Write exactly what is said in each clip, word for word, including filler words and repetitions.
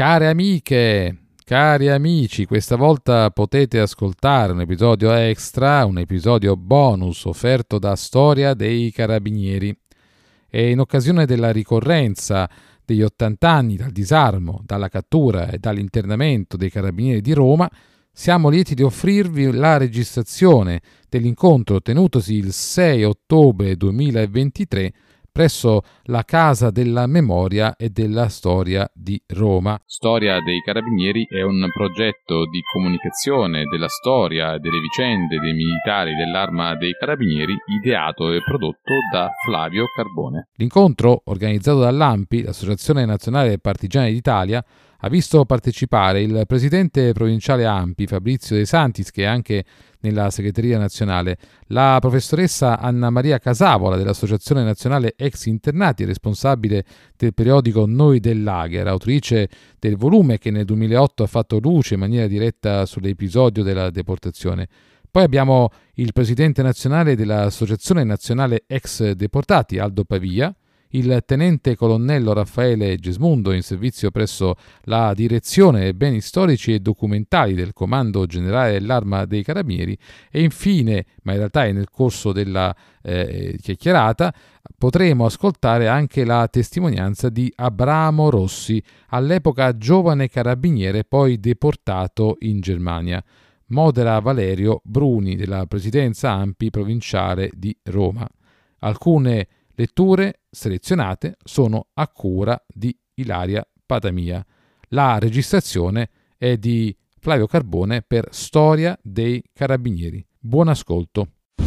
Care amiche, cari amici, questa volta potete ascoltare un episodio extra, un episodio bonus offerto da Storia dei Carabinieri. E in occasione della ricorrenza degli ottanta anni dal disarmo, dalla cattura e dall'internamento dei Carabinieri di Roma, siamo lieti di offrirvi la registrazione dell'incontro tenutosi il sei ottobre duemilaventitré presso la Casa della Memoria e della Storia di Roma. Storia dei Carabinieri è un progetto di comunicazione della storia e delle vicende dei militari dell'Arma dei Carabinieri ideato e prodotto da Flavio Carbone. L'incontro, organizzato dall'A N P I, l'Associazione Nazionale Partigiani d'Italia, ha visto partecipare il presidente provinciale A N P I, Fabrizio De Santis, che è anche nella segreteria nazionale, la professoressa Anna Maria Casavola dell'Associazione Nazionale Ex Internati, responsabile del periodico Noi del Lager, autrice del volume che nel duemilaotto ha fatto luce in maniera diretta sull'episodio della deportazione. Poi abbiamo il presidente nazionale dell'Associazione Nazionale Ex Deportati, Aldo Pavia, il tenente colonnello Raffaele Gesmundo, in servizio presso la Direzione Beni Storici e Documentali del Comando Generale dell'Arma dei Carabinieri, e infine, ma in realtà è nel corso della eh, chiacchierata, potremo ascoltare anche la testimonianza di Abramo Rossi, all'epoca giovane carabiniere poi deportato in Germania. Modera Valerio Bruni della Presidenza A N P I provinciale di Roma. Alcune letture selezionate sono a cura di Ilaria Patamia. La registrazione è di Flavio Carbone per Storia dei Carabinieri. Buon ascolto.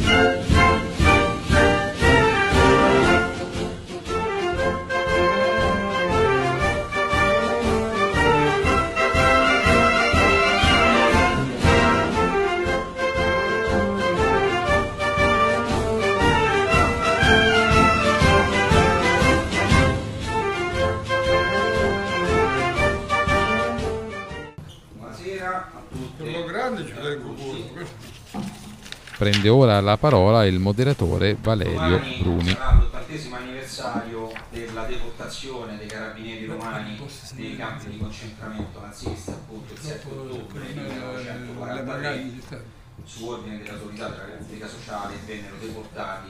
Prende ora la parola il moderatore Valerio Domani Bruni. Sarà l'ottantesimo anniversario della deportazione dei carabinieri romani nei campi di concentramento nazisti, appunto il sette ottobre millenovecentoquarantatré. Su ordine delle autorità della Repubblica Sociale vennero deportati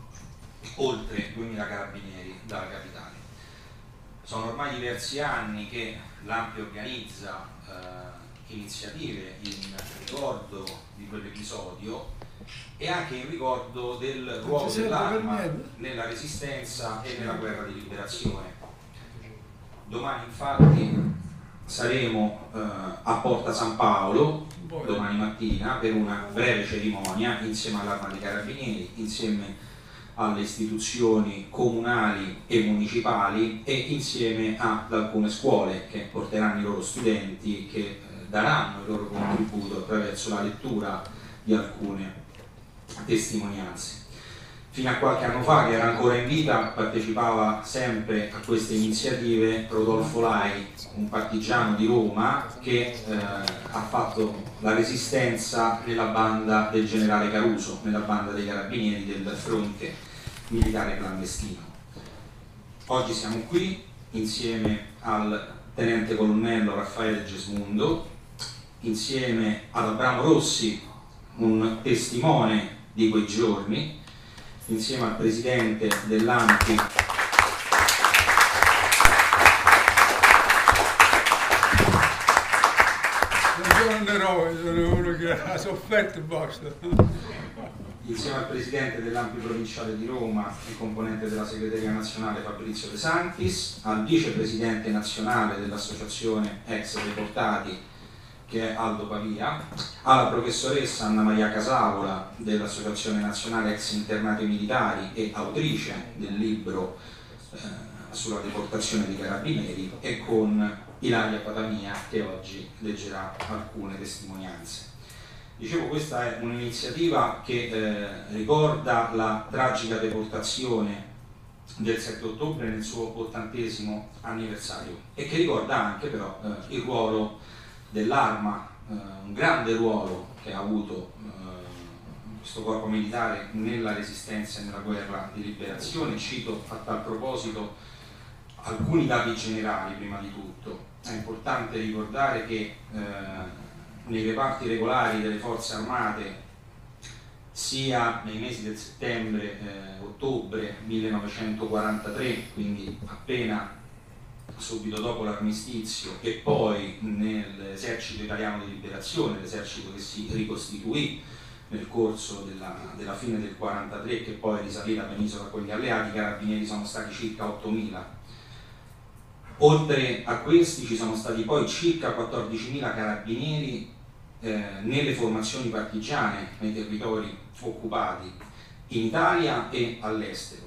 oltre duemila carabinieri dalla capitale. Sono ormai diversi anni che l'A N P I organizza eh, iniziative in ricordo di quell'episodio e anche in ricordo del ruolo dell'arma nella resistenza e nella guerra di liberazione. Domani infatti saremo eh, a Porta San Paolo, domani mattina, per una breve cerimonia insieme all'Arma dei Carabinieri, insieme alle istituzioni comunali e municipali e insieme ad alcune scuole che porteranno i loro studenti, che eh, daranno il loro contributo attraverso la lettura di alcune testimonianze. Fino a qualche anno fa, che era ancora in vita, partecipava sempre a queste iniziative Rodolfo Lai, un partigiano di Roma che eh, ha fatto la resistenza nella banda del generale Caruso, nella banda dei carabinieri del fronte militare clandestino. Oggi siamo qui insieme al tenente colonnello Raffaele Gesmundo, insieme ad Abramo Rossi, un testimone di quei giorni, insieme al presidente dell'A N P I non sono un eroe, sono uno che ha sofferto e basta. insieme al presidente dell'A N P I provinciale di Roma e componente della segreteria nazionale Fabrizio De Santis, al vicepresidente nazionale dell'associazione Ex Deportati che è Aldo Pavia, alla professoressa Anna Maria Casavola dell'Associazione Nazionale Ex Internati Militari e autrice del libro eh, sulla deportazione dei carabinieri, e con Ilaria Patamia che oggi leggerà alcune testimonianze. Dicevo, questa è un'iniziativa che eh, ricorda la tragica deportazione del sette ottobre nel suo ottantesimo anniversario e che ricorda anche però eh, il ruolo dell'arma, eh, un grande ruolo che ha avuto eh, questo corpo militare nella resistenza e nella guerra di liberazione. Cito a tal proposito alcuni dati generali prima di tutto. è importante ricordare che eh, nei reparti regolari delle forze armate, sia nei mesi del settembre-ottobre eh, millenovecentoquarantatré, quindi appena subito dopo l'armistizio, e poi nell'esercito italiano di liberazione, l'esercito che si ricostituì nel corso della, della fine del quarantatré, che poi risalì la penisola con gli alleati, i carabinieri sono stati circa ottomila. Oltre a questi ci sono stati poi circa quattordicimila carabinieri eh, nelle formazioni partigiane nei territori occupati in Italia e all'estero.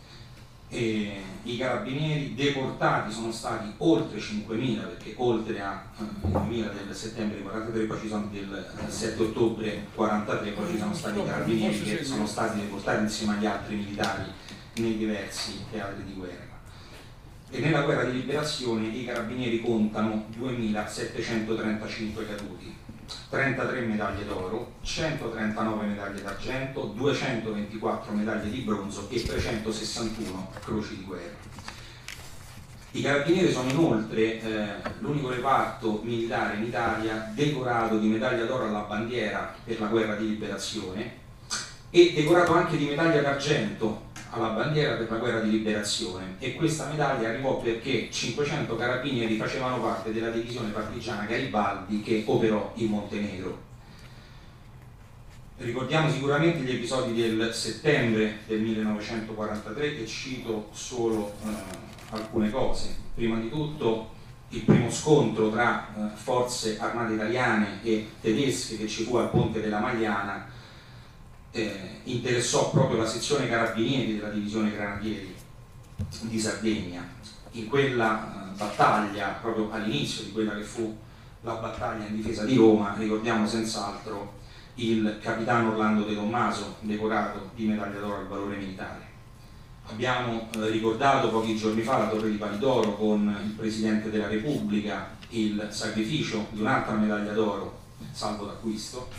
E i carabinieri deportati sono stati oltre cinquemila, perché oltre ai duemila del settembre quarantatré, poi ci sono del sette ottobre quarantatré, poi ci sono stati i carabinieri che sono stati deportati insieme agli altri militari nei diversi teatri di guerra. E nella guerra di liberazione i carabinieri contano duemilasettecentotrentacinque caduti, trentatré medaglie d'oro, centotrentanove medaglie d'argento, duecentoventiquattro medaglie di bronzo e trecentosessantuno croci di guerra. I carabinieri sono inoltre eh, l'unico reparto militare in Italia decorato di medaglia d'oro alla bandiera per la guerra di liberazione e decorato anche di medaglia d'argento alla bandiera per la guerra di liberazione, e questa medaglia arrivò perché cinquecento carabinieri facevano parte della divisione partigiana Garibaldi che operò in Montenegro. Ricordiamo sicuramente gli episodi del settembre del millenovecentoquarantatré e cito solo eh, alcune cose. Prima di tutto il primo scontro tra eh, forze armate italiane e tedesche che ci fu al ponte della Magliana Eh, interessò proprio la sezione carabinieri della divisione granatieri di Sardegna. In quella eh, battaglia, proprio all'inizio di quella che fu la battaglia in difesa di Roma, ricordiamo senz'altro il capitano Orlando De Tommaso, decorato di medaglia d'oro al valore militare. Abbiamo eh, ricordato pochi giorni fa la Torre di Palidoro con il Presidente della Repubblica, il sacrificio di un'altra medaglia d'oro, salvo d'acquisto.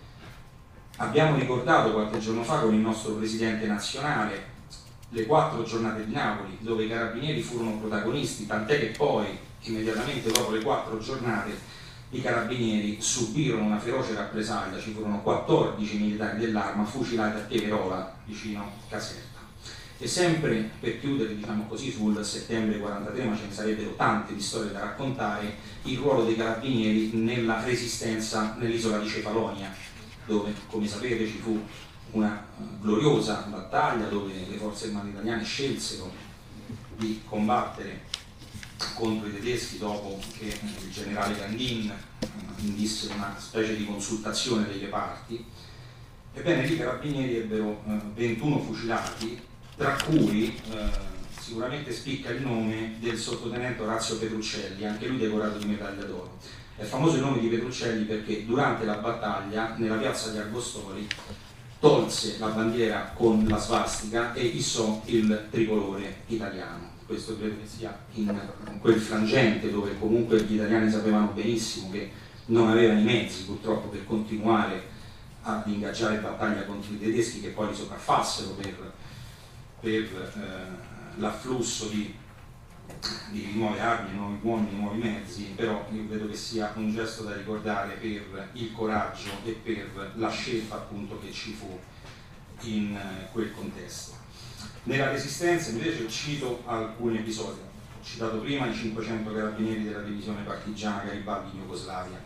Abbiamo ricordato qualche giorno fa con il nostro Presidente nazionale le quattro giornate di Napoli, dove i carabinieri furono protagonisti, tant'è che poi, immediatamente dopo le quattro giornate, i carabinieri subirono una feroce rappresaglia. Ci furono quattordici militari dell'Arma fucilati a Teverola, vicino Caserta. E sempre per chiudere, diciamo così, sul settembre quarantatré, ma ce ne sarebbero tante di storie da raccontare, il ruolo dei carabinieri nella resistenza nell'isola di Cefalonia, dove, come sapete, ci fu una uh, gloriosa battaglia dove le forze armate italiane scelsero di combattere contro i tedeschi dopo che uh, il generale Gandin uh, indisse una specie di consultazione dei reparti. Ebbene, lì i carabinieri ebbero uh, ventuno fucilati, tra cui uh, sicuramente spicca il nome del sottotenente Orazio Petruccelli, anche lui decorato di medaglia d'oro. È famoso il nome di Petruccelli perché durante la battaglia, nella piazza di Argostoli, tolse la bandiera con la svastica e issò il tricolore italiano. Questo credo che sia in quel frangente dove comunque gli italiani sapevano benissimo che non avevano i mezzi purtroppo per continuare ad ingaggiare battaglia contro i tedeschi, che poi li sopraffassero per, per eh, l'afflusso di di nuove armi, nuovi uomini, nuovi mezzi. Però io credo che sia un gesto da ricordare per il coraggio e per la scelta appunto che ci fu in quel contesto. Nella Resistenza invece cito alcuni episodi. Ho citato prima i cinquecento carabinieri della divisione partigiana Garibaldi in Jugoslavia,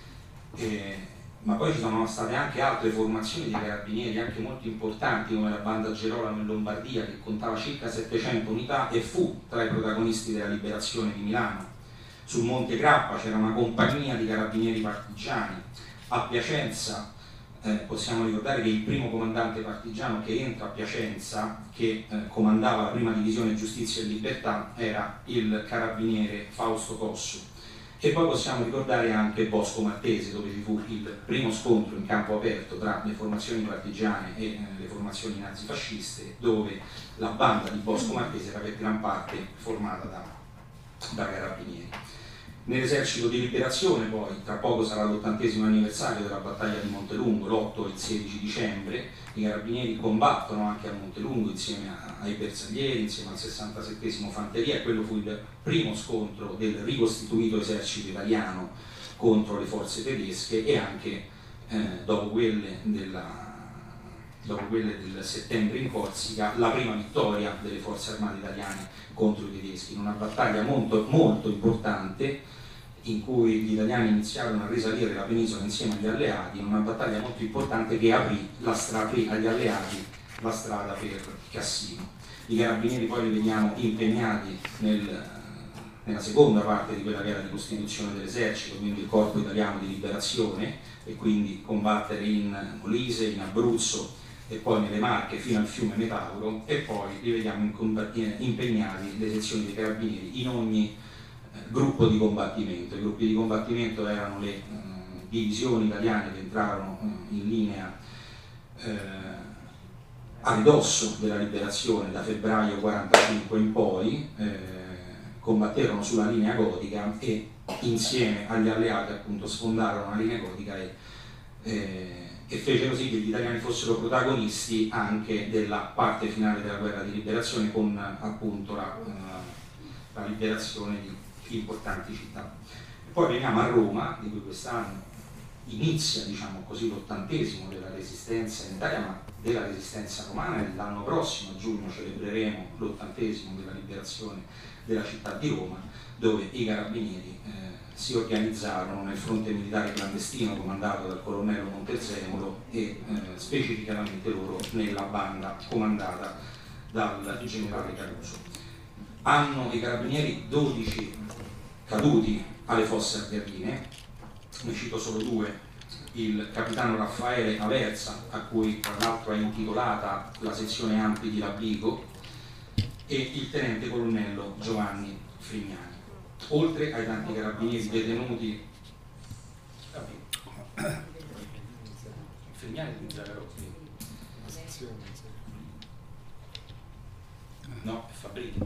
e ma poi ci sono state anche altre formazioni di carabinieri anche molto importanti, come la banda Gerolamo in Lombardia, che contava circa settecento unità e fu tra i protagonisti della liberazione di Milano. Sul Monte Grappa c'era una compagnia di carabinieri partigiani. A Piacenza eh, possiamo ricordare che il primo comandante partigiano che entra a Piacenza, che eh, comandava la prima divisione Giustizia e Libertà, era il carabiniere Fausto Cossu. E poi possiamo ricordare anche Bosco Maltese, dove ci fu il primo scontro in campo aperto tra le formazioni partigiane e eh, le formazioni nazifasciste, dove la banda di Bosco Maltese era per gran parte formata da, da carabinieri. Nell'esercito di liberazione poi, tra poco sarà l'ottantesimo anniversario della battaglia di Montelungo, l'otto e il sedici dicembre, i carabinieri combattono anche a Montelungo insieme a, ai bersaglieri, insieme al sessantasettesimo Fanteria, e quello fu il primo scontro del ricostituito esercito italiano contro le forze tedesche, e anche eh, dopo, quelle della, dopo quelle del settembre in Corsica, la prima vittoria delle forze armate italiane contro i tedeschi, in una battaglia molto, molto importante, in cui gli italiani iniziarono a risalire la penisola insieme agli alleati, in una battaglia molto importante che aprì, la strada, aprì agli alleati la strada per Cassino. I carabinieri poi li vediamo impegnati nel, nella seconda parte di quella che era la ricostituzione dell'esercito, quindi il corpo italiano di liberazione, e quindi combattere in Molise, in Abruzzo e poi nelle Marche fino al fiume Metauro, e poi li vediamo impegnati le sezioni dei carabinieri in ogni gruppo di combattimento. I gruppi di combattimento erano le eh, divisioni italiane che entrarono eh, in linea eh, a ridosso della liberazione da febbraio quarantacinque in poi, eh, combatterono sulla linea gotica e insieme agli alleati appunto sfondarono la linea gotica e, eh, e fecero sì che gli italiani fossero protagonisti anche della parte finale della guerra di liberazione, con appunto la, eh, la liberazione di importanti città. E poi veniamo a Roma, di cui quest'anno inizia, diciamo così, l'ottantesimo della resistenza in Italia, ma della resistenza romana, e l'anno prossimo, a giugno, celebreremo l'ottantesimo della liberazione della città di Roma, dove i carabinieri eh, si organizzarono nel fronte militare clandestino comandato dal colonnello Montezemolo, e eh, specificamente loro nella banda comandata dal generale Caruso. Hanno i carabinieri dodici caduti alle fosse ardeatine, ne cito solo due: il capitano Raffaele Aversa, a cui tra l'altro è intitolata la sezione Ampi di Labico, e il tenente colonnello Giovanni Frignani. Oltre ai tanti carabinieri detenuti, Frignani di Zagarotti, no, è Fabriti.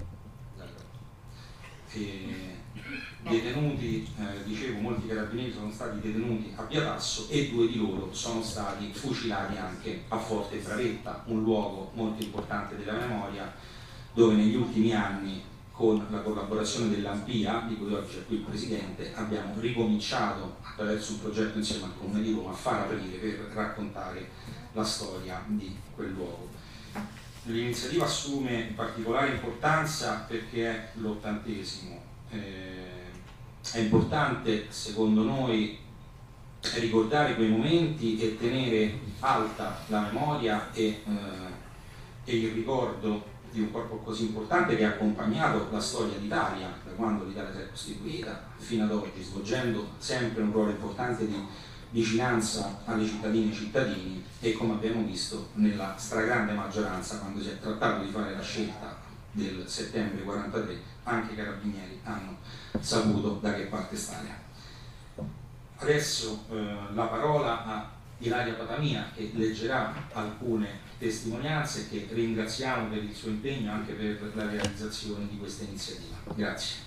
E detenuti, eh, dicevo, molti carabinieri sono stati detenuti a Piatasso, e due di loro sono stati fucilati anche a Forte Bravetta, un luogo molto importante della memoria, dove negli ultimi anni, con la collaborazione dell'Ampia, di cui oggi è qui il Presidente, abbiamo ricominciato attraverso un progetto insieme al Comune di Roma a far aprire per raccontare la storia di quel luogo. L'iniziativa assume particolare importanza perché è l'ottantesimo. Eh, è importante, secondo noi, ricordare quei momenti e tenere alta la memoria e, eh, e il ricordo di un corpo così importante che ha accompagnato la storia d'Italia da quando l'Italia si è costituita fino ad oggi, svolgendo sempre un ruolo importante di vicinanza alle cittadine e ai cittadini, e come abbiamo visto nella stragrande maggioranza, quando si è trattato di fare la scelta del settembre quarantatré, anche i carabinieri hanno saputo da che parte stare. Adesso eh, la parola a Ilaria Patamia, che leggerà alcune testimonianze, che ringraziamo per il suo impegno anche per la realizzazione di questa iniziativa. Grazie.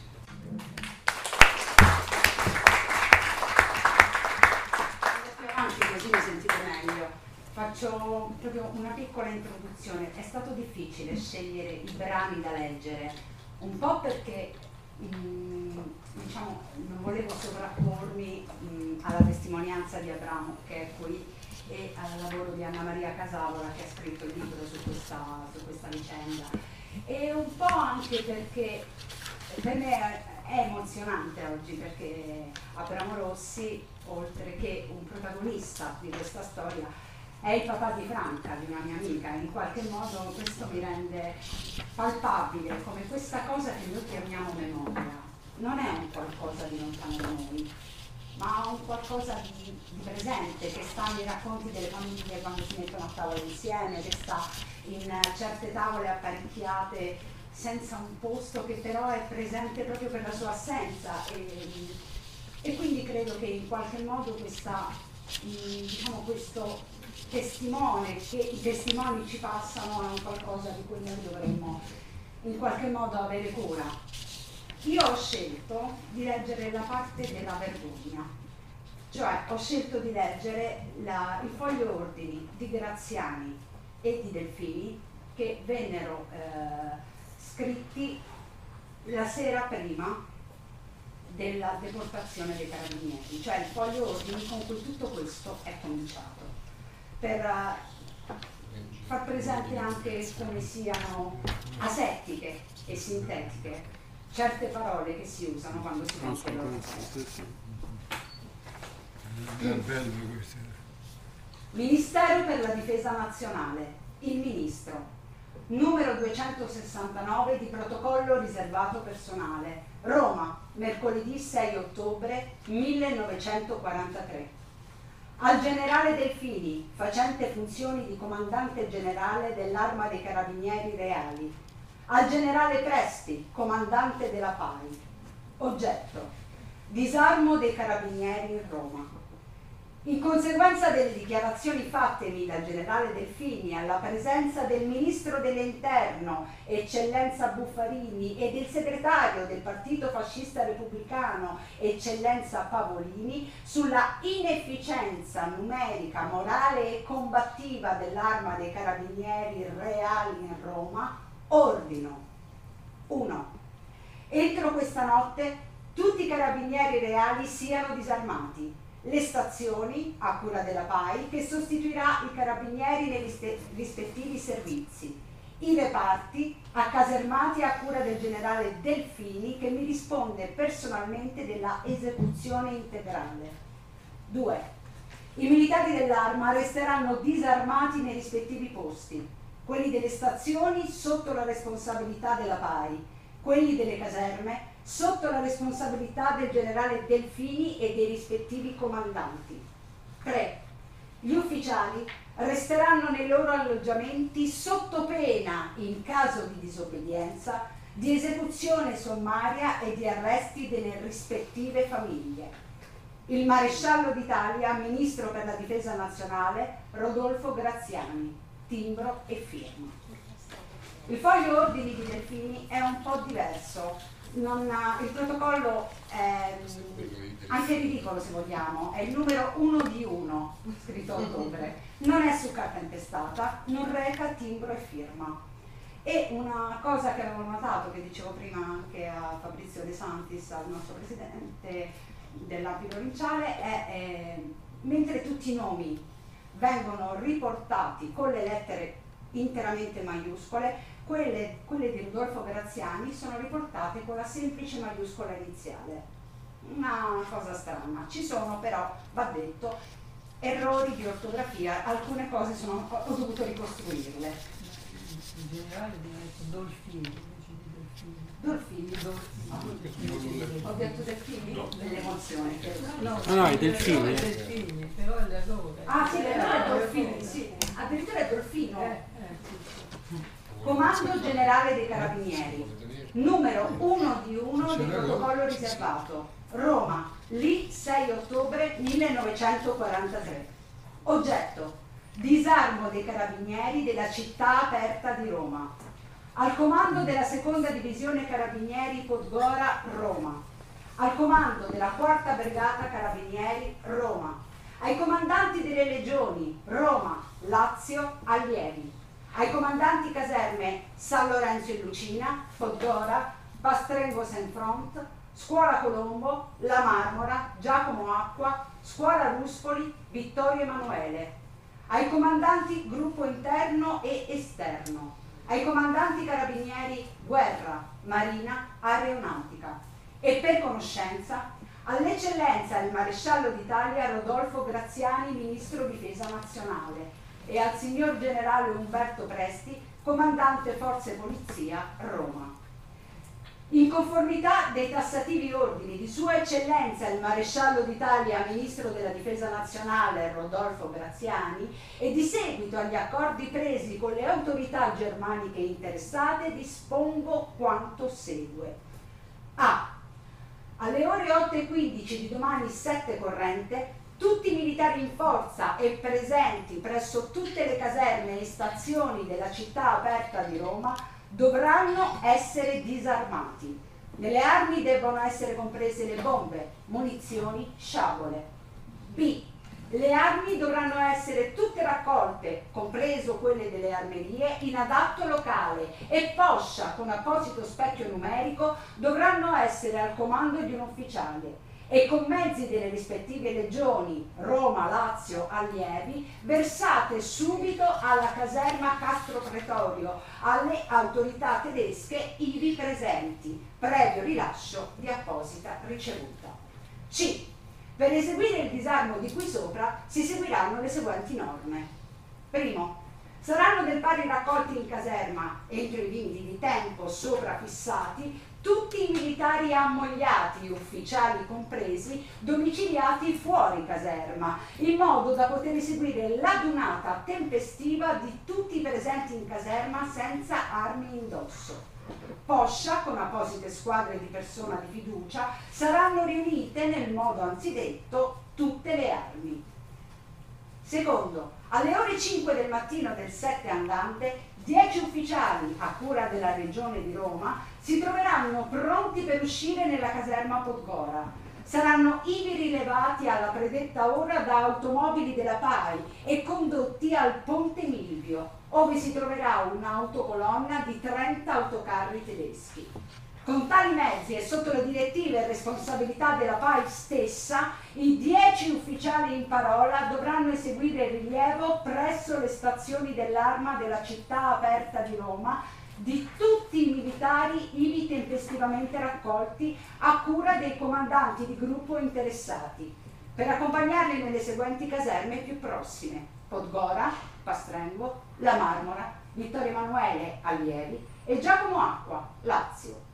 Così mi sentite meglio. Faccio proprio una piccola introduzione. È stato difficile scegliere i brani da leggere, un po' perché mh, diciamo, non volevo sovrappormi mh, alla testimonianza di Abramo, che è qui, e al lavoro di Anna Maria Casavola, che ha scritto il libro su questa, su questa vicenda, e un po' anche perché per me è, è emozionante oggi, perché Abramo Rossi, oltre che un protagonista di questa storia, è il papà di Franca, di una mia amica, e in qualche modo questo mi rende palpabile come questa cosa che noi chiamiamo memoria non è un qualcosa di lontano da noi, ma un qualcosa di, di presente, che sta nei racconti delle famiglie quando si mettono a tavola insieme, che sta in certe tavole apparecchiate senza un posto, che però è presente proprio per la sua assenza, e, e quindi credo che in qualche modo questa, diciamo, questo testimone che i testimoni ci passano è un qualcosa di cui noi dovremmo in qualche modo avere cura. io ho scelto di leggere la parte della vergogna, cioè ho scelto di leggere la, il foglio ordini di Graziani e di Delfini che vennero eh, scritti la sera prima della deportazione dei carabinieri, cioè il foglio ordini con cui tutto questo è cominciato, per uh, far presente anche come siano asettiche e sintetiche certe parole che si usano quando si fa quello che Ministero per la Difesa Nazionale, il Ministro, numero duecentosessantanove di protocollo riservato personale, Roma, mercoledì sei ottobre millenovecentoquarantatré. Al generale Delfini, facente funzioni di comandante generale dell'Arma dei Carabinieri Reali. Al generale Presti, comandante della P A I. Oggetto: disarmo dei Carabinieri in Roma. In conseguenza delle dichiarazioni fattemi dal generale Delfini alla presenza del ministro dell'Interno, eccellenza Buffarini, e del segretario del Partito Fascista Repubblicano, eccellenza Pavolini, sulla inefficienza numerica, morale e combattiva dell'Arma dei Carabinieri Reali in Roma, ordino: uno. Entro questa notte tutti i Carabinieri Reali siano disarmati. Le stazioni, a cura della P A I, che sostituirà i carabinieri nei rispettivi servizi, i reparti accasermati a cura del generale Delfini, che mi risponde personalmente della esecuzione integrale. due. I militari dell'Arma resteranno disarmati nei rispettivi posti, quelli delle stazioni sotto la responsabilità della P A I, quelli delle caserme sotto la responsabilità del generale Delfini e dei rispettivi comandanti. tre. Gli ufficiali resteranno nei loro alloggiamenti sotto pena, in caso di disobbedienza, di esecuzione sommaria e di arresti delle rispettive famiglie. Il maresciallo d'Italia, ministro per la difesa nazionale, Rodolfo Graziani, timbro e firma. Il foglio ordini di Delfini è un po' diverso. Non ha, il protocollo è anche ridicolo, se vogliamo, è il numero uno di uno, scritto a ottobre, non è su carta impestata, non reca timbro e firma. E una cosa che avevo notato, che dicevo prima anche a Fabrizio De Santis, al nostro presidente dell'A P I provinciale, è, è mentre tutti i nomi vengono riportati con le lettere interamente maiuscole, Quelle, quelle di Rodolfo Graziani sono riportate con la semplice maiuscola iniziale. Una cosa strana. Ci sono però, va detto, errori di ortografia, alcune cose sono, ho dovuto ricostruirle. In generale viene detto Dolfini, Dolfini, Dolfini. Ho detto Delfini? No. Dell'emozione. No, ah, no, i delfini. delfini, però è l'errore. Ah sì, l'errore è Dolfini, sì. Addirittura è Dolfino. Eh, eh, sì, sì. Comando Generale dei Carabinieri, numero uno di uno di protocollo riservato, Roma, lì sei ottobre millenovecentoquarantatré. Oggetto: disarmo dei Carabinieri della città aperta di Roma. Al comando della seconda divisione Carabinieri Podgora, Roma. Al comando della quarta brigata Carabinieri, Roma. Ai comandanti delle legioni, Roma, Lazio, allievi. Ai comandanti caserme San Lorenzo in Lucina, Podgora, Pastrengo Saint-Front, Scuola Colombo, La Marmora, Giacomo Acqua, Scuola Ruspoli, Vittorio Emanuele. Ai comandanti gruppo interno e esterno. Ai comandanti carabinieri Guerra, Marina, Aeronautica. E per conoscenza all'eccellenza il maresciallo d'Italia Rodolfo Graziani, ministro difesa nazionale, e al signor generale Umberto Presti, comandante Forze Polizia, Roma. In conformità dei tassativi ordini di Sua Eccellenza il Maresciallo d'Italia, Ministro della Difesa Nazionale, Rodolfo Graziani, e di seguito agli accordi presi con le autorità germaniche interessate, dispongo quanto segue. A. Alle ore otto e quindici di domani sette corrente, tutti i militari in forza e presenti presso tutte le caserme e stazioni della città aperta di Roma dovranno essere disarmati. Nelle armi debbono essere comprese le bombe, munizioni, sciabole. B. Le armi dovranno essere tutte raccolte, compreso quelle delle armerie, in adatto locale e poscia con apposito specchio numerico dovranno essere al comando di un ufficiale e con mezzi delle rispettive legioni, Roma, Lazio, allievi, versate subito alla caserma Castro Pretorio, alle autorità tedesche ivi presenti, previo rilascio di apposita ricevuta. C. Per eseguire il disarmo di qui sopra si seguiranno le seguenti norme. Primo. Saranno del pari raccolti in caserma, entro i limiti di tempo sopra fissati, tutti i militari ammogliati, ufficiali compresi, domiciliati fuori caserma, in modo da poter eseguire l'adunata tempestiva di tutti i presenti in caserma senza armi indosso. Poscia, con apposite squadre di persona di fiducia, saranno riunite nel modo anzidetto tutte le armi. Secondo, alle ore cinque del mattino del sette andante, dieci ufficiali a cura della Regione di Roma si troveranno pronti per uscire nella caserma Podgora. Saranno ivi rilevati alla predetta ora da automobili della P A I e condotti al Ponte Milvio, ove si troverà un'autocolonna di trenta autocarri tedeschi. Con tali mezzi e sotto le direttive e responsabilità della P A I stessa, i dieci ufficiali in parola dovranno eseguire il rilievo presso le stazioni dell'arma della città aperta di Roma di tutti i militari ivi tempestivamente raccolti a cura dei comandanti di gruppo interessati, per accompagnarli nelle seguenti caserme più prossime: Podgora, Pastrengo, La Marmora, Vittorio Emanuele, Allievi e Giacomo Acqua, Lazio.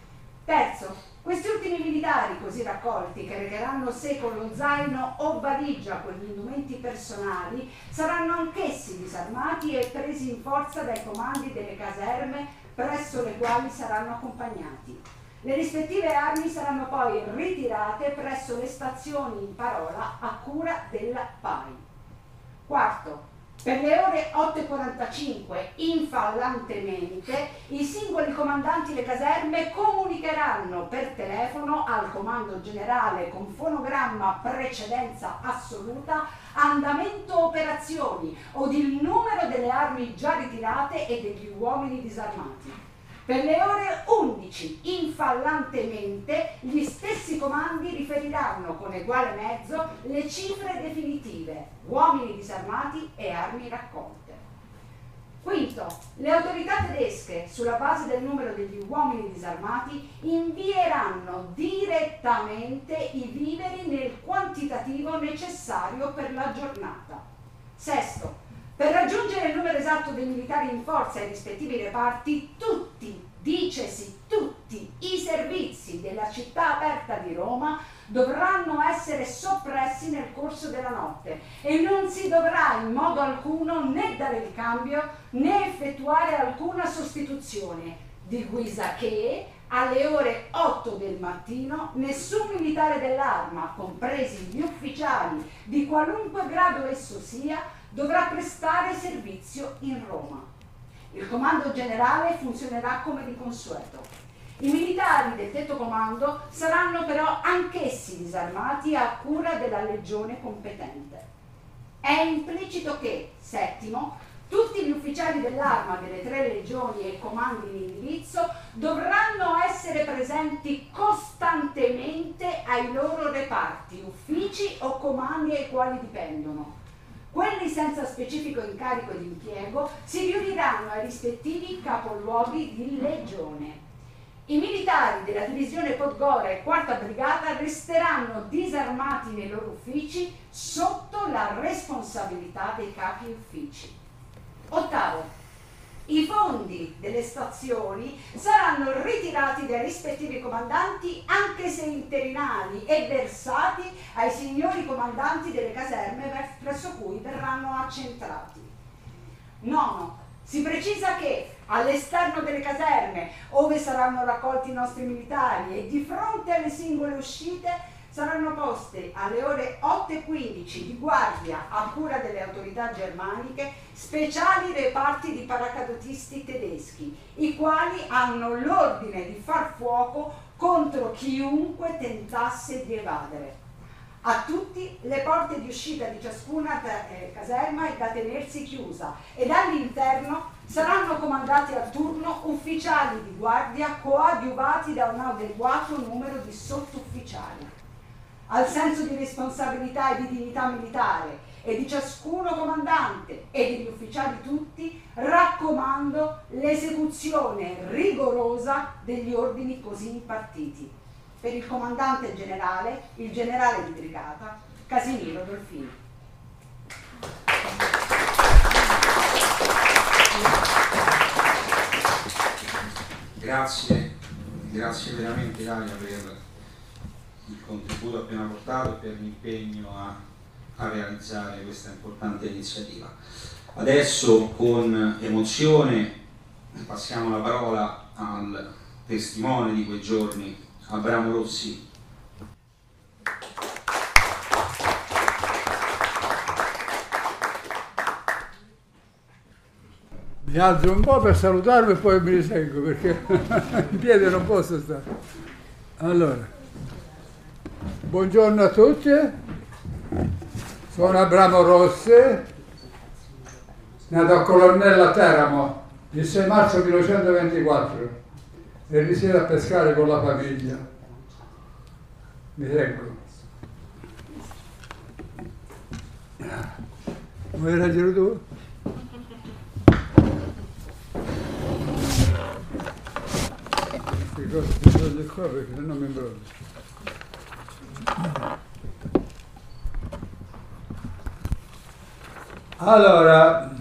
Terzo, questi ultimi militari così raccolti, che recheranno sé con lo zaino o valigia con gli indumenti personali, saranno anch'essi disarmati e presi in forza dai comandi delle caserme presso le quali saranno accompagnati. Le rispettive armi saranno poi ritirate presso le stazioni in parola a cura della P A I. Quarto, per le ore otto e quarantacinque, infallantemente, i singoli comandanti delle caserme comunicheranno per telefono al comando generale con fonogramma precedenza assoluta andamento operazioni o il numero delle armi già ritirate e degli uomini disarmati. Per le ore undici, infallantemente, gli stessi comandi riferiranno con eguale mezzo le cifre definitive, uomini disarmati e armi raccolte. Quinto, le autorità tedesche, sulla base del numero degli uomini disarmati, invieranno direttamente i viveri nel quantitativo necessario per la giornata. Sesto, per raggiungere il numero esatto dei militari in forza ai rispettivi reparti, tutti, dicesi tutti, i servizi della città aperta di Roma dovranno essere soppressi nel corso della notte e non si dovrà in modo alcuno né dare il cambio né effettuare alcuna sostituzione, di guisa che alle ore otto del mattino nessun militare dell'arma, compresi gli ufficiali di qualunque grado esso sia, dovrà prestare servizio in Roma. Il comando generale funzionerà come di consueto. I militari del detto comando saranno però anch'essi disarmati a cura della legione competente. È implicito che, settimo, tutti gli ufficiali dell'arma delle tre legioni e comandi in indirizzo dovranno essere presenti costantemente ai loro reparti, uffici o comandi ai quali dipendono. Quelli senza specifico incarico di impiego si riuniranno ai rispettivi capoluoghi di legione. I militari della divisione Podgora e quarta brigata resteranno disarmati nei loro uffici sotto la responsabilità dei capi uffici. Ottavo, i fondi delle stazioni saranno ritirati dai rispettivi comandanti anche se interinali e versati ai signori comandanti delle caserme presso cui verranno accentrati. Nono, si precisa che all'esterno delle caserme, ove saranno raccolti i nostri militari e di fronte alle singole uscite, saranno poste alle ore otto e quindici di guardia a cura delle autorità germaniche speciali reparti di paracadutisti tedeschi, i quali hanno l'ordine di far fuoco contro chiunque tentasse di evadere. A tutti le porte di uscita di ciascuna te- caserma è da tenersi chiusa ed all'interno saranno comandati a turno ufficiali di guardia coadiuvati da un adeguato numero di sottufficiali. Al senso di responsabilità e di dignità militare e di ciascuno comandante e degli ufficiali tutti raccomando l'esecuzione rigorosa degli ordini così impartiti. Per il comandante generale, il generale di brigata, Casimiro Dolfini. Grazie, grazie veramente Dalia per il contributo appena portato e per l'impegno a, a realizzare questa importante iniziativa. Adesso con emozione passiamo la parola al testimone di quei giorni, Abramo Rossi. Mi alzo un po' per salutarvi e poi mi risengo perché in piedi non posso stare. Allora, buongiorno a tutti, sono Abramo Rossi, nato a Colonnella a Teramo il sei marzo millenovecentoventiquattro e risiede a Pescara con la famiglia. Mi seguo. Vuoi leggere tu? Queste cose ti togli qua perché se no mi imbroglio. Allora,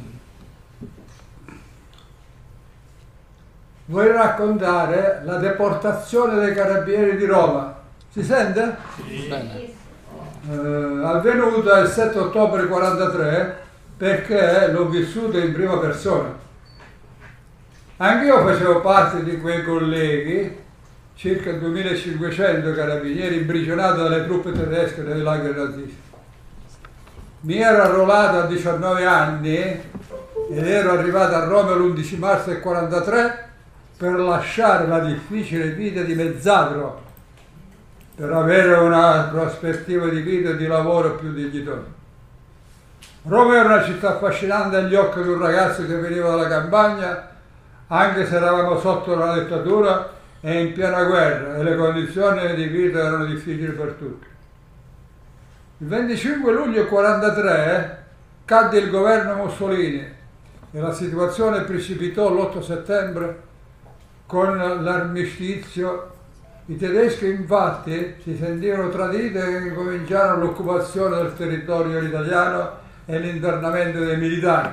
vorrei raccontare la deportazione dei carabinieri di Roma. Si sente? Sì. Bene. Eh, avvenuta il sette ottobre quarantatré perché l'ho vissuto in prima persona. Anch'io facevo parte di quei colleghi, circa duemilacinquecento carabinieri imprigionati dalle truppe tedesche nei laghi nazisti. Mi ero arruolato a diciannove anni ed ero arrivato a Roma l'undici marzo del quarantatré per lasciare la difficile vita di mezzadro, per avere una prospettiva di vita e di lavoro più dignitosa. Roma era una città affascinante agli occhi di un ragazzo che veniva dalla campagna, anche se eravamo sotto la dittatura e in piena guerra e le condizioni di vita erano difficili per tutti. Il venticinque luglio quarantatré cadde il governo Mussolini e la situazione precipitò l'otto settembre con l'armistizio. I tedeschi infatti si sentivano traditi e cominciarono l'occupazione del territorio italiano e l'internamento dei militari.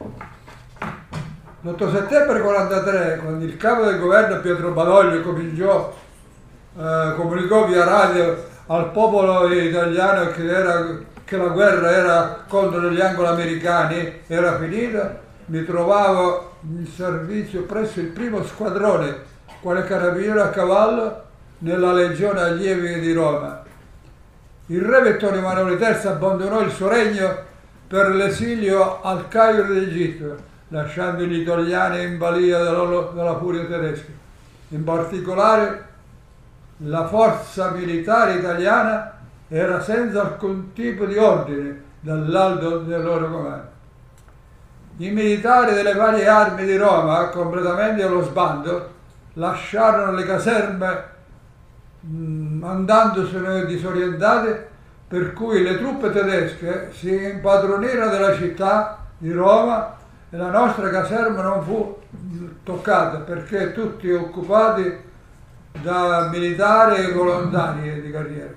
L'otto settembre quarantatré, quando il capo del governo Pietro Badoglio cominciò, eh, comunicò via radio al popolo italiano che, era, che la guerra era contro gli anglo-americani, era finita, mi trovavo in servizio presso il primo squadrone, quale carabiniere a cavallo, nella Legione Allievi di Roma. Il re Vittorio Emanuele terzo abbandonò il suo regno per l'esilio al Cairo d'Egitto, lasciando gli italiani in balia della, della furia tedesca. In particolare, la forza militare italiana era senza alcun tipo di ordine dall'alto del loro comando. I militari delle varie armi di Roma, completamente allo sbando, lasciarono le caserme mh, andandosene disorientati, per cui le truppe tedesche si impadronirono della città di Roma e la nostra caserma non fu toccata perché tutti occupati da militari e volontari di carriera.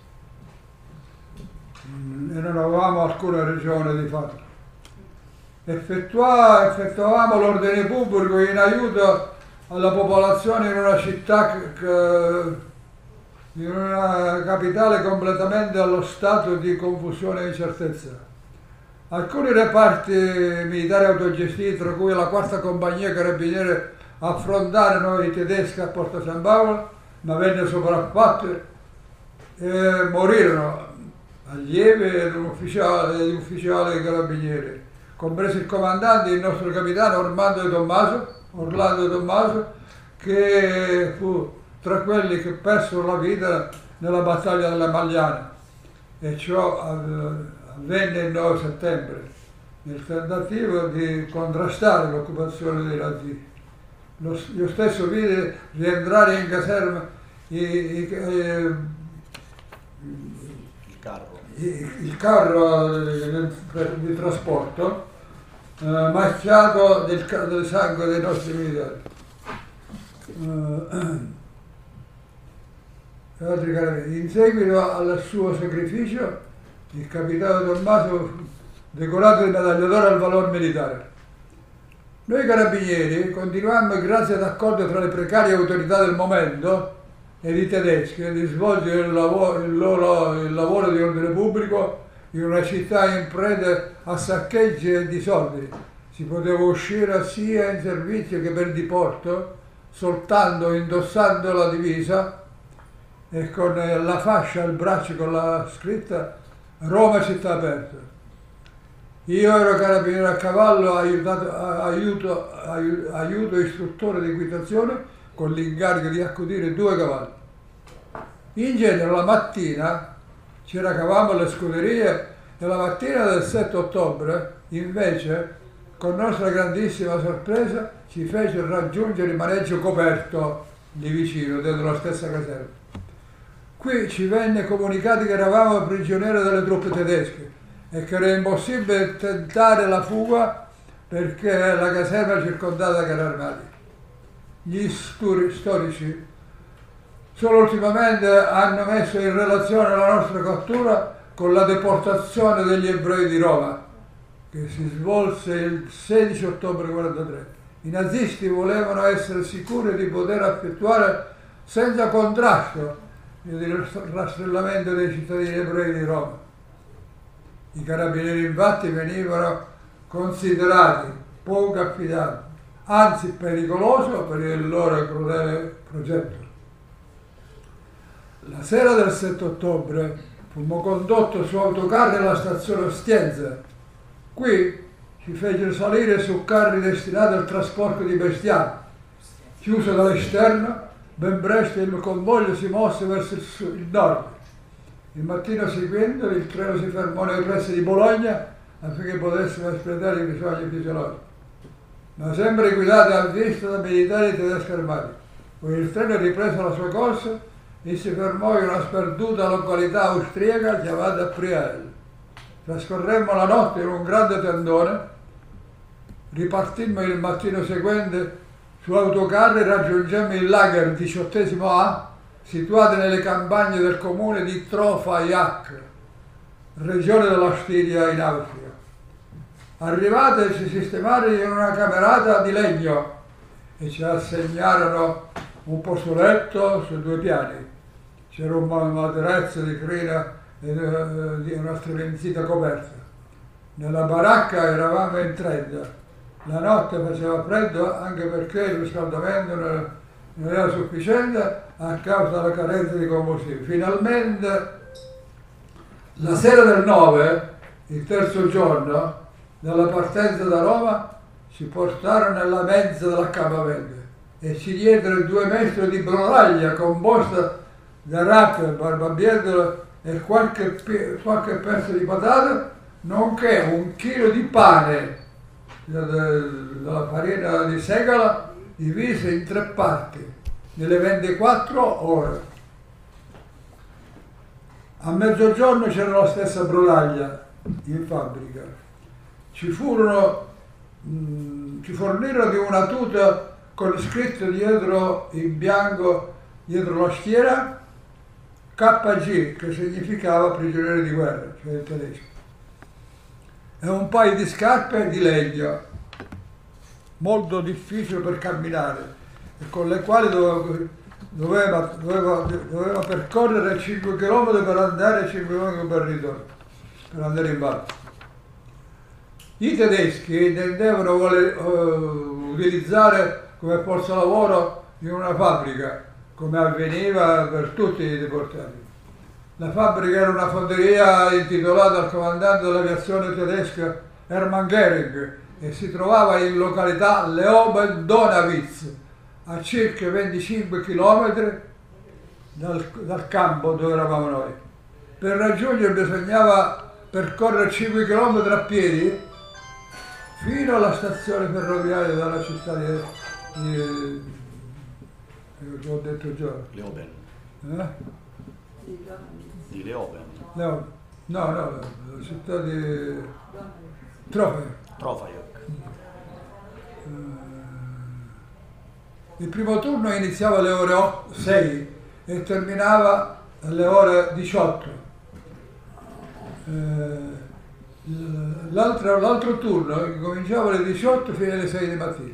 E non avevamo alcuna regione di fatto. Effettua, effettuavamo l'ordine pubblico in aiuto alla popolazione in una città, che, in una capitale completamente allo stato di confusione e incertezza. Alcuni reparti militari autogestiti, tra cui la quarta compagnia carabiniere, affrontarono i tedeschi a Porta San Paolo, ma vennero sopraffatti e morirono allievi ed ufficiali, ufficiali carabinieri, compreso il comandante, il nostro capitano Orlando De Tommaso, Orlando De Tommaso, che fu tra quelli che persero la vita nella battaglia della Magliana, e ciò avvenne il nove settembre, nel tentativo di contrastare l'occupazione dei nazisti. Lo, io stesso vidi rientrare in caserma i, i, eh, il carro, i, il carro di, di trasporto eh, macchiato del, del sangue dei nostri militari. Uh, in seguito al suo sacrificio, il capitano Tommaso fu decorato di medaglia d'oro al valor militare. Noi carabinieri continuammo, grazie ad accordo tra le precarie autorità del momento ed i tedeschi, di svolgere il lavoro, il, loro, il lavoro di ordine pubblico in una città in preda a saccheggi e disordini. Si poteva uscire sia in servizio che per diporto, soltanto indossando la divisa e con la fascia al braccio con la scritta Roma città aperta. Io ero carabiniere a cavallo, aiutato, aiuto, aiuto, aiuto istruttore di equitazione con l'incarico di accudire due cavalli. In genere la mattina ci recavamo alle scuderie e la mattina del sette ottobre, invece, con nostra grandissima sorpresa, ci fece raggiungere il maneggio coperto lì vicino, dentro la stessa caserma. Qui ci venne comunicato che eravamo prigionieri delle truppe tedesche e che era impossibile tentare la fuga perché la caserma era circondata da carri armati. Gli sturi, storici solo ultimamente hanno messo in relazione la nostra cattura con la deportazione degli ebrei di Roma, che si svolse il sedici ottobre millenovecentoquarantatré. I nazisti volevano essere sicuri di poter effettuare senza contrasto il rastrellamento dei cittadini ebrei di Roma. I carabinieri infatti venivano considerati poco affidabili, anzi pericoloso per il loro crudele progetto. La sera del sette ottobre fummo condotto su autocarri alla stazione Ostiense. Qui ci fecero salire su carri destinati al trasporto di bestiame. Chiuso dall'esterno, ben presto il convoglio si mosse verso il, sud, il nord. Il mattino seguente il treno si fermò nei pressi di Bologna affinché potessimo espletare i bisogni fisiologici, ma sempre guidati a vista da militari tedeschi armati. Poi il treno riprese la sua corsa e si fermò in una sperduta località austriaca chiamata Priel. Trascorremmo la notte in un grande tendone, ripartimmo il mattino seguente su autocarri e raggiungemmo il lager diciottesimo A, situato nelle campagne del comune di Trofaiac, regione della Stiria in Austria. Arrivate ci sistemarono in una camerata di legno e ci assegnarono un posto letto su due piani. C'era un materasso di crina e una striminzita coperta. Nella baracca eravamo in trenta. La notte faceva freddo anche perché il riscaldamento non era sufficiente a causa della carenza di combustibile. Finalmente, la sera del nove, il terzo giorno, dalla partenza da Roma, ci portarono nella mensa dell'accampamento e ci diedero due mestoli di brunaglia composta da rape, barbabietolo e qualche, qualche pezzo di patata, nonché un chilo di pane della farina di segala diviso in tre parti nelle ventiquattro ore. A mezzogiorno c'era la stessa brunaglia in fabbrica. Ci furono, mh, ci fornirono di una tuta con scritto dietro in bianco, dietro la schiera, K G, che significava prigionieri di guerra, cioè il tedesco, e un paio di scarpe di legno, molto difficili per camminare, e con le quali doveva, doveva, doveva, doveva percorrere cinque chilometri per andare e cinque chilometri per ritorno, per andare in valle. I tedeschi intendevano voler, uh, utilizzare come forza lavoro in una fabbrica, come avveniva per tutti i deportati. La fabbrica era una fonderia intitolata al comandante dell'aviazione tedesca Hermann Göring e si trovava in località Leoben-Donawitz, a circa venticinque chilometri dal, dal campo dove eravamo noi. Per raggiungere bisognava percorrere cinque chilometri a piedi fino alla stazione ferroviaria della città di, di, di che ho detto già. Leoben. Eh? Di Leoben. No, no, no, la città di Trofeo. Trofaiok. Il primo turno iniziava alle ore sei e terminava alle ore diciotto. L'altro, l'altro turno cominciava alle diciotto fino alle sei di mattina.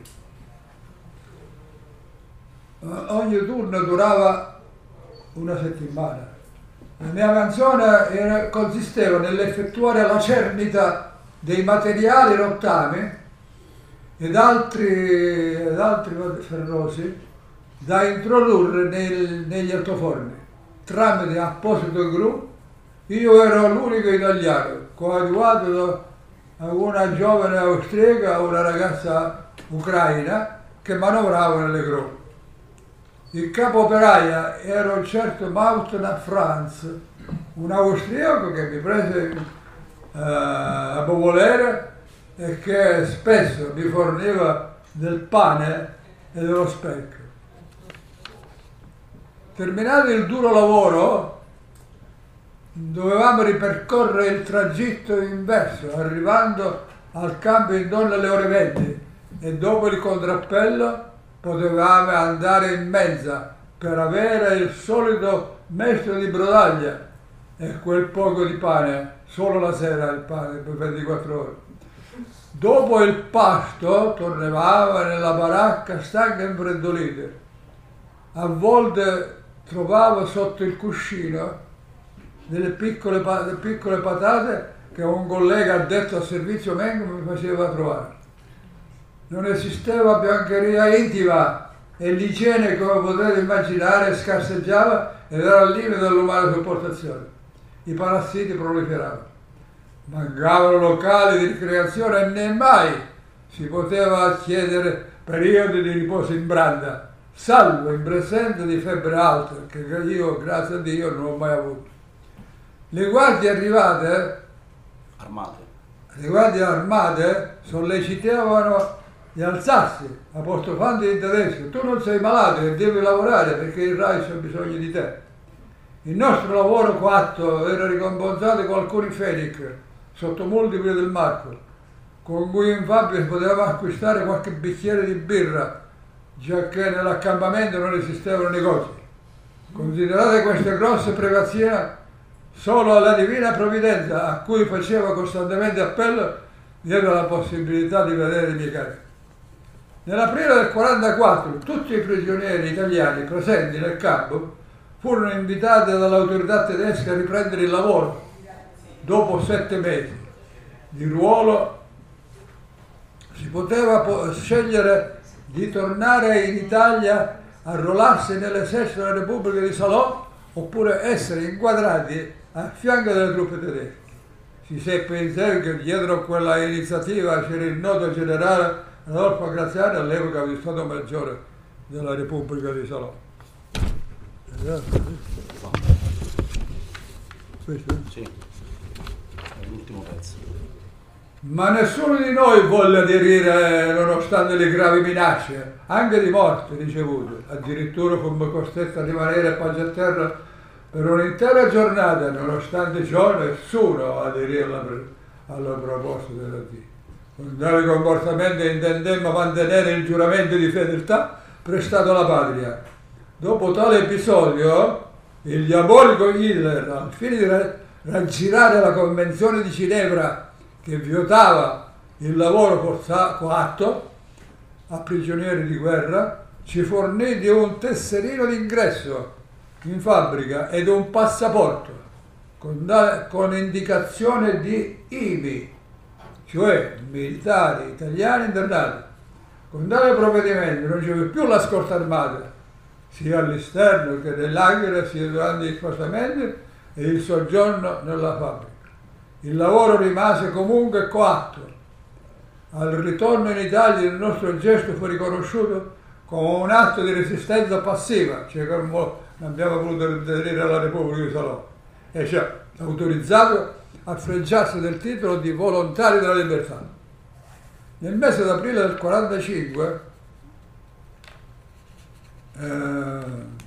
Ogni turno durava una settimana. La mia mansione era, consisteva nell'effettuare la cernita dei materiali rottami ed altri, ed altri ferrosi da introdurre nel, negli altoforni tramite apposito gru. Io ero l'unico italiano coadiuvato da una giovane austriaca, una ragazza ucraina che manovrava nelle gru. Il capo operaia era un certo Mautner Franz, un austriaco che mi prese uh, a volere e che spesso mi forniva del pane e dello specchio. Terminato il duro lavoro, dovevamo ripercorrere il tragitto inverso, arrivando al campo intorno alle ore venti e dopo il contrappello potevamo andare in mezza per avere il solito mestolo di brodaglia e quel poco di pane, solo la sera il pane per ventiquattro ore. Dopo il pasto tornavamo nella baracca stanca e infreddolita. A volte trovavo sotto il cuscino delle piccole, delle piccole patate che un collega addetto al servizio Mengo mi faceva trovare. Non esisteva biancheria intima e l'igiene, come potete immaginare, scarseggiava ed era al limite dell'umana sopportazione. I parassiti proliferavano. Mancavano locali di ricreazione e né mai si poteva chiedere periodi di riposo in branda, salvo in presenza di febbre alta, che io, grazie a Dio, non ho mai avuto. Le guardie arrivate, Armate. le guardie armate sollecitavano di alzarsi, apostrofando in tedesco: tu non sei malato e devi lavorare perché il Reich ha bisogno di te. Il nostro lavoro coatto era ricompensato con alcuni Fenix, sotto multipli del Marco, con cui in fabbrica potevamo acquistare qualche bicchiere di birra, giacché nell'accampamento non esistevano negozi. Considerate queste grosse privazioni, solo alla divina provvidenza, a cui facevo costantemente appello, diede la possibilità di vedere i miei cari. Nell'aprile del quarantaquattro tutti i prigionieri italiani presenti nel campo furono invitati dall'autorità tedesca a riprendere il lavoro. Dopo sette mesi di ruolo si poteva scegliere di tornare in Italia, arruolarsi nell'esercito della Repubblica di Salò oppure essere inquadrati a fianco delle truppe tedesche. Si seppe in seguito che dietro a quella iniziativa c'era il noto generale Adolfo Graziani, all'epoca di Stato Maggiore della Repubblica di Salò. Questo? Sì, è l'ultimo pezzo. Ma nessuno di noi volle aderire nonostante le gravi minacce, anche di morte ricevute. Addirittura fummo costretti a rimanere poggi a terra per un'intera giornata, nonostante ciò nessuno aderì alla, alla proposta della Dio. Con tale comportamento intendemmo mantenere il giuramento di fedeltà prestato alla patria. Dopo tale episodio, il diabolico Hitler, al fine di raggirare la Convenzione di Ginevra che vietava il lavoro forzato coatto a prigionieri di guerra, ci fornì di un tesserino d'ingresso in fabbrica ed un passaporto con, con indicazione di I V I, cioè militari italiani internati. Con tale provvedimento non c'è più la scorta armata, sia all'esterno che nell'agera, sia durante il spostamento e il soggiorno nella fabbrica. Il lavoro rimase comunque coatto. Al ritorno in Italia il nostro gesto fu riconosciuto come un atto di resistenza passiva, cioè non abbiamo voluto tenere la Repubblica di Salò e ci ha autorizzato a fregiarsi del titolo di volontari della libertà. Nel mese d'aprile del quarantacinque eh,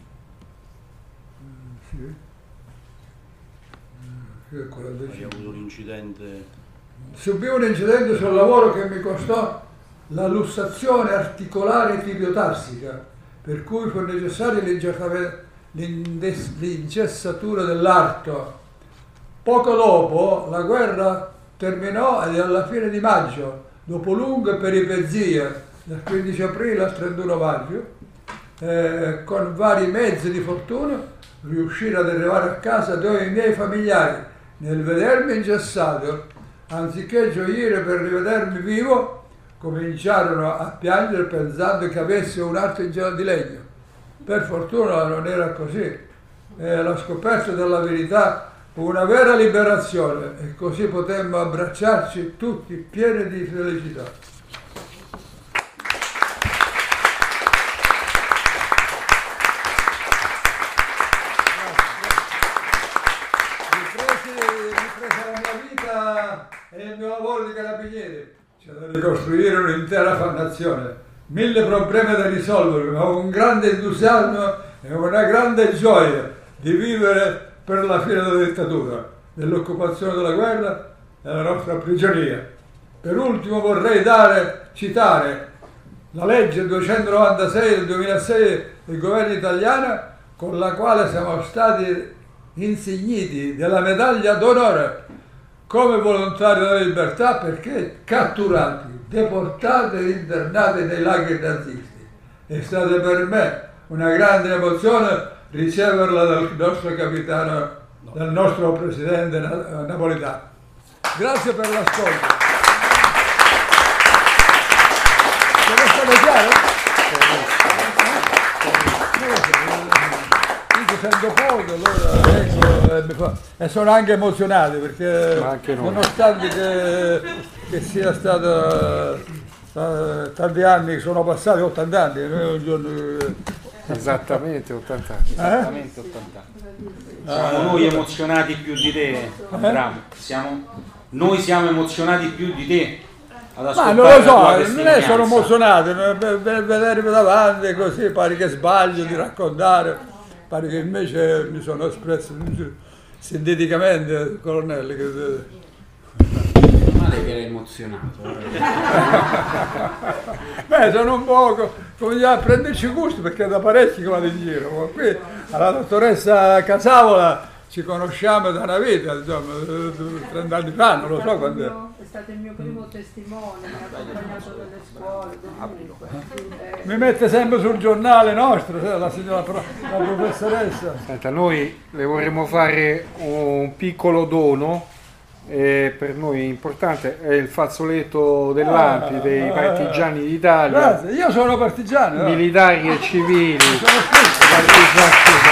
sì, eh, quarantacinque. Hai avuto un incidente. Subì un incidente sul lavoro che mi costò la lussazione articolare tipiotarsica, per cui fu necessaria l'ingessatura dell'arto. Poco dopo la guerra terminò e alla fine di maggio, dopo lunghe peripezie, dal quindici aprile al trentuno maggio, eh, con vari mezzi di fortuna, riuscì ad arrivare a casa dove i miei familiari, nel vedermi ingessato, anziché gioire per rivedermi vivo, cominciarono a piangere pensando che avessi un arto in gelo di legno. Per fortuna non era così. E la scoperta della verità fu una vera liberazione e così potemmo abbracciarci tutti pieni di felicità. Riprese la mia vita e il mio lavoro di carabinieri. C'è da ricostruire un'intera nazione, mille problemi da risolvere, ma un grande entusiasmo e una grande gioia di vivere per la fine della dittatura, dell'occupazione della guerra e della nostra prigionia. Per ultimo vorrei dare, citare la legge duecentonovantasei del duemilasei del governo italiano, con la quale siamo stati insigniti della medaglia d'onore come volontari della libertà, perché catturati, deportati e internati nei laghi nazisti. È stata per me una grande emozione riceverla dal nostro capitano, dal nostro presidente Napolitano. Grazie per l'ascolto. È stato chiaro? Sento poco, allora ecco, e sono anche emozionato perché anche nonostante che, che sia stato uh, tanti anni, sono passati ottanta anni, un giorno, esattamente ottanta anni. Esattamente ottanta anni. Siamo noi emozionati più di te, bravo. Siamo, noi siamo emozionati più di te. Ma non lo so, non è sono emozionato, per vedermi davanti così, pare che sbaglio di raccontare. Pare che invece mi sono espresso sinteticamente, colonnello. Che... male che era emozionato. Beh, sono un po' come a prenderci gusto perché da parecchi che vado in giro. Ma qui alla dottoressa Casavola ci conosciamo da una vita, insomma, trenta anni fa, non lo so quando è. È stato il mio primo testimone, mi ha accompagnato dalle scuole, comunque. Mi mette sempre sul giornale nostro, la signora la professoressa. Senta, noi le vorremmo fare un piccolo dono, eh, per noi importante, è il fazzoletto dell'A N P I, dei partigiani d'Italia. Grazie, io sono partigiano. Militari no? e civili. Sono partigiani.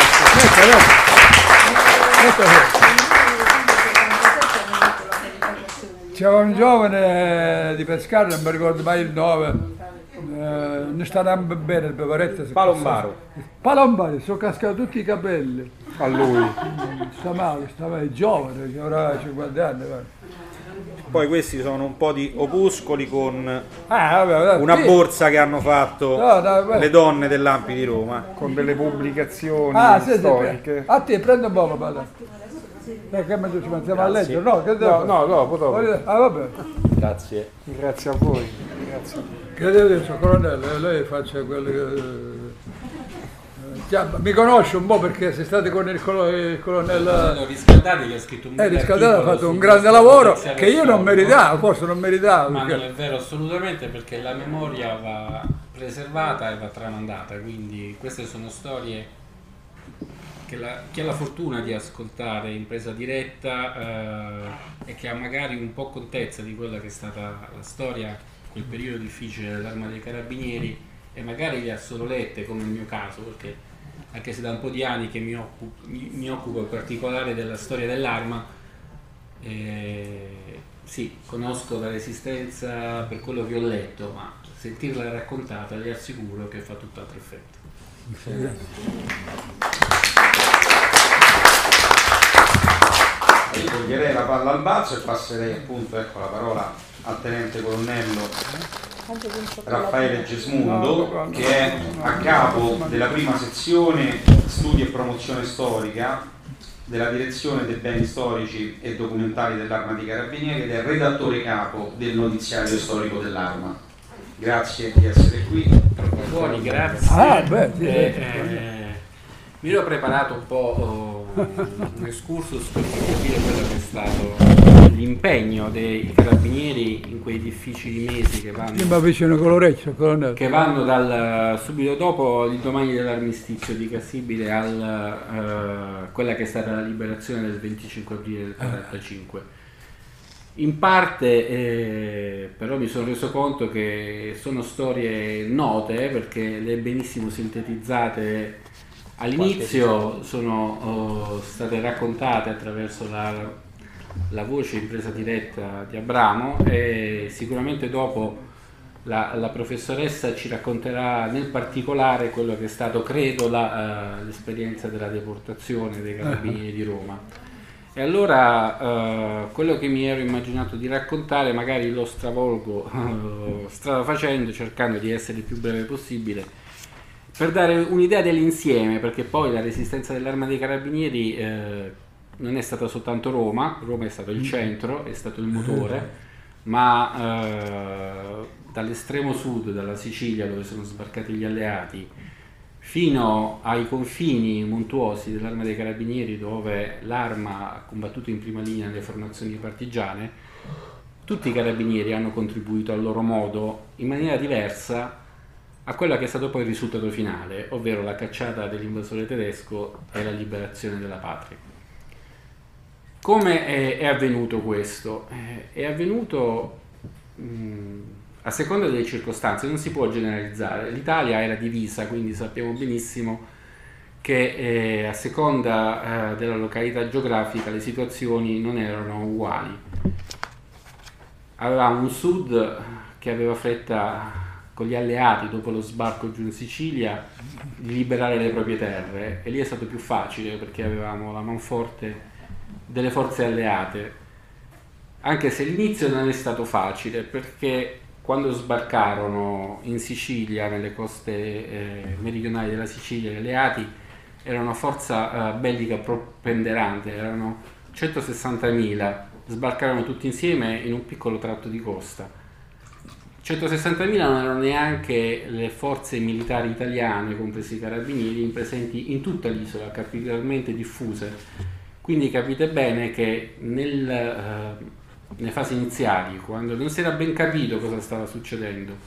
C'era un giovane di Pescara, non mi ricordo mai il nome, eh, ne sta bene il bevaretto. Palombaro. Palombaro, sono cascati tutti i capelli. A lui. Sta male, sta male, è giovane, che avrà cinquanta anni. Guarda. Poi questi sono un po' di opuscoli con ah, vabbè, vabbè, una sì. borsa che hanno fatto no, no, le donne dell'A N P I di Roma. Con delle pubblicazioni ah, sì, storiche. Sì, a te, prendo un po', padre. Perché ci mettiamo a leggere? No, che no, no, dopo, dopo. Ah, vabbè. Grazie. Grazie a voi. Grazie. Credevo adesso, colonnello, lei faccia quello che... Cioè, mi conosce un po' perché sei stato con il, colo, il colonnello Riscaldati che ha scritto un eh, Riscaldati ha fatto un grande lavoro che io non meritavo, forse non meritavo. Ma perché... non è vero assolutamente, perché la memoria va preservata e va tramandata, quindi queste sono storie che la, chi ha la fortuna di ascoltare in presa diretta eh, e che ha magari un po' contezza di quella che è stata la storia, quel periodo difficile dell'Arma dei Carabinieri, e magari le ha solo lette, come nel mio caso, perché anche se da un po' di anni che mi occupo, mi, mi occupo in particolare della storia dell'Arma, eh, sì, conosco la Resistenza per quello che ho letto, ma sentirla raccontata vi assicuro che fa tutt'altro effetto. Sì. toglierei la palla al balzo e passerei appunto, ecco, la parola al tenente colonnello Raffaele Gesmundo, che è a capo della prima sezione studi e promozione storica della direzione dei beni storici e documentali dell'Arma dei Carabinieri ed è redattore capo del notiziario storico dell'Arma. Grazie di essere qui. Buoni, grazie. Ah, beh, sì, eh, eh, mi ero preparato un po' oh, un excursus per capire quello che è stato l'impegno dei carabinieri in quei difficili mesi che vanno, vicino con l'orecchio, colonnello. che vanno dal subito dopo il domani dell'armistizio di Cassibile al uh, quella che è stata la liberazione del venticinque aprile del quarantacinque. In parte eh, però mi sono reso conto che sono storie note perché le benissimo sintetizzate all'inizio, sono oh, state raccontate attraverso la, la voce in presa diretta di Abramo e sicuramente dopo la, la professoressa ci racconterà nel particolare quello che è stato, credo, la, uh, l'esperienza della deportazione dei Carabinieri di Roma. E allora uh, quello che mi ero immaginato di raccontare magari lo stravolgo uh, strada facendo, cercando di essere il più breve possibile, per dare un'idea dell'insieme, perché poi la resistenza dell'Arma dei Carabinieri eh, non è stata soltanto Roma, Roma è stato il centro, è stato il motore, ma eh, dall'estremo sud, dalla Sicilia dove sono sbarcati gli alleati, fino ai confini montuosi dell'Arma dei Carabinieri dove l'Arma ha combattuto in prima linea nelle formazioni partigiane, tutti i carabinieri hanno contribuito a loro modo, in maniera diversa, a quello che è stato poi il risultato finale, ovvero la cacciata dell'invasore tedesco e la liberazione della patria. Come è, è avvenuto questo? È avvenuto mh, a seconda delle circostanze, non si può generalizzare. L'Italia era divisa, quindi sappiamo benissimo che eh, a seconda eh, della località geografica le situazioni non erano uguali. Avevamo un sud che aveva fretta con gli alleati dopo lo sbarco giù in Sicilia di liberare le proprie terre e lì è stato più facile perché avevamo la manforte delle forze alleate, anche se l'inizio non è stato facile perché quando sbarcarono in Sicilia, nelle coste eh, meridionali della Sicilia, gli alleati erano una forza eh, bellica preponderante, erano centosessantamila, sbarcarono tutti insieme in un piccolo tratto di costa. centosessantamila non erano neanche le forze militari italiane, compresi i carabinieri, presenti in tutta l'isola, capillarmente diffuse. Quindi capite bene che nel, eh, nelle fasi iniziali, quando non si era ben capito cosa stava succedendo,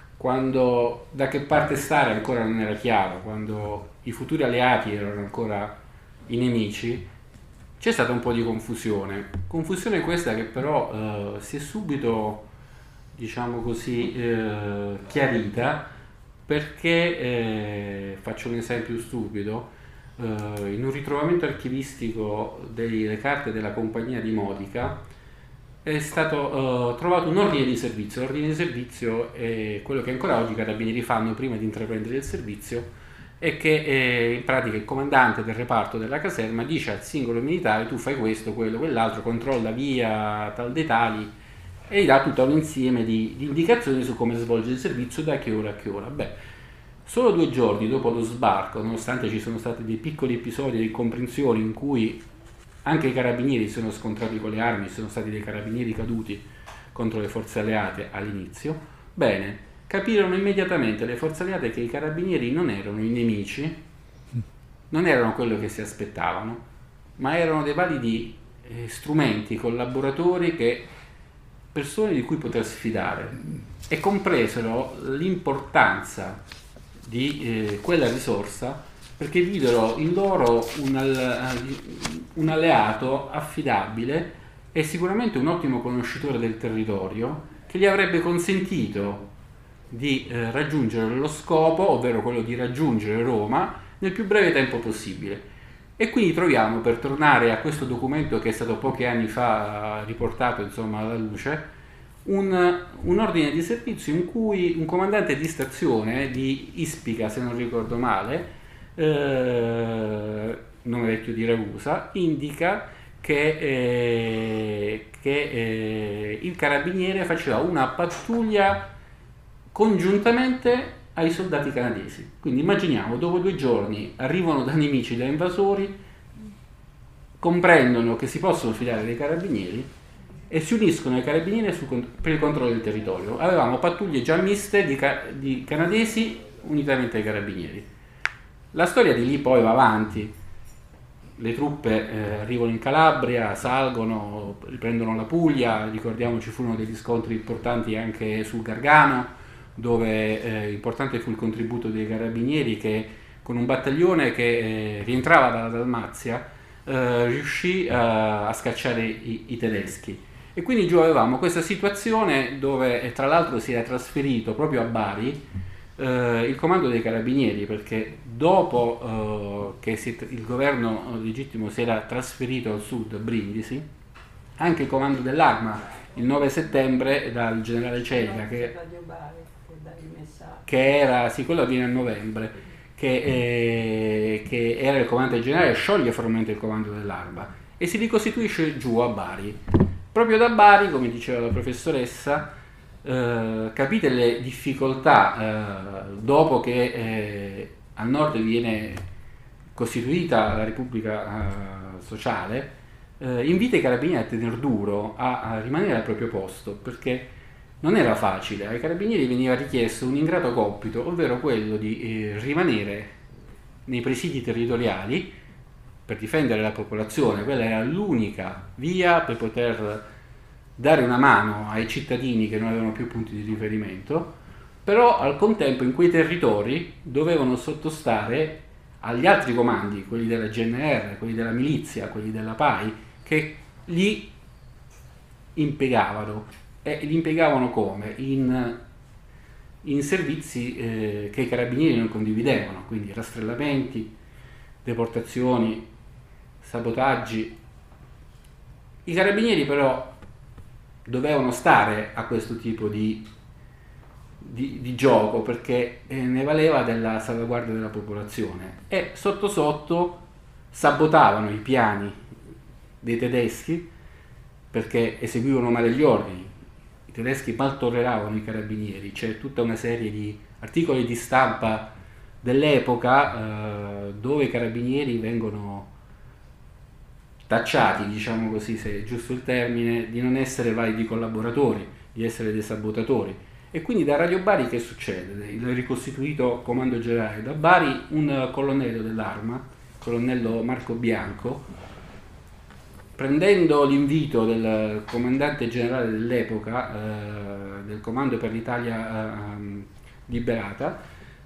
quando da che parte stare ancora non era chiaro, quando i futuri alleati erano ancora i nemici, c'è stata un po' di confusione. Confusione questa che però eh, si è subito, diciamo così, eh, chiarita perché, eh, faccio un esempio stupido, eh, in un ritrovamento archivistico delle carte della compagnia di Modica è stato eh, trovato un ordine di servizio. L'ordine di servizio è quello che ancora oggi i carabinieri fanno prima di intraprendere il servizio e che eh, in pratica il comandante del reparto della caserma dice al singolo militare: tu fai questo, quello, quell'altro, controlla via tal dei tali, e gli dà tutto un insieme di, di indicazioni su come svolgere il servizio, da che ora a che ora. Beh, solo due giorni dopo lo sbarco, nonostante ci sono stati dei piccoli episodi di incomprensioni in cui anche i carabinieri si sono scontrati con le armi, ci sono stati dei carabinieri caduti contro le forze alleate all'inizio, bene, capirono immediatamente le forze alleate che i carabinieri non erano i nemici, non erano quello che si aspettavano, ma erano dei validi eh, strumenti, collaboratori, che persone di cui potersi fidare, e compresero l'importanza di eh, quella risorsa perché videro in loro un, all- un alleato affidabile e sicuramente un ottimo conoscitore del territorio che gli avrebbe consentito di eh, raggiungere lo scopo, ovvero quello di raggiungere Roma nel più breve tempo possibile. E quindi troviamo, per tornare a questo documento che è stato pochi anni fa riportato, insomma, alla luce, un, un ordine di servizio in cui un comandante di stazione di Ispica, se non ricordo male, eh, nome vecchio di Ragusa, indica che, eh, che eh, il carabiniere faceva una pattuglia congiuntamente ai soldati canadesi. Quindi immaginiamo, dopo due giorni arrivano da nemici, da invasori, comprendono che si possono fidare dei carabinieri e si uniscono ai carabinieri sul, per il controllo del territorio. Avevamo pattuglie già miste di, di canadesi unitamente ai carabinieri. La storia di lì poi va avanti. Le truppe eh, arrivano in Calabria, salgono, riprendono la Puglia, ricordiamo ci furono degli scontri importanti anche sul Gargano, dove eh, importante fu il contributo dei carabinieri che con un battaglione che eh, rientrava dalla Dalmazia eh, riuscì eh, a scacciare i, i tedeschi. E quindi giù avevamo questa situazione dove eh, tra l'altro si era trasferito proprio a Bari eh, il comando dei carabinieri, perché dopo eh, che si, il governo legittimo si era trasferito al sud, a Brindisi, anche il comando dell'Arma il nove settembre dal generale Celica, che, che era, sì, quello avviene a novembre, che, eh, che era il comandante generale, scioglie formalmente il comando dell'Arma e si ricostituisce giù a Bari. Proprio da Bari, come diceva la professoressa, eh, capite le difficoltà eh, dopo che eh, al nord viene costituita la Repubblica eh, Sociale, eh, invita i carabinieri a tener duro, a, a rimanere al proprio posto, perché non era facile. Ai carabinieri veniva richiesto un ingrato compito, ovvero quello di eh, rimanere nei presidi territoriali per difendere la popolazione. Quella era l'unica via per poter dare una mano ai cittadini che non avevano più punti di riferimento, però al contempo in quei territori dovevano sottostare agli altri comandi, quelli della G N R, quelli della milizia, quelli della P A I, che li impiegavano. E li impiegavano come? In, in servizi eh, che i carabinieri non condividevano, quindi rastrellamenti, deportazioni, sabotaggi. I carabinieri però dovevano stare a questo tipo di, di, di gioco, perché eh, ne valeva della salvaguardia della popolazione, e sotto sotto sabotavano i piani dei tedeschi perché eseguivano male gli ordini. I tedeschi mal tolleravano i carabinieri, c'è tutta una serie di articoli di stampa dell'epoca eh, dove i carabinieri vengono tacciati, diciamo così, se è giusto il termine, di non essere validi collaboratori, di essere dei sabotatori. E quindi da Radio Bari che succede? Il ricostituito comando generale da Bari, un colonnello dell'Arma, il colonnello Marco Bianco, prendendo l'invito del comandante generale dell'epoca, eh, del Comando per l'Italia eh, Liberata,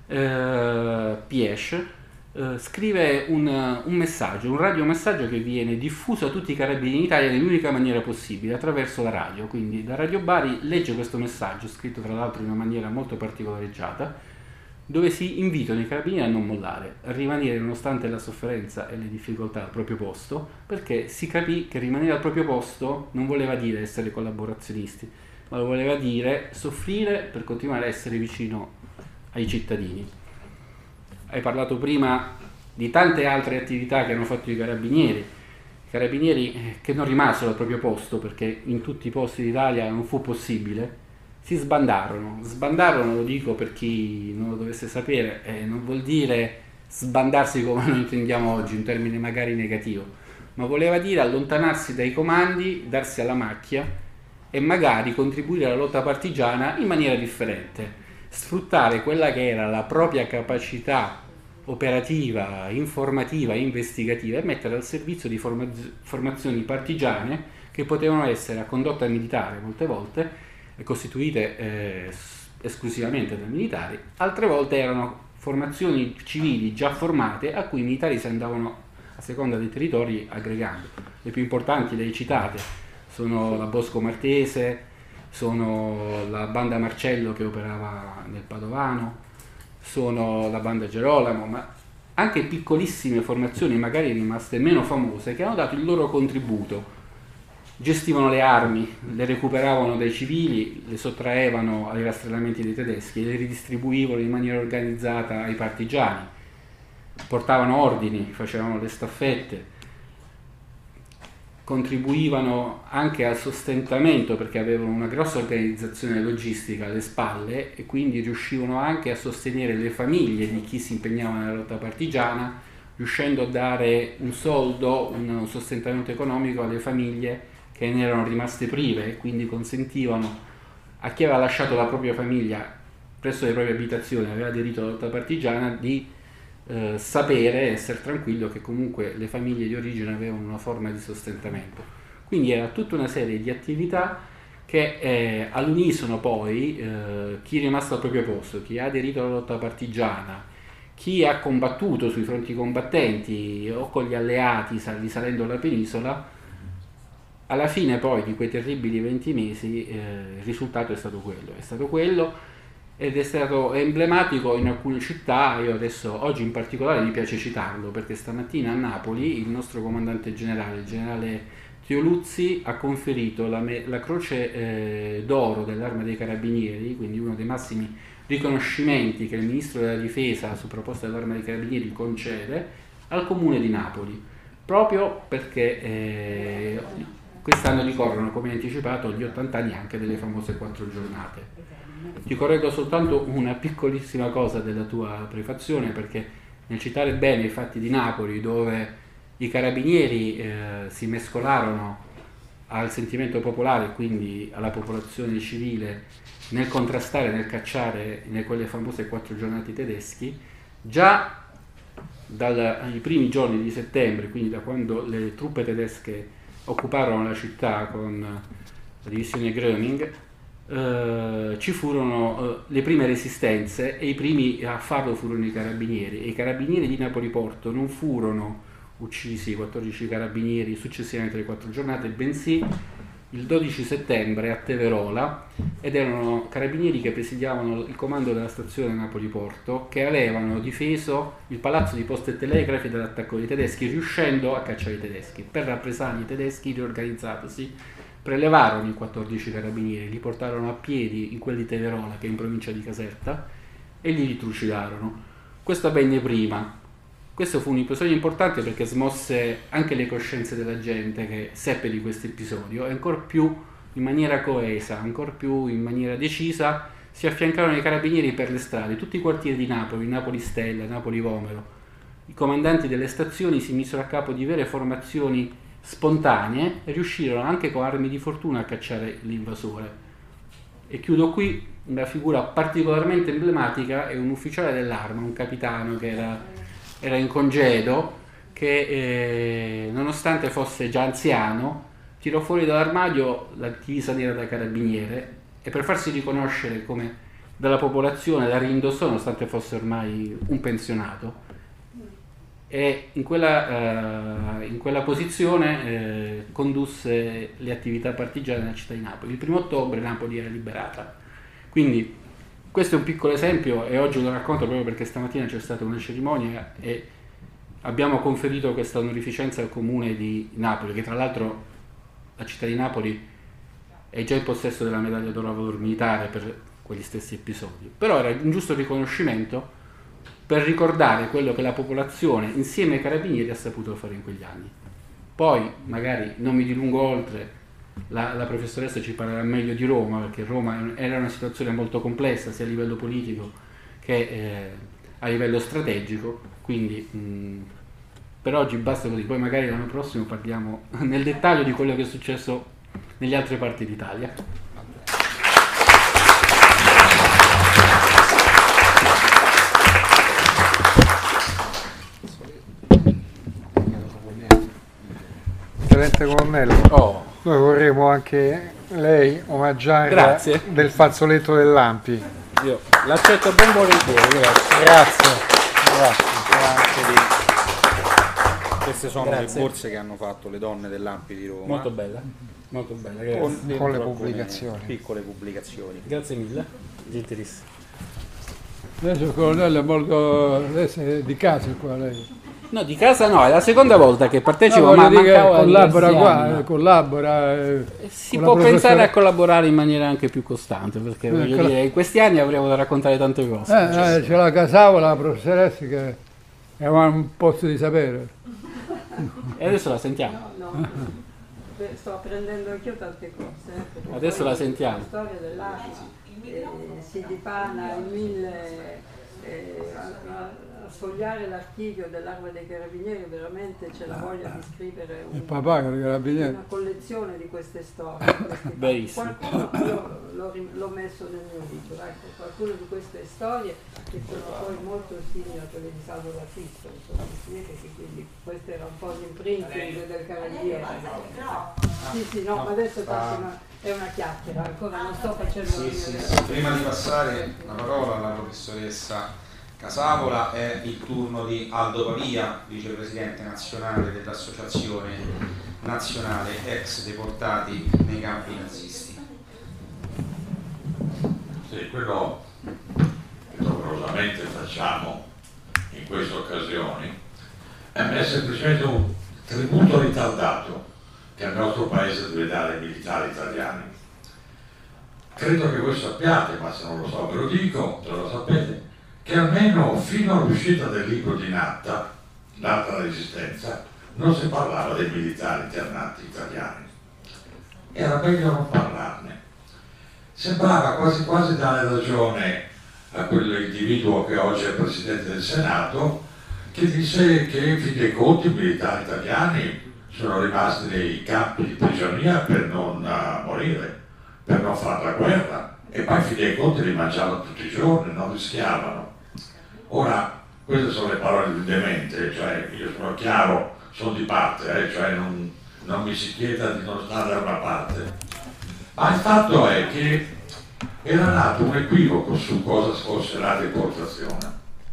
eh, Piesch, eh, scrive un, un messaggio, un radiomessaggio che viene diffuso a tutti i carabinieri in Italia nell'unica maniera possibile, attraverso la radio. Quindi da Radio Bari legge questo messaggio, scritto tra l'altro in una maniera molto particolareggiata, dove si invitano i carabinieri a non mollare, a rimanere nonostante la sofferenza e le difficoltà al proprio posto, perché si capì che rimanere al proprio posto non voleva dire essere collaborazionisti, ma voleva dire soffrire per continuare a essere vicino ai cittadini. Hai parlato prima di tante altre attività che hanno fatto i carabinieri, i carabinieri che non rimasero al proprio posto perché in tutti i posti d'Italia non fu possibile. Si sbandarono, sbandarono, lo dico per chi non lo dovesse sapere, eh, non vuol dire sbandarsi come noi intendiamo oggi, un termine magari negativo, ma voleva dire allontanarsi dai comandi, darsi alla macchia e magari contribuire alla lotta partigiana in maniera differente, sfruttare quella che era la propria capacità operativa, informativa, investigativa e mettere al servizio di formaz- formazioni partigiane che potevano essere a condotta militare molte volte, costituite eh, esclusivamente da militari, altre volte erano formazioni civili già formate a cui i militari si andavano a seconda dei territori aggregando. Le più importanti, le citate, sono la Bosco Martese, sono la banda Marcello che operava nel Padovano, sono la banda Gerolamo, ma anche piccolissime formazioni magari rimaste meno famose che hanno dato il loro contributo. Gestivano le armi, le recuperavano dai civili, le sottraevano ai rastrellamenti dei tedeschi, le ridistribuivano in maniera organizzata ai partigiani, portavano ordini, facevano le staffette. contribuivano anche al sostentamento perché avevano una grossa organizzazione logistica alle spalle e quindi riuscivano anche a sostenere le famiglie di chi si impegnava nella lotta partigiana, riuscendo a dare un soldo, un sostentamento economico alle famiglie che ne erano rimaste prive e quindi consentivano a chi aveva lasciato la propria famiglia presso le proprie abitazioni e aveva aderito alla lotta partigiana di eh, sapere, essere tranquillo che comunque le famiglie di origine avevano una forma di sostentamento. Quindi era tutta una serie di attività che eh, all'unisono poi eh, chi è rimasto al proprio posto, chi ha aderito alla lotta partigiana, chi ha combattuto sui fronti combattenti o con gli alleati risalendo la penisola, alla fine poi di quei terribili venti mesi eh, il risultato è stato quello, è stato quello ed è stato emblematico in alcune città. Io adesso, oggi in particolare mi piace citarlo perché stamattina a Napoli il nostro comandante generale, il generale Teoluzzi, ha conferito la, la croce eh, d'oro dell'Arma dei Carabinieri, quindi uno dei massimi riconoscimenti che il Ministro della Difesa su proposta dell'Arma dei Carabinieri concede al Comune di Napoli, proprio perché eh, quest'anno ricorrono, come anticipato, gli ottanta anni anche delle famose quattro giornate. Ti correggo soltanto una piccolissima cosa della tua prefazione, perché nel citare bene i fatti di Napoli, dove i carabinieri eh, si mescolarono al sentimento popolare, quindi alla popolazione civile, nel contrastare, nel cacciare in quelle famose quattro giornate tedeschi, già dai primi giorni di settembre, quindi da quando le truppe tedesche occuparono la città con la divisione Gröning, eh, ci furono eh, le prime resistenze e i primi a farlo furono i carabinieri, e i carabinieri di Napoli Porto non furono uccisi, quattordici carabinieri successivamente alle quattro giornate, bensì il dodici settembre a Teverola, ed erano carabinieri che presidiavano il comando della stazione Napoli Porto, che avevano difeso il palazzo di poste e telegrafi dall'attacco dei tedeschi, riuscendo a cacciare i tedeschi. Per rappresaglie i tedeschi, riorganizzatosi, prelevarono i quattordici carabinieri, li portarono a piedi in quel di Teverola, che è in provincia di Caserta, e li ritrucidarono. Questo avvenne prima. Questo fu un episodio importante perché smosse anche le coscienze della gente che seppe di questo episodio, e ancor più in maniera coesa, ancor più in maniera decisa si affiancarono i carabinieri per le strade, tutti i quartieri di Napoli, Napoli Stella, Napoli Vomero. I comandanti delle stazioni si misero a capo di vere formazioni spontanee e riuscirono anche con armi di fortuna a cacciare l'invasore. E chiudo qui. Una figura particolarmente emblematica è un ufficiale dell'arma, un capitano che era era in congedo, che eh, nonostante fosse già anziano tirò fuori dall'armadio la divisa nera da carabiniere e per farsi riconoscere come dalla popolazione la rindossò nonostante fosse ormai un pensionato, e in quella, eh, in quella posizione eh, condusse le attività partigiane nella città di Napoli. Il primo ottobre Napoli era liberata. Quindi questo è un piccolo esempio, e oggi lo racconto proprio perché stamattina c'è stata una cerimonia e abbiamo conferito questa onorificenza al comune di Napoli, che tra l'altro la città di Napoli è già in possesso della medaglia d'oro al valor militare per quegli stessi episodi. Però era un giusto riconoscimento per ricordare quello che la popolazione insieme ai carabinieri ha saputo fare in quegli anni. Poi magari non mi dilungo oltre. La, la professoressa ci parlerà meglio di Roma, perché Roma era una situazione molto complessa sia a livello politico che eh, a livello strategico, quindi mh, per oggi basta così, poi magari l'anno prossimo parliamo nel dettaglio di quello che è successo nelle altre parti d'Italia. Tenente colonnello, Oh. noi vorremmo anche lei omaggiare Grazie. del fazzoletto dell'Ampi. Io l'accetto ben volentieri, grazie. Grazie. Grazie. Di... Queste sono Grazie. le borse che hanno fatto le donne dell'Ampi di Roma. Molto bella, molto bella, grazie. Con, Con dentro le alcune pubblicazioni. Piccole pubblicazioni. Grazie mille, gentilissimo. Adesso il colonnello è molto, adesso è di casa qua lei. No, di casa no, è la seconda volta che partecipo, No, ma voglio dire che mancava collabora diversi qua, anni. eh, collabora. eh, Si con può la pensare professore- a collaborare in maniera anche più costante, perché voglio con la- dire, in questi anni avremo da raccontare tante cose. Eh, eh, c'è la Casavola, la professoressa, che è un posto di sapere. E adesso la sentiamo. sto apprendendo anch'io tante cose. Eh, Adesso la sentiamo. La storia dell'Aquila eh, si dipana in mille, eh, a, a, a sfogliare l'archivio dell'Arma dei Carabinieri, veramente c'è la voglia di scrivere un, papà, una collezione di queste storie. Benissimo. Qualcuno, io l'ho, l'ho messo nel mio libro, ecco, qualcune di queste storie che sono poi molto simili a quelle di Salvo Battisto, quindi questo era un po' l'imprinting del Carabiniere. Sì, sì, no, ma adesso una, è una chiacchiera, ancora non sto facendo... Sì, sì, sì. Prima di passare la parola alla professoressa Casavola è il turno di Aldo Pavia, vicepresidente nazionale dell'Associazione Nazionale Ex Deportati nei Campi Nazisti. Sì, quello che doverosamente facciamo in queste occasioni è semplicemente un tributo ritardato che il nostro paese deve dare ai militari italiani. Credo che voi sappiate, ma se non lo so ve lo dico, se lo sapete, che almeno fino all'uscita del libro di Natta, Natta la Resistenza, non si parlava dei militari internati italiani. Era meglio non parlarne. Sembrava quasi quasi dare ragione a quell'individuo che oggi è Presidente del Senato, che disse che in fin dei conti i militari italiani sono rimasti nei campi di prigionia per non uh, morire, per non fare la guerra, e poi in fin dei conti li mangiavano tutti i giorni, non rischiavano. Ora, queste sono le parole di un demente, cioè io sono chiaro, sono di parte, eh, cioè non, non mi si chieda di non stare da una parte. Ma il fatto è che era nato un equivoco su cosa fosse la deportazione.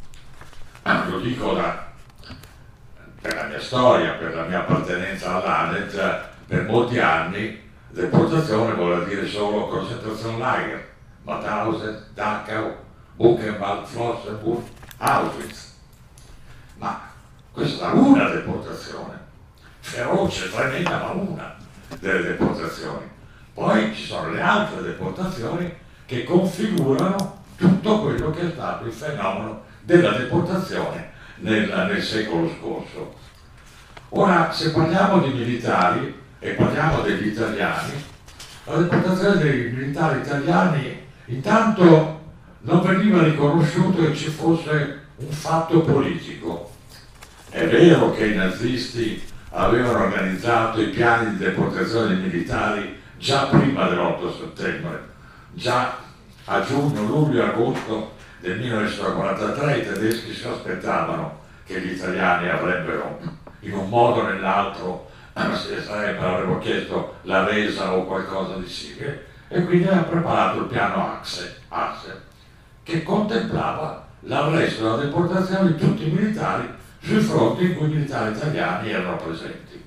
Lo dico da, per la mia storia, per la mia appartenenza all'A N E T, per molti anni deportazione vuole dire solo Konzentrationslager, Mauthausen, Dachau, Buchenwald, Flossenburg, Auschwitz. Ma questa è una deportazione, feroce, tremenda, ma una delle deportazioni. Poi ci sono le altre deportazioni che configurano tutto quello che è stato il fenomeno della deportazione nel, nel secolo scorso. Ora, se parliamo di militari e parliamo degli italiani, la deportazione dei militari italiani intanto non veniva riconosciuto che ci fosse un fatto politico. È vero che i nazisti avevano organizzato i piani di deportazione dei militari già prima dell'otto settembre, già a giugno, luglio e agosto del millenovecentoquarantatré i tedeschi si aspettavano che gli italiani avrebbero, in un modo o nell'altro, avrebbero chiesto la resa o qualcosa di simile, e quindi aveva preparato il piano Axe, Axe che contemplava l'arresto e la deportazione di tutti i militari sui fronti in cui i militari italiani erano presenti.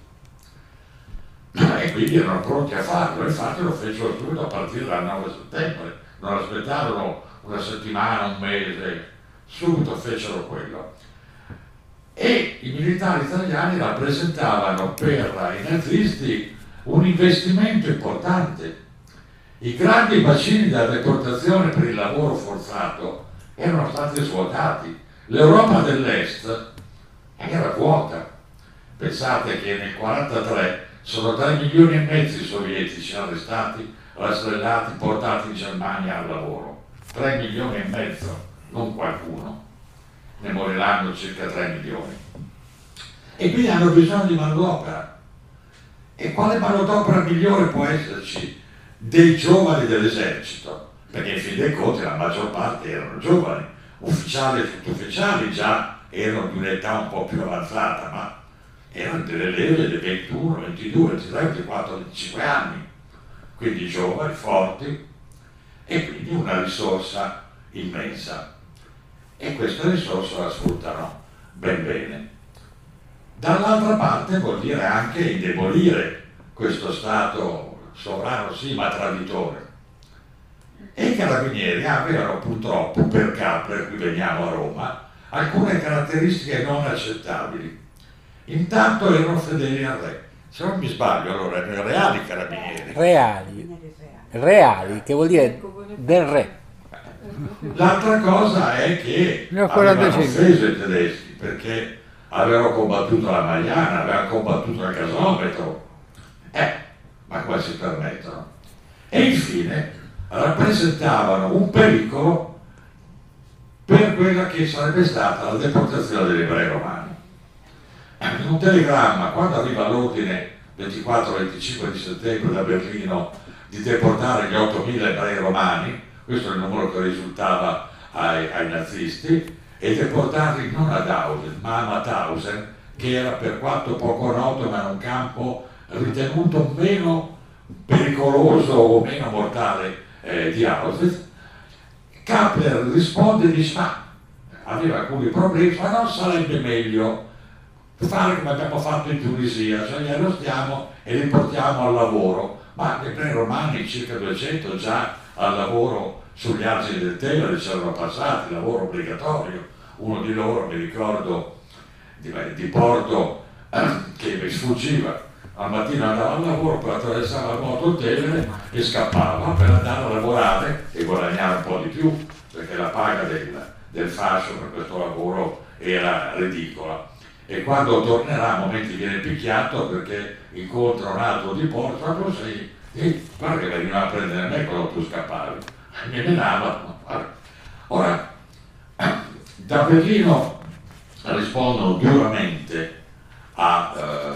E quindi erano pronti a farlo, infatti lo fecero subito a partire dal nove settembre, non aspettarono una settimana, un mese, subito fecero quello. E i militari italiani rappresentavano per i nazisti un investimento importante. I grandi bacini della deportazione per il lavoro forzato erano stati svuotati, l'Europa dell'Est era vuota. Pensate che nel millenovecentoquarantatré sono tre milioni e mezzo i sovietici arrestati, rastrellati, portati in Germania al lavoro. tre milioni e mezzo, non qualcuno. Ne moriranno circa tre milioni. E quindi hanno bisogno di manodopera. E quale manodopera migliore può esserci dei giovani dell'esercito? Perché in fin dei conti la maggior parte erano giovani, ufficiali e sottufficiali già erano di un'età un po' più avanzata, ma erano delle leve di ventuno, ventidue, ventitré, ventiquattro, venticinque anni, quindi giovani, forti, e quindi una risorsa immensa. E questa risorsa la sfruttano ben bene. Dall'altra parte vuol dire anche indebolire questo Stato sovrano sì, ma traditore. E i carabinieri avevano purtroppo, per capo, per cui veniamo a Roma, alcune caratteristiche non accettabili. Intanto erano fedeli al re. Se non mi sbaglio, allora erano reali carabinieri. Reali. Reali, che vuol dire del re. L'altra cosa è che avevano offeso i tedeschi, perché avevano combattuto la Magliana, avevano combattuto il gasometro. Eh, ma come si permettono? E infine rappresentavano un pericolo per quella che sarebbe stata la deportazione degli ebrei romani. In un telegramma, quando arriva l'ordine ventiquattro venticinque di settembre da Berlino di deportare gli ottomila ebrei romani, questo è il numero che risultava ai, ai nazisti, e deportarli non ad Auschwitz ma a Mauthausen, che era per quanto poco noto ma era un campo ritenuto meno pericoloso o meno mortale eh, di Auschwitz. Kappler risponde e dice: ma aveva alcuni problemi, ma non sarebbe meglio fare come abbiamo fatto in Tunisia, cioè li arrestiamo e li portiamo al lavoro? Ma gli ebrei romani, circa duecento, già al lavoro sugli argini del Tevere c'erano passati, lavoro obbligatorio. Uno di loro, mi ricordo, di, di Porto, eh, che mi sfuggiva, al mattino andava al lavoro, poi attraversava a moto il Tevere e scappava per andare a lavorare e guadagnare un po' di più, perché la paga del, del fascio per questo lavoro era ridicola. E quando tornerà, a momenti viene picchiato perché incontra un altro di Porto: ma tu sei, eh, guarda che veniva a prendere me quando tu scappavi, mi menava. Ora, da Berlino rispondono duramente a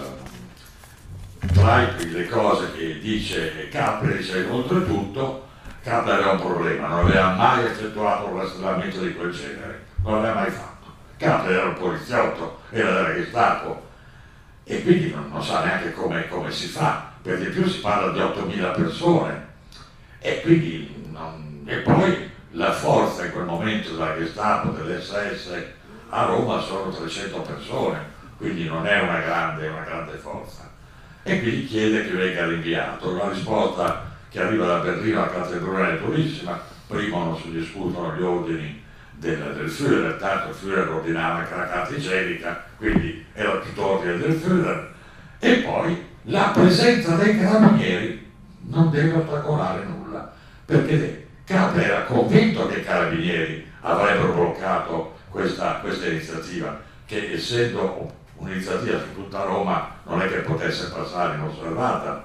eh, tra le cose che dice Kappler. Dice: oltretutto Kappler aveva un problema, non aveva mai effettuato un rastrellamento di quel genere, non l'aveva mai fatto. Kappler era un poliziotto, era della Gestapo, e quindi non, non sa neanche come, come si fa, per di più si parla di ottomila persone, e quindi non, e poi la forza in quel momento della Gestapo, dell'esse esse a Roma sono trecento persone, quindi non è una grande, una grande forza, e quindi chiede che venga rinviato. La risposta che arriva da Berlino alla cattedrale è durissima: prima non si discutono gli ordini del, del Führer, tanto il Führer ordinava anche la carta igienica, quindi era tutto ordine del Führer, e poi la presenza dei carabinieri non deve ostacolare nulla, perché Kappler era convinto che i carabinieri avrebbero bloccato questa, questa iniziativa, che essendo un'iniziativa su tutta Roma non è che potesse passare inosservata.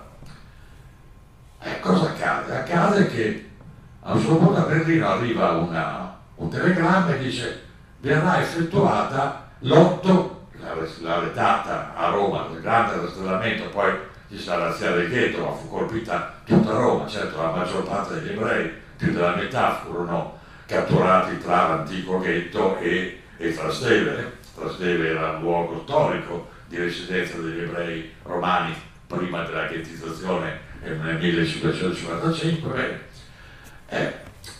E cosa accade? Accade che a un certo punto a Berlino arriva una, un telegramma e dice: verrà effettuata l'otto, la, la data a Roma, il grande rastrellamento, poi ci sarà la razzia del ghetto, ma fu colpita tutta Roma, certo la maggior parte degli ebrei, più della metà, furono catturati tra l'antico ghetto e, e Trastevere. Trastevere era un luogo storico di residenza degli ebrei romani prima della ghettizzazione nel millecinquecentocinquantacinque. Eh,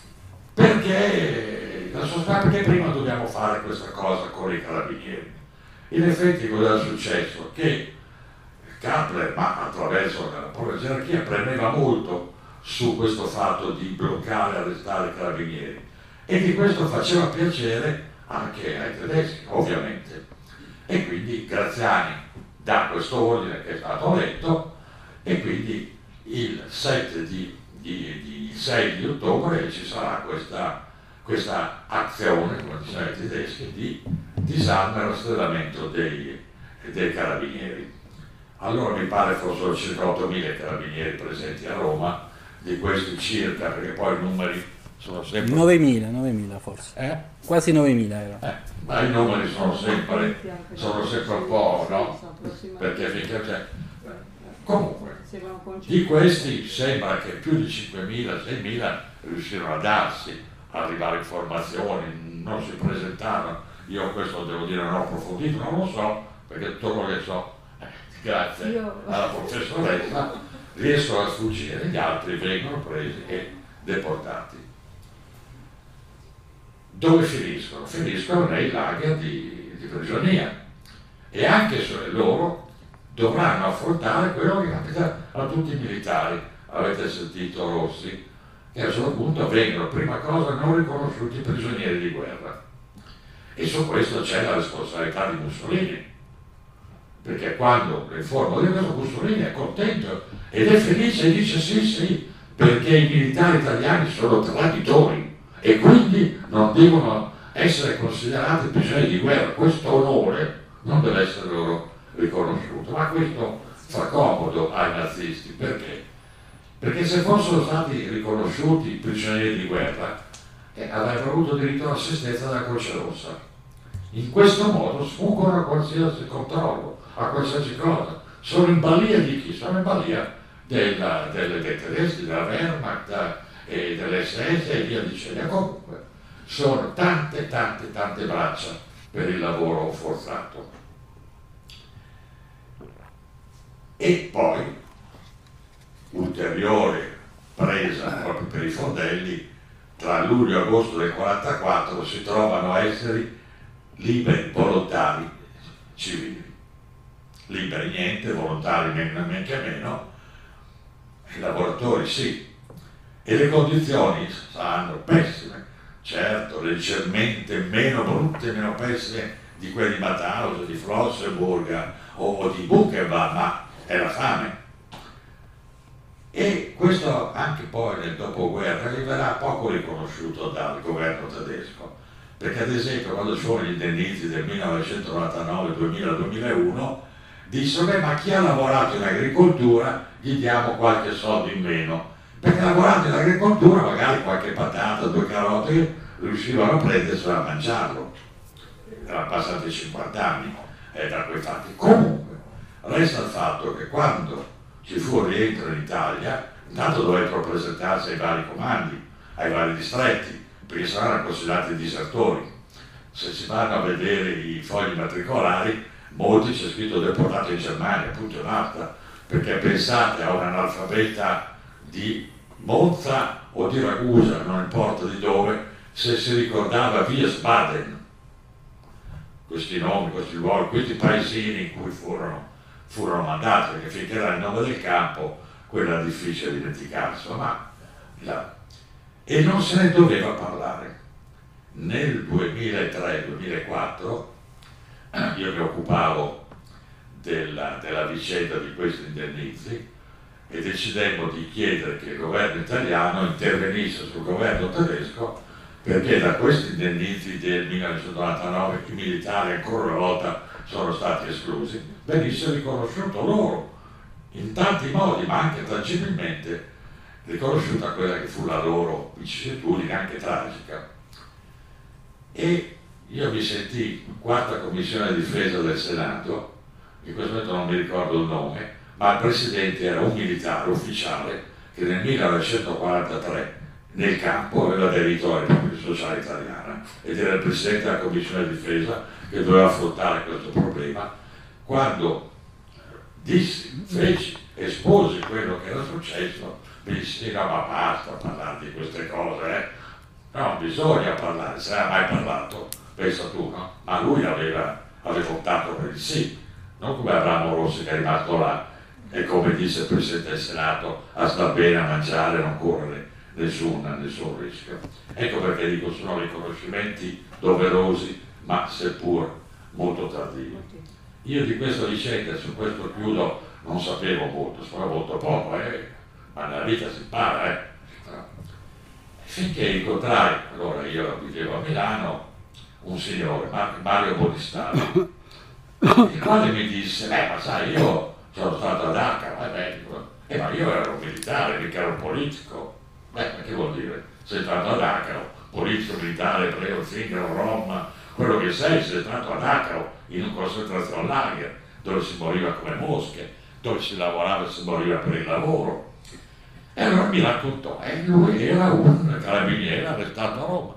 perché, la sostanza, perché prima dobbiamo fare questa cosa con i carabinieri? In effetti cosa è successo? Che Kappler, ma attraverso la propria gerarchia, premeva molto su questo fatto di bloccare e arrestare i carabinieri, e di questo faceva piacere anche ai tedeschi, ovviamente. E quindi Graziani dà questo ordine che è stato letto, e quindi il sette di, di, di sei di ottobre ci sarà questa, questa azione, come dicevano i tedeschi, di disarmo e rastrellamento dei, dei carabinieri. Allora mi pare fossero circa ottomila carabinieri presenti a Roma, di questi circa, perché poi i numeri sono sempre... novemila, novemila forse. Eh? Quasi novemila era. Eh, ma i numeri sono sempre, sono sempre un po', no? Perché finché c'è... Comunque, di questi sembra che più di cinquemila, seimila riuscirono a darsi, a arrivare informazioni, non si presentarono. Io questo devo dire non ho approfondito, non lo so, perché tutto quello che so, eh, grazie Io... alla professoressa, riescono a sfuggire, gli altri vengono presi e deportati. Dove finiscono? Finiscono nei lager di, di prigionia, e anche se loro dovranno affrontare quello che capita a tutti i militari. Avete sentito Rossi, che a un certo punto vengono, prima cosa, non riconosciuti prigionieri di guerra, e su questo c'è la responsabilità di Mussolini, perché quando le informo di questo, Mussolini è contento ed è felice e dice sì sì, perché i militari italiani sono traditori e quindi non devono essere considerati prigionieri di guerra. Questo onore non deve essere loro riconosciuto, ma questo fa comodo ai nazisti. Perché? Perché se fossero stati riconosciuti prigionieri di guerra, eh, avrebbero avuto diritto all'assistenza della Croce Rossa. In questo modo sfuggono a qualsiasi controllo, a qualsiasi cosa. Sono in balia di chi? Sono in balia della, delle, dei tedeschi, della Wehrmacht e dell'esse esse e via dicendo. Comunque sono tante, tante, tante braccia per il lavoro forzato. E poi, ulteriore presa proprio per i fondelli, tra luglio e agosto del quarantaquattro si trovano esseri liberi, volontari civili. Liberi niente, volontari men che meno, i lavoratori sì. E le condizioni saranno pessime, certo, leggermente meno brutte, meno pessime di quelle di Mauthausen, di Flossenburg o, o di Buchenwald, ma è la fame. E questo anche poi nel dopoguerra gli verrà poco riconosciuto dal governo tedesco, perché ad esempio quando ci furono gli indennizi del millenovecentonovantanove, duemila, duemilauno, dissero beh, ma chi ha lavorato in agricoltura gli diamo qualche soldo in meno, perché lavorando in agricoltura magari qualche patata, due carote riuscivano a prendersela a mangiarlo. Erano passati cinquanta anni eh, da quei fatti. Comunque resta il fatto che quando ci fu il rientro in Italia, intanto dovettero presentarsi ai vari comandi, ai vari distretti, perché saranno considerati disertori. Se si vanno a vedere i fogli matricolari, molti c'è scritto deportato in Germania, punto e basta, perché pensate a un analfabeta di Monza o di Ragusa, non importa di dove, se si ricordava Wiesbaden, questi nomi, questi luoghi, questi paesini in cui furono furono mandati, perché finché era il nome del campo, quello era difficile dimenticarsi, ma là. E non se ne doveva parlare. Nel duemilatré duemilaquattro io mi occupavo della, della vicenda di questi indennizi e decidemmo di chiedere che il governo italiano intervenisse sul governo tedesco, perché da questi indennizi del millenovecentonovantanove i militari ancora una volta sono stati esclusi, venisse riconosciuto loro in tanti modi, ma anche tangibilmente riconosciuta quella che fu la loro vicissitudine, anche tragica. E io mi sentii, quarta commissione di difesa del Senato, in questo momento non mi ricordo il nome, ma il presidente era un militare ufficiale che nel millenovecentoquarantatré nel campo aveva aderito alla Repubblica Sociale Italiana ed era il presidente della commissione di difesa che doveva affrontare questo problema. Quando dissi, feci, esposi quello che era successo, mi dissi no, ma basta parlare di queste cose, eh? No, bisogna parlare, se n'era mai parlato, pensa tu, no? Ma lui aveva, aveva votato per il sì, non come Abramo Rossi che è rimasto là e come disse il Presidente del Senato, a star bene, a mangiare, non correre nessun, nessun rischio. Ecco perché dico, sono riconoscimenti doverosi, ma seppur molto tardivi. Io di questa vicenda, su questo chiudo, non sapevo molto, sapevo molto poco, eh? Ma nella vita si impara, eh? Finché incontrai, allora io vivevo a Milano, un signore, Mario Bonistalli, il quale mi disse, eh ma sai, io sono stato ad Acca, è medico, eh, ma io ero un militare, mica ero un politico. Beh, ma che vuol dire? Sei stato ad Acca, politico, militare, ebreo, zingaro, rom, quello che sei, sei stato ad Acca, in un concentration lager, dove si moriva come mosche, dove si lavorava e si moriva per il lavoro. E allora mi raccontò, e lui era un carabiniere arrestato a Roma.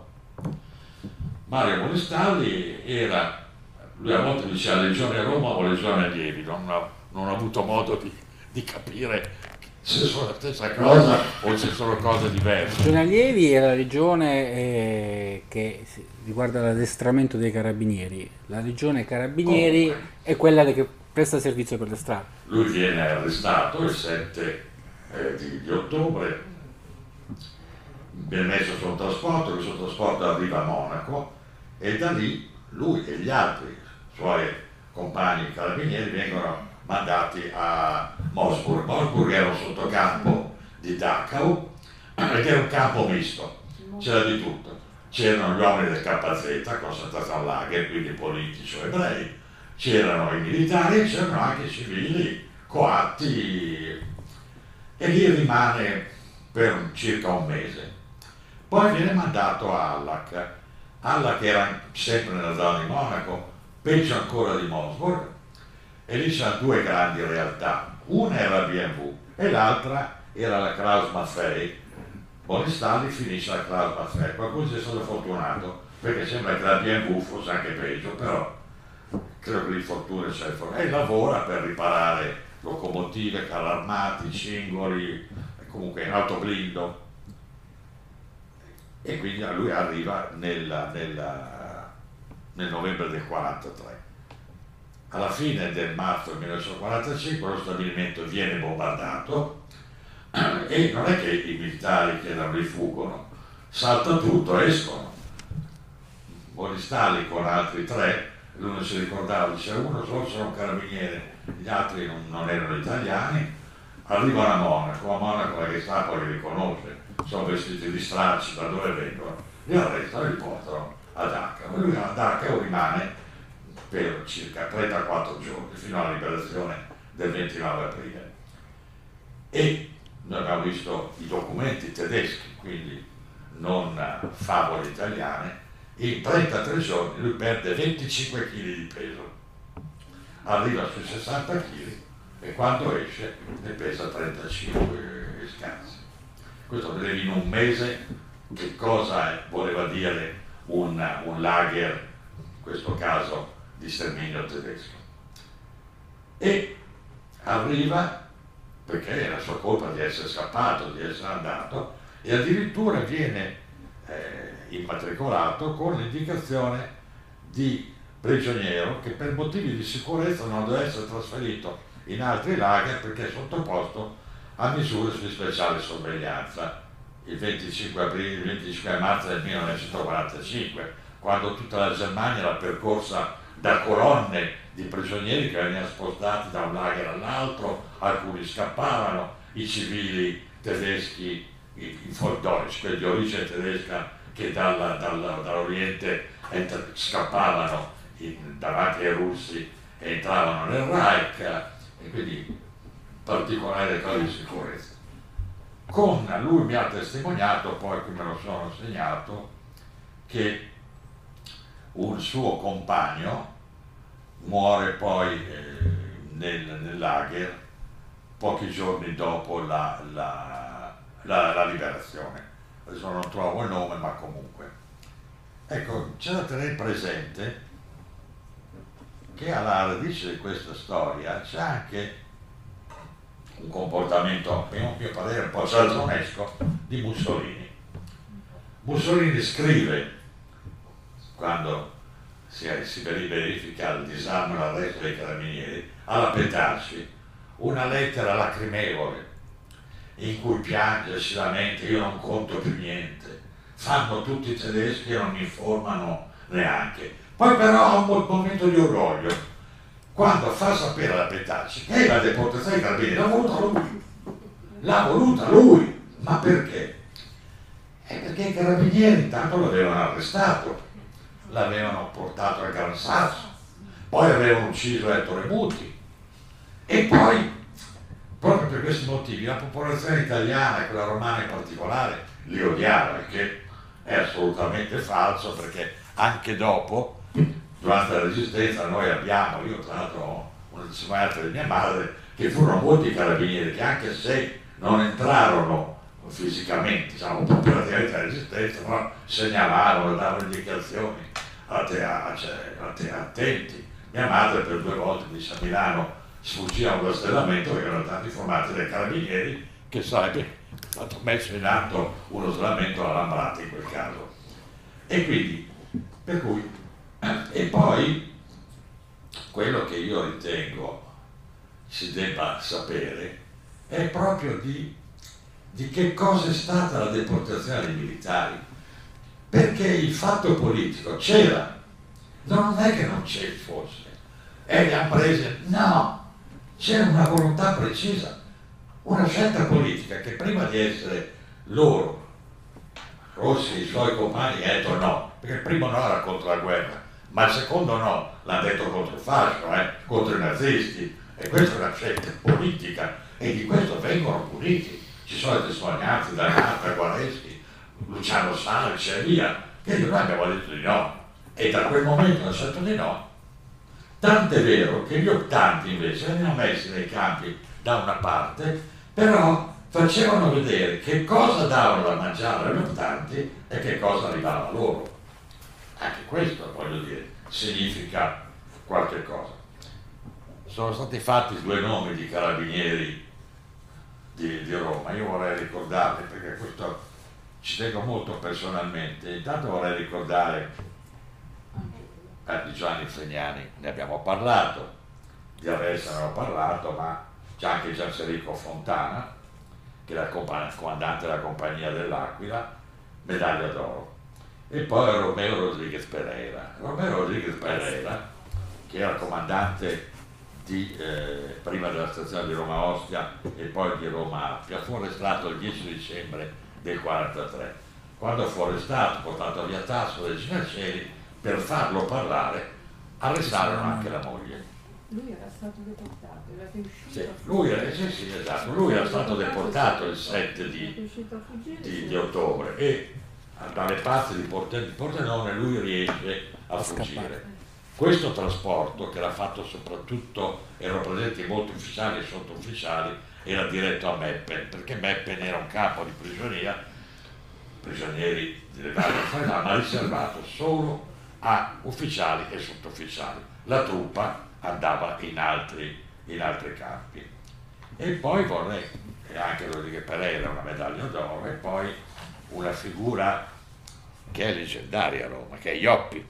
Mario Bonistalli era, lui a volte diceva legione a Roma o legione allievi, non ha, non ha avuto modo di, di capire se sono la stessa cosa o se sono cose diverse. Legione allievi è la legione eh, che riguarda l'addestramento dei carabinieri, la legione carabinieri oh, è quella che presta servizio per le strade. Lui viene arrestato il sette eh, di, di ottobre, viene messo su un trasporto, questo trasporto arriva a Monaco e da lì lui e gli altri suoi compagni carabinieri vengono mandati a Mossburg. Mossburg era un sottocampo di Dachau ed era un campo misto, c'era di tutto. C'erano gli uomini del K Z, concentration lager, quindi politici o ebrei, c'erano i militari e c'erano anche i civili coatti, e lì rimane per circa un mese. Poi viene mandato a Allach. Allach era sempre nella zona di Monaco, peggio ancora di Moosburg, e lì c'erano due grandi realtà, una era la B M W e l'altra era la Krauss-Maffei. Bonistalli finisce la Krauss-Maffei, qualcuno si è stato fortunato, perché sembra che la B M W fosse anche peggio, però credo che di fortuna c'è, e lavora per riparare locomotive, carri armati, cingoli, comunque in autoblindo. E quindi a lui arriva nella, nella, nel novembre del quarantatré. Alla fine del marzo del millenovecentoquarantacinque lo stabilimento viene bombardato e non è che i militari che erano lì fuggono, salta tutto, escono. Bonistalli con altri tre, lui non si ricordava, diceva uno solo c'era un carabiniere, gli altri non, non erano italiani, arrivano a Monaco, a Monaco la Gestapo li riconosce, sono vestiti di stracci, da dove vengono, li arrestano e li portano a Dachau. Lui a Dachau rimane per circa trentaquattro giorni, fino alla liberazione del ventinove aprile. E noi abbiamo visto i documenti tedeschi, quindi non favole italiane, in trentatré giorni lui perde venticinque chili di peso, arriva sui sessanta chili e quando esce ne pesa trentacinque e scarsi. Questo vedevi in un mese che cosa voleva dire un, un lager, in questo caso di sterminio tedesco. E arriva perché è la sua colpa di essere scappato, di essere andato, e addirittura viene eh, immatricolato con l'indicazione di prigioniero che per motivi di sicurezza non deve essere trasferito in altri lager perché è sottoposto a misure di speciale sorveglianza. Il venticinque aprile, il venticinque marzo del millenovecentoquarantacinque, quando tutta la Germania era percorsa da colonne di prigionieri che venivano spostati da un lager all'altro, alcuni scappavano, i civili tedeschi, i, i Volkdeutsch, quelli di origine tedesca che dalla, dalla, dall'Oriente ent- scappavano in, davanti ai russi e entravano nel Reich, e quindi particolari cose di sicurezza. Con lui mi ha testimoniato, poi qui me lo sono segnato, che un suo compagno muore poi eh, nel, nel lager pochi giorni dopo la, la, la, la liberazione. Adesso non trovo il nome, ma comunque. Ecco, c'è da tenere presente che alla radice di questa storia c'è anche un comportamento, a mio parere, un po' cialtronesco di Mussolini. Mussolini scrive, quando si, si verifica il disarmo e l'arresto dei carabinieri, alla Petacci, una lettera lacrimevole in cui piange, si lamenta, io non conto più niente, fanno tutti i tedeschi e non mi informano neanche. Poi però ha un momento di orgoglio, quando fa sapere alla Petacci che la deportazione dei carabinieri l'ha voluta lui, l'ha voluta lui, ma perché? È perché i carabinieri intanto l'avevano arrestato, l'avevano portato al Gran Sasso, poi avevano ucciso Ettore Muti, e poi proprio per questi motivi la popolazione italiana e quella romana in particolare li odiava, il che è assolutamente falso, perché anche dopo, durante la Resistenza, noi abbiamo, io tra l'altro ho una testimonianza di mia madre, che furono molti carabinieri che anche se non entrarono fisicamente, diciamo, operativamente alla Resistenza, però segnalavano, davano indicazioni a te, a, cioè, a te, attenti. Mia madre per due volte dice, a Milano sfuggiva un rastrellamento perché erano stati informati dai carabinieri che sarebbe stato messo in atto uno svellamento alla Lambrata in quel caso. E quindi, per cui, e poi quello che io ritengo si debba sapere è proprio di, di che cosa è stata la deportazione dei militari, perché il fatto politico c'era, non è che non c'è fosse, e li hanno presi, no, c'era una volontà precisa, una scelta politica che prima di essere loro, Rossi e i suoi compagni, hanno detto no, perché il primo no era contro la guerra, ma il secondo no l'hanno detto contro il fascio, eh, contro i nazisti, E questa è una scelta politica e di questo vengono puniti. Ci sono le testimonianze da Nata, Guareschi, Luciano Sanci e via, che noi abbiamo detto di no. E da quel momento hanno detto di no. Tant'è vero che gli optanti invece venivano messi nei campi da una parte, però facevano vedere che cosa davano da mangiare agli optanti e che cosa arrivava a loro. Anche questo, voglio dire, significa qualche cosa. Sono stati fatti due nomi di carabinieri di, di Roma, io vorrei ricordarli perché questo ci tengo molto personalmente. Intanto vorrei ricordare eh, di Giovanni Fregnani, ne abbiamo parlato, di Arresta ne abbiamo parlato, ma c'è anche Gianserico Fontana, che era il comandante della Compagnia dell'Aquila, medaglia d'oro. E poi Romeo Rodriguez Pereira. Romeo Rodriguez Pereira, che era comandante di, eh, prima della stazione di Roma Ostia e poi di Roma Appia, fu arrestato il dieci dicembre del quarantatré. Quando fu arrestato, portato via Tasso dai Cinaceri, per farlo parlare, arrestarono anche la moglie. Lui era stato deportato, era riuscito Sì, a lui, era, sì, sì, esatto. Lui era stato deportato il sette di, di, di ottobre e dalle parti di Pordenone lui riesce a fuggire. Questo trasporto, che era fatto soprattutto, erano presenti molti ufficiali e sottufficiali, era diretto a Meppen, perché Meppen era un campo di prigionia, prigionieri delle varie autorità, ma riservato solo a ufficiali e sottufficiali. La truppa andava in altri, in altri campi. E poi vorrei, e anche Rodriguez Pereira, una medaglia d'oro, e poi una figura che è leggendaria a Roma, che è Ioppi.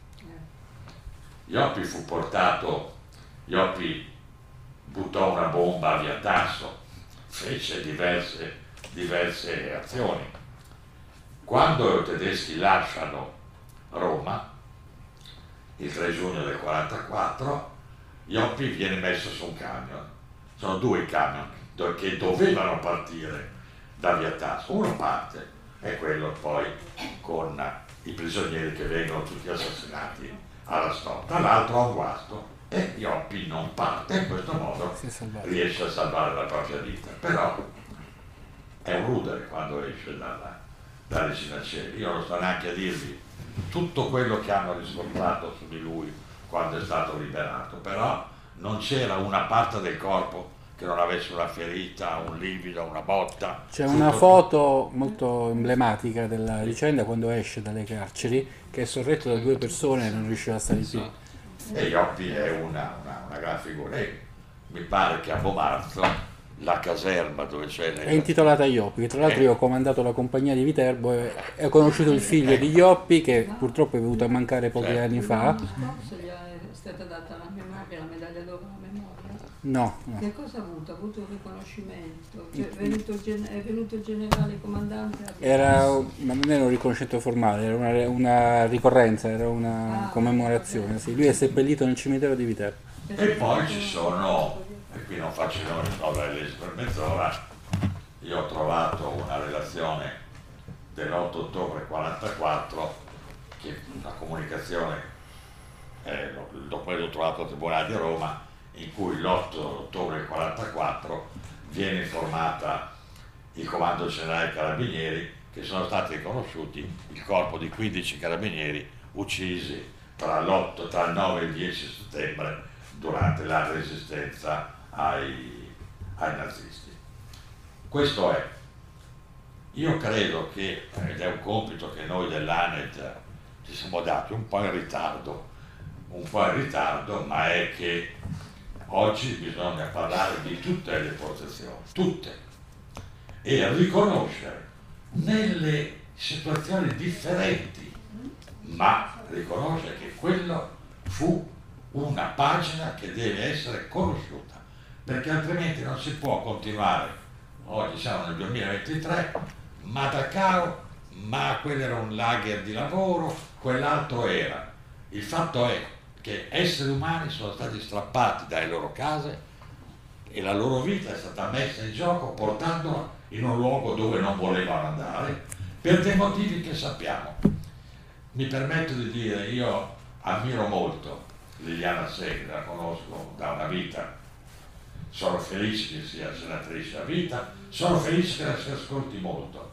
Ioppi fu portato, Ioppi buttò una bomba a Via Tasso, fece diverse, diverse azioni. Quando i tedeschi lasciano Roma, il tre giugno del quarantaquattro, Ioppi viene messo su un camion. Sono due i camion che dovevano partire da Via Tasso. Uno parte, è quello poi con i prigionieri che vengono tutti assassinati alla stotta, l'altro ha un guasto e Ioppi non parte, in questo modo riesce a salvare la propria vita. Però è un rudere quando esce dalla, dalle Cinaceri. Io non sto neanche a dirvi tutto quello che hanno riscontrato su di lui quando è stato liberato, però non c'era una parte del corpo che non avesse una ferita, un livido, una botta. C'è una foto molto emblematica della vicenda quando esce dalle carceri, che è sorretto da due persone e non riusciva a stare più. E Ioppi è una, una, una gran figura. E mi pare che a Bomarzo la caserma dove c'è... È intitolata Ioppi, che tra l'altro io ho comandato la compagnia di Viterbo e ho conosciuto il figlio di Ioppi, che purtroppo è venuto a mancare pochi certo. anni fa. L'anno scorso gli è stata data la memoria, la medaglia d'oro alla memoria. No, no. Che cosa ha avuto? Ha avuto un riconoscimento? Cioè, è, venuto il gen- è venuto il generale comandante? Era, ma non era un riconoscimento formale, era una, una ricorrenza, era una ah, commemorazione. Sì. Lui è seppellito nel cimitero di Viterbo. E poi ci sono, e qui non faccio il nome, sto a legge per mezz'ora, io ho trovato una relazione dell'otto ottobre quarantaquattro, che è una comunicazione, eh, il documento trovato al Tribunale di Roma, in cui l'otto ottobre quarantaquattro viene informata il Comando Generale Carabinieri che sono stati riconosciuti il corpo di quindici carabinieri uccisi tra, l'otto, tra il nove e il dieci settembre durante la resistenza ai, ai nazisti. Questo è. Io credo che, ed è un compito che noi dell'ANED ci siamo dati un po' in ritardo, un po' in ritardo, ma è che oggi bisogna parlare di tutte le deportazioni, tutte, e riconoscere nelle situazioni differenti, ma riconoscere che quello fu una pagina che deve essere conosciuta, perché altrimenti non si può continuare. Oggi siamo nel duemilaventitré, ma Dachau, ma quello era un lager di lavoro, quell'altro era. Il fatto è che esseri umani sono stati strappati dalle loro case e la loro vita è stata messa in gioco portandola in un luogo dove non volevano andare per dei motivi che sappiamo. Mi permetto di dire, io ammiro molto Liliana Segre, la conosco da una vita sono felice che sia senatrice a vita, sono felice che la si ascolti molto.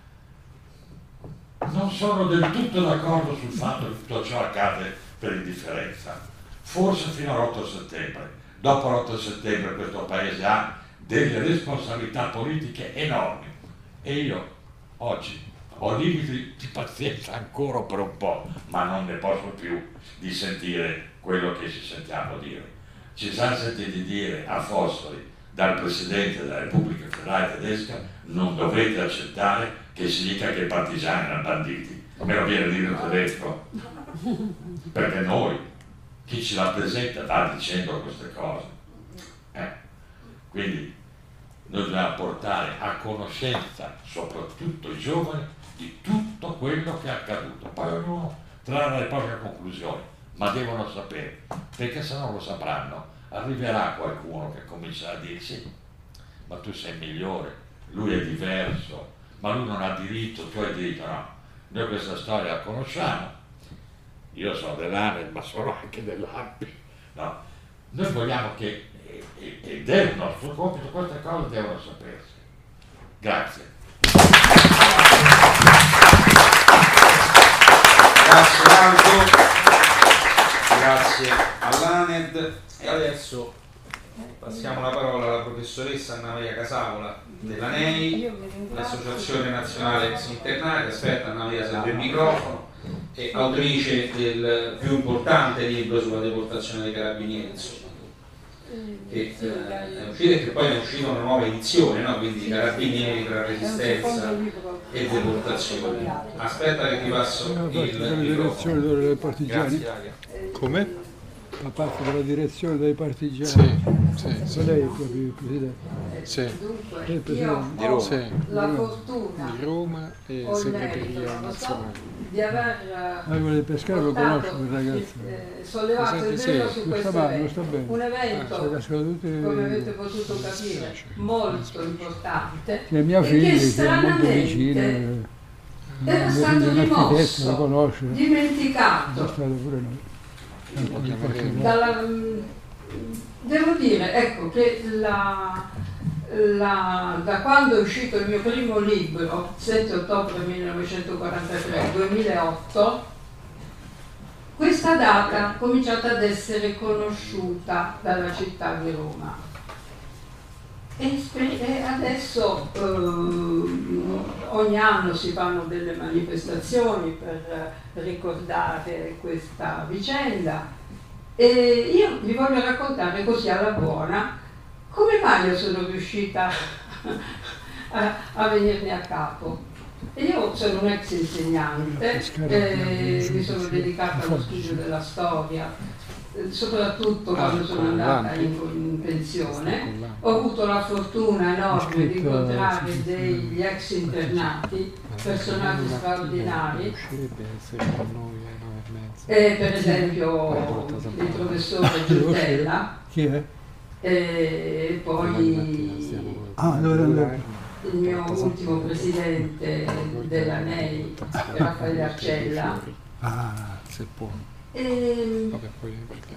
Non sono del tutto d'accordo sul fatto che tutto ciò accade per indifferenza, forse fino all'otto settembre. Dopo l'otto settembre questo Paese ha delle responsabilità politiche enormi e io oggi ho limiti di pazienza ancora per un po', ma non ne posso più di sentire quello che ci sentiamo dire. Ci siamo sentiti dire a Foscoli dal Presidente della Repubblica Federale Tedesca: non dovete accettare che si dica che i partigiani erano banditi. Me lo viene a dire il tedesco? Perché noi, chi ci rappresenta, va dicendo queste cose. Eh. Quindi noi dobbiamo portare a conoscenza soprattutto i giovani di tutto quello che è accaduto. Poi ognuno trarrà le proprie conclusioni, ma devono sapere, perché se non lo sapranno arriverà qualcuno che comincerà a dirsi: ma tu sei migliore, lui è diverso, ma lui non ha diritto, tu hai diritto. No, noi questa storia la conosciamo, io sono dell'A N E D ma sono anche dell'A N P I, no? Noi vogliamo che, ed è il nostro compito, queste cose devono sapersi. Grazie. Grazie Aldo, grazie all'A N E D e adesso passiamo la parola alla professoressa Anna Maria Casavola della N E I, l'Associazione Nazionale Ex Internati. Aspetta, Anna Maria, serve il microfono, e autrice del più importante libro sulla deportazione dei carabinieri, insomma, che eh, è uscito e che poi è uscita una nuova edizione, no? Quindi carabinieri tra resistenza e deportazione. Aspetta che ti passo il direzione delle partigiani. Grazie. Come? La parte della direzione dei partigiani. Sì, sì, sì. Lei è proprio il presidente. Sì. Dunque, Lei è il io presidente. ho Sì. la fortuna Di Roma e o segreteria merito, non lo so, nazionale. di aver Ah, quello del pescare lo portato conosco, quel ragazzo. il- eh, sollevato il Presente, velo sì. su Lo questo sta male, lo evento, sta bene. un Ah, evento, sono cadute- come avete potuto capire, molto importante, Che è mia e figlia, che che è molto stranamente vicina. era Mia stato figlia è un architetto, lo rimosso, conosce. È dimenticato. stato pure noi. Dalla, devo dire, ecco, che la, la, da quando è uscito il mio primo libro, sette ottobre millenovecentoquarantatré, duemilaotto, questa data ha cominciato ad essere conosciuta dalla città di Roma. E, spe- e adesso eh, ogni anno si fanno delle manifestazioni per ricordare questa vicenda, e io vi voglio raccontare così alla buona come mai io sono riuscita a, a venirne a capo. E io sono un ex insegnante, eh, mi sono dedicata allo studio della storia, eh, soprattutto quando sono andata in, in pensione. Ho avuto la fortuna enorme di incontrare degli ex internati, personaggi straordinari, e per esempio il professore Giutella, Chi è? e poi Ah, dove andare? il mio ultimo presidente della N E I, Raffaele Arcella. Ah, Se può. E, Vabbè, poi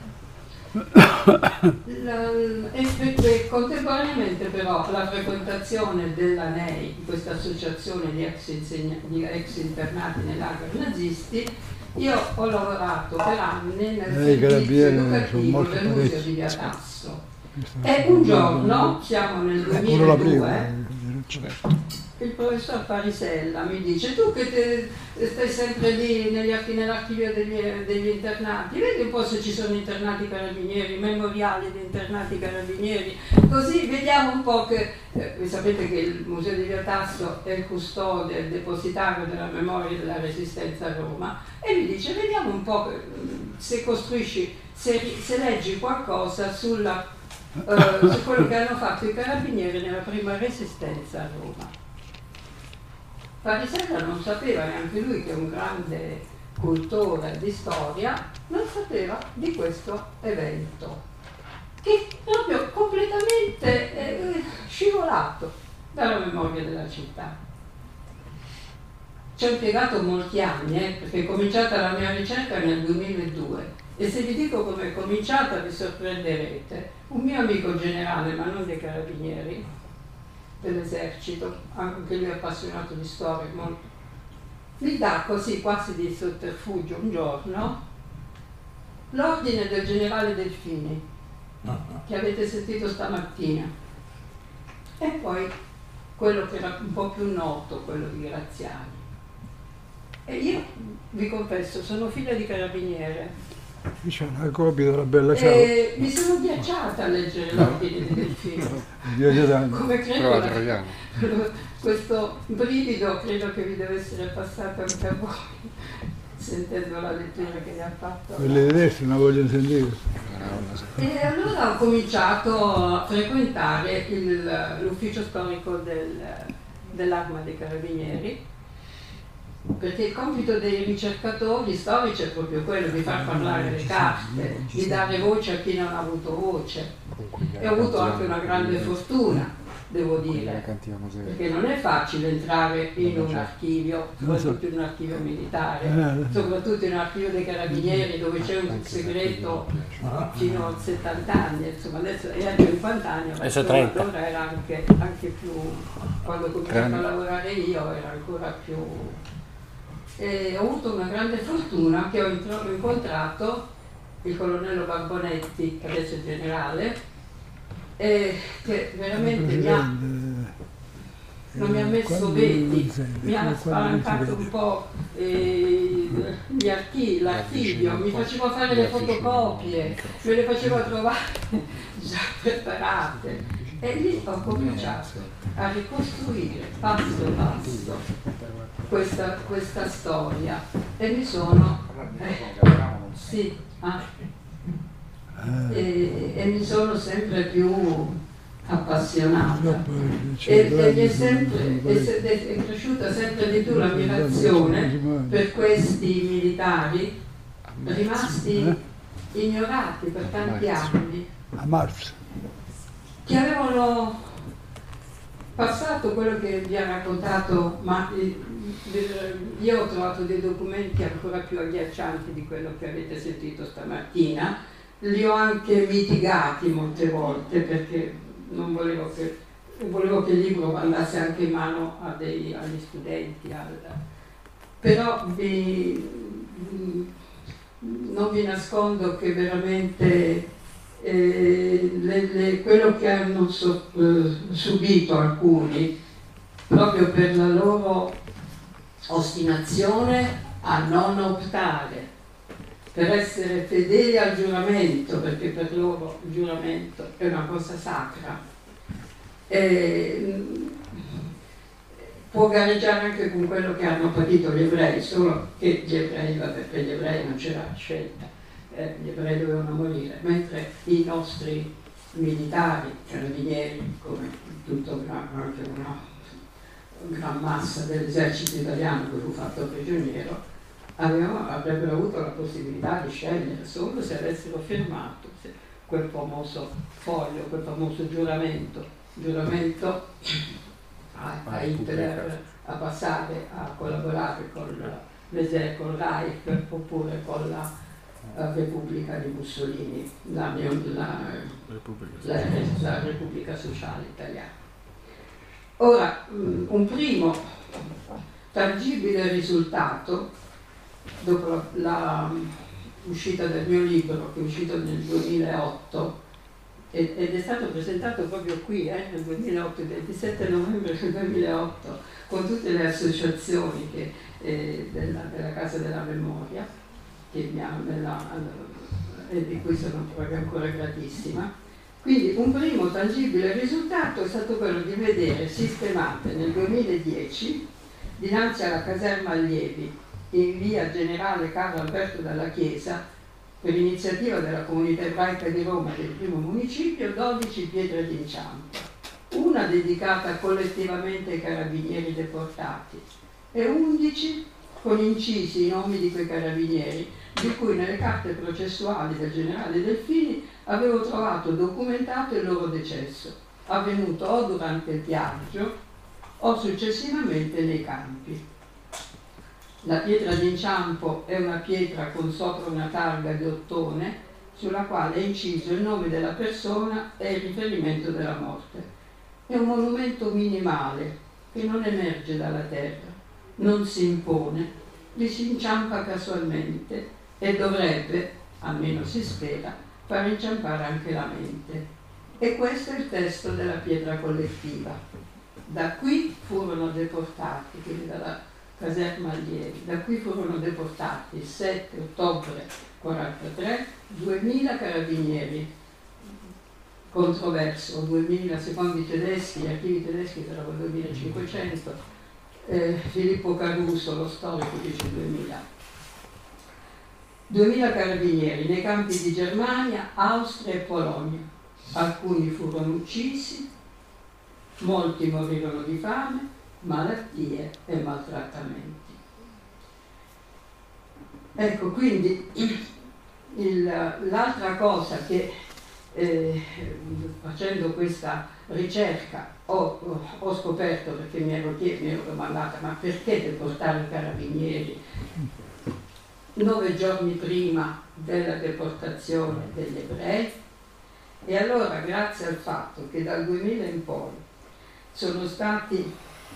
la, e, e contemporaneamente però la frequentazione della N E I, di questa associazione di ex, insegna, di ex internati nei lager nazisti, io ho lavorato per anni nel Eh, i servizio carabinieri sono educativo molto del museo parecchi. di Via Tasso. E un giorno, siamo nel Quello la prima. duemiladue, Certo. il professor Parisella mi dice: tu che te, stai sempre lì negli archi- nell'archivio degli, degli internati, vedi un po' se ci sono internati carabinieri, memoriali di internati carabinieri, così vediamo un po' che, eh, voi sapete che il Museo di Via Tasso è il custode, il depositario della memoria della Resistenza a Roma, e mi dice: vediamo un po' che, se costruisci, se, se leggi qualcosa sulla, eh, su quello che hanno fatto i carabinieri nella prima Resistenza a Roma. Parisella non sapeva, neanche lui che è un grande cultore di storia, non sapeva di questo evento, che è proprio completamente eh, scivolato dalla memoria della città. Ci ho impiegato molti anni, eh, perché è cominciata la mia ricerca nel duemiladue, e se vi dico come è cominciata vi sorprenderete. un mio amico generale, ma non dei carabinieri, dell'esercito, anche lui appassionato di storia, molto, mi dà così quasi di sotterfugio un giorno l'ordine del generale Delfini, che avete sentito stamattina, e poi quello che era un po' più noto, quello di Graziani. E io vi confesso, sono figlia di carabiniere. Qui c'è una copia della bella ciao. E mi sono ghiacciata a leggere l'ordine di Delfini. Come credo la, questo brivido credo che vi deve essere passato anche a voi, sentendo la lettura che ne ha fatto. Quelle di destra non voglio sentire. E allora ho cominciato a frequentare il, l'ufficio storico del, dell'Arma dei Carabinieri, perché il compito dei ricercatori storici è proprio quello di far parlare le carte, di dare voce a chi non ha avuto voce. E ho avuto anche una grande fortuna, devo dire, perché non è facile entrare in un archivio, soprattutto in un archivio militare, soprattutto in un archivio dei carabinieri dove c'è un segreto fino a settanta anni, insomma adesso è a cinquanta anni, ma allora era anche, anche più, quando ho cominciato a lavorare io era ancora più... E ho avuto una grande fortuna che ho incontrato il colonnello Barbonetti, che adesso è generale, e che veramente mi ha, non mi ha messo veti, mi ha spalancato un po' eh, gli archivi, l'archivio, mi faceva fare le fotocopie, me le faceva trovare già preparate. E lì ho cominciato a ricostruire passo passo questa, questa storia e mi sono eh, sì, ah, e, e mi sono sempre più appassionata e, e mi è sempre è, è cresciuta sempre di più l'ammirazione per questi militari rimasti ignorati per tanti anni, che avevano passato quello che vi ha raccontato, ma io ho trovato dei documenti ancora più agghiaccianti di quello che avete sentito stamattina, li ho anche mitigati molte volte perché non volevo che, volevo che il libro andasse anche in mano a dei, agli studenti, al, però vi, non vi nascondo che veramente Eh, le, le, quello che hanno so, eh, subito alcuni proprio per la loro ostinazione a non optare, per essere fedeli al giuramento, perché per loro il giuramento è una cosa sacra, e, può gareggiare anche con quello che hanno patito gli ebrei, solo che gli ebrei, vabbè, per gli ebrei non c'era scelta. Eh, gli ebrei dovevano morire, mentre i nostri militari, carabinieri, come tutto gran, anche una, una gran massa dell'esercito italiano che fu fatto prigioniero, avevano, avrebbero avuto la possibilità di scegliere solo se avessero firmato se quel famoso foglio, quel famoso giuramento, giuramento a, a Hitler a passare a collaborare con l'esercito, con il Reich oppure con la la Repubblica di Mussolini, la, la, la, la Repubblica Sociale Italiana. Ora, un primo tangibile risultato, dopo l'uscita del mio libro, che è uscito nel duemilaotto, ed è stato presentato proprio qui, eh, nel duemilaotto, il ventisette novembre del duemilaotto, con tutte le associazioni che, eh, della, della Casa della Memoria, che mi ha, nella, e di cui sono proprio ancora gratissima. Quindi un primo tangibile risultato è stato quello di vedere sistemate nel duemiladieci, dinanzi alla caserma allievi, in via Generale Carlo Alberto dalla Chiesa, per iniziativa della comunità ebraica di Roma del primo municipio, dodici pietre d'inciampo, una dedicata collettivamente ai carabinieri deportati e undici con incisi i nomi di quei carabinieri, di cui nelle carte processuali del generale Delfini avevo trovato documentato il loro decesso, avvenuto o durante il viaggio o successivamente nei campi. La pietra d'inciampo è una pietra con sopra una targa di ottone sulla quale è inciso il nome della persona e il riferimento della morte. È un monumento minimale che non emerge dalla terra, non si impone, vi si inciampa casualmente e dovrebbe, almeno si spera, far inciampare anche la mente. E questo è il testo della pietra collettiva. Da qui furono deportati, quindi dalla caserma Allieri, da qui furono deportati il sette ottobre quarantatré duemila carabinieri, controverso, duemila secondo i tedeschi, gli archivi tedeschi erano duemilacinquecento, eh, Filippo Caruso, lo storico, dice duemila. duemila carabinieri nei campi di Germania, Austria e Polonia. Alcuni furono uccisi, molti morirono di fame, malattie e maltrattamenti. Ecco, quindi l'altra cosa che eh, facendo questa ricerca ho, ho scoperto, perché mi ero, mi ero domandata ma perché deportare i carabinieri nove giorni prima della deportazione degli ebrei? E allora, grazie al fatto che dal duemila in poi sono stati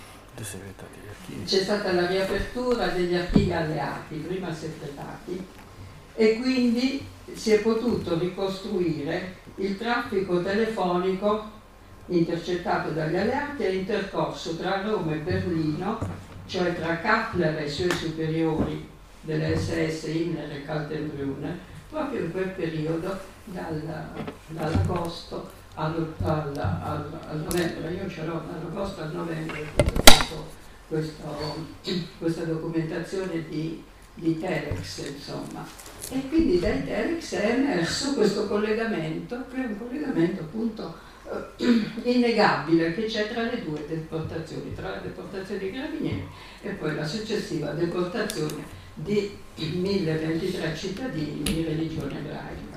c'è stata la riapertura degli archivi alleati, prima segretati, e quindi si è potuto ricostruire il traffico telefonico intercettato dagli alleati e intercorso tra Roma e Berlino, cioè tra Kappler e i suoi superiori delle S S, Himmler e Kaltenbrunner, proprio in quel periodo dal, dall'agosto al, al, al, al novembre. Io ce l'ho dall'agosto al novembre questo, questo, questa documentazione di, di Telex, insomma. E quindi dai Telex è emerso questo collegamento, che è un collegamento appunto eh, innegabile che c'è tra le due deportazioni, tra la deportazione dei carabinieri e poi la successiva deportazione di mille ventitré cittadini di religione ebraica.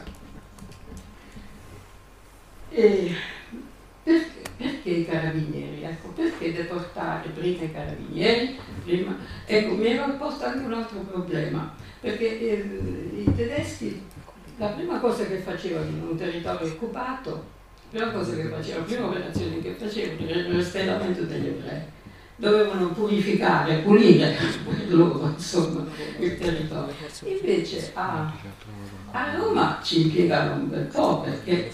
E perché, perché i carabinieri? Ecco, perché deportare prima i carabinieri? Prima... Ecco, mi ero posto anche un altro problema, perché eh, i tedeschi, la prima cosa che facevano in un territorio occupato, la prima cosa che facevano, la prima operazione che facevano era il rastrellamento degli ebrei. Dovevano purificare, pulire loro, insomma, il territorio. Invece a, a Roma ci impiegavano un bel po', perché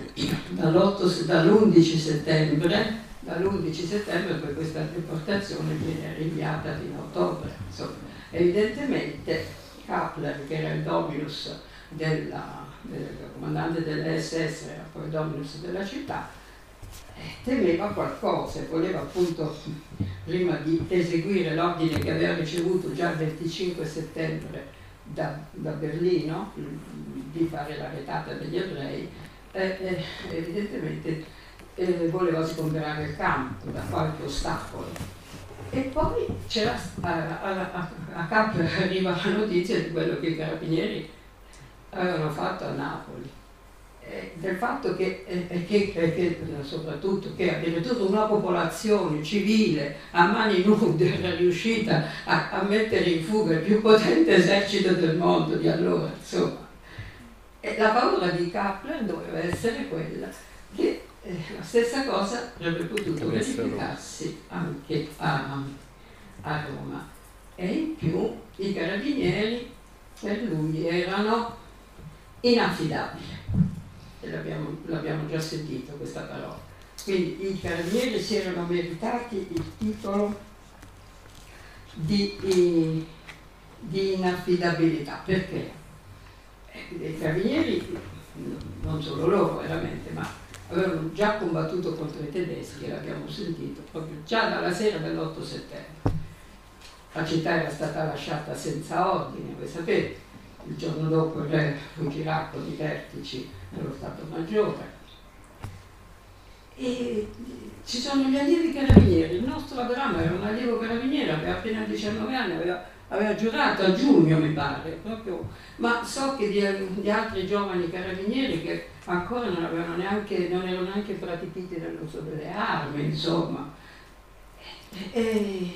dall'undici settembre, dall'undici settembre poi questa deportazione viene rinviata fino a ottobre. Insomma, evidentemente Kappler, che era il dominus della, del comandante dell'S S, era poi il dominus della città, temeva qualcosa e voleva appunto, prima di eseguire l'ordine che aveva ricevuto già il venticinque settembre da, da Berlino, di fare la retata degli ebrei, eh, eh, evidentemente eh, voleva sgomberare il campo da qualche ostacolo. E poi c'era, a, a, a, a capo arriva la notizia di quello che i carabinieri avevano fatto a Napoli. Del fatto che, eh, che, che soprattutto che addirittura una popolazione civile a mani nude era riuscita a, a mettere in fuga il più potente esercito del mondo di allora, insomma. E la paura di Kappler doveva essere quella che eh, la stessa cosa avrebbe potuto verificarsi anche a, a Roma. E in più i carabinieri per lui erano inaffidabili. L'abbiamo, l'abbiamo già sentito questa parola. Quindi i carabinieri si erano meritati il titolo di, di, di inaffidabilità. Perché? I carabinieri, non solo loro veramente, ma avevano già combattuto contro i tedeschi, l'abbiamo sentito, proprio già dalla sera dell'otto settembre. La città era stata lasciata senza ordine, voi sapete. Il giorno dopo il re fuggirà con i vertici dello Stato Maggiore. E ci sono gli allievi carabinieri. Il nostro Abramo era un allievo carabiniere, aveva appena diciannove anni, aveva, aveva giurato a giugno, mi pare, proprio. Ma so che di, di altri giovani carabinieri che ancora non avevano neanche, non erano neanche praticati nell'uso delle armi, insomma. E, e,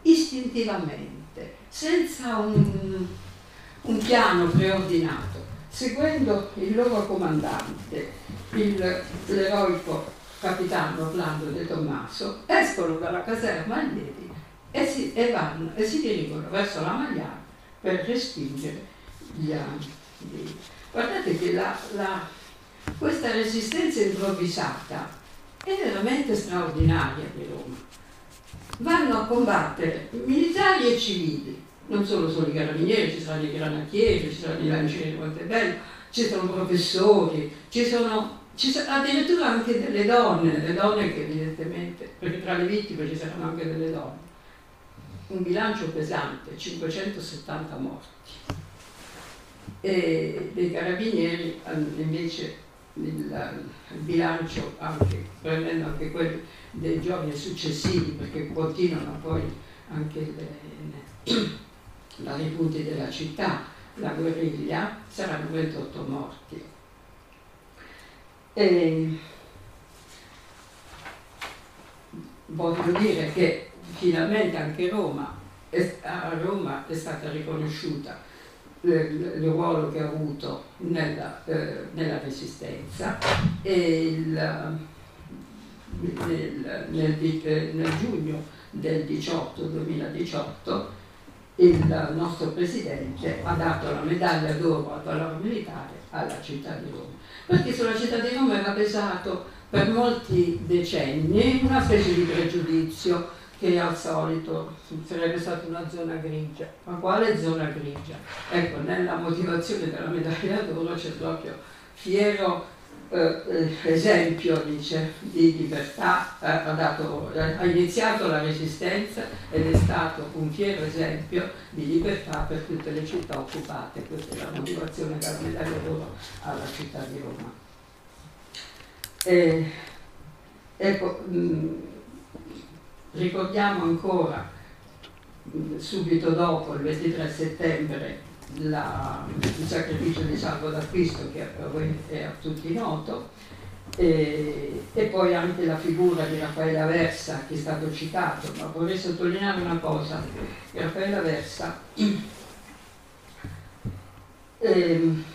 istintivamente, senza un un piano preordinato, seguendo il loro comandante, il, l'eroico capitano Orlando De Tommaso, escono dalla caserma allievi e si, e vanno, e si dirigono verso la Magliana per respingere gli altri. Guardate che la, la, questa resistenza improvvisata è veramente straordinaria di Roma. Vanno a combattere militari e civili, non solo solo i carabinieri, ci saranno i granatieri, ci saranno i lancieri di Montebello, ci sono professori, ci sono, ci sono addirittura anche delle donne, le donne che evidentemente, perché tra le vittime ci saranno anche delle donne. Un bilancio pesante, cinquecentosettanta morti. E dei carabinieri invece il, il bilancio, anche, prendendo anche quelli dei giorni successivi, perché continuano poi anche le, la ripunti della città, la guerriglia, saranno ventotto morti. E voglio dire che finalmente anche Roma, è, a Roma è stata riconosciuta il ruolo che ha avuto nella, eh, nella resistenza e il, nel, nel, nel giugno del diciotto duemiladiciotto il nostro presidente ha dato la medaglia d'oro al valore militare alla città di Roma, perché sulla città di Roma era pesato per molti decenni una specie di pregiudizio che al solito sarebbe stata una zona grigia. Ma quale zona grigia? Ecco, nella motivazione della medaglia d'oro c'è proprio fiero eh, esempio, dice, di libertà, eh, ha, dato, ha iniziato la resistenza ed è stato un fiero esempio di libertà per tutte le città occupate. Questa è la motivazione della medaglia d'oro alla città di Roma. E, ecco, mh, ricordiamo ancora, subito dopo, il ventitré settembre, la, il sacrificio di Salvo d'Acquisto, che è a tutti noto, e, e poi anche la figura di Raffaele Aversa, che è stato citato, ma vorrei sottolineare una cosa, che Raffaele Aversa ehm,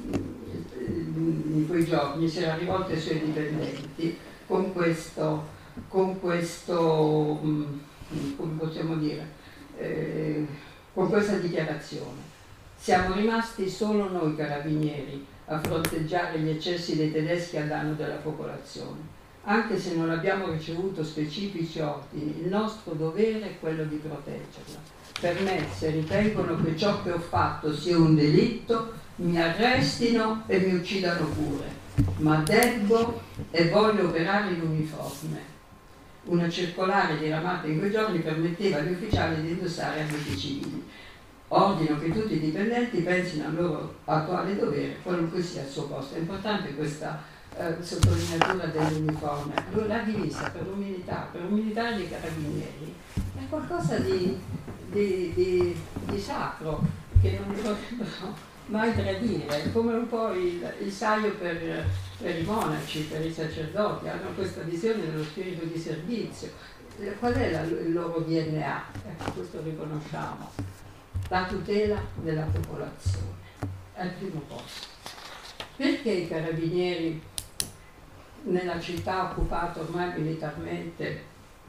in quei giorni si era rivolto ai suoi dipendenti con questo con questo, come possiamo dire, eh, con questa dichiarazione. Siamo rimasti solo noi carabinieri a fronteggiare gli eccessi dei tedeschi a danno della popolazione. Anche se non abbiamo ricevuto specifici ordini, il nostro dovere è quello di proteggerla. Per me, se ritengono che ciò che ho fatto sia un delitto, mi arrestino e mi uccidano pure, ma debbo e voglio operare in uniforme. Una circolare diramata in quei giorni permetteva agli ufficiali di indossare abiti civili. Ordino che tutti i dipendenti pensino al loro attuale dovere, qualunque sia il suo posto. È importante questa eh, sottolineatura dell'uniforme. La divisa per un militare, per un militare dei carabinieri, è qualcosa di, di, di, di sacro, che non dovrebbero mai tradire, è come un po' il, il saio per, per i monaci, per i sacerdoti, hanno questa visione dello spirito di servizio. Qual è la, il loro D N A? Ecco, questo riconosciamo. La tutela della popolazione, al primo posto. Perché i carabinieri nella città occupata ormai militarmente,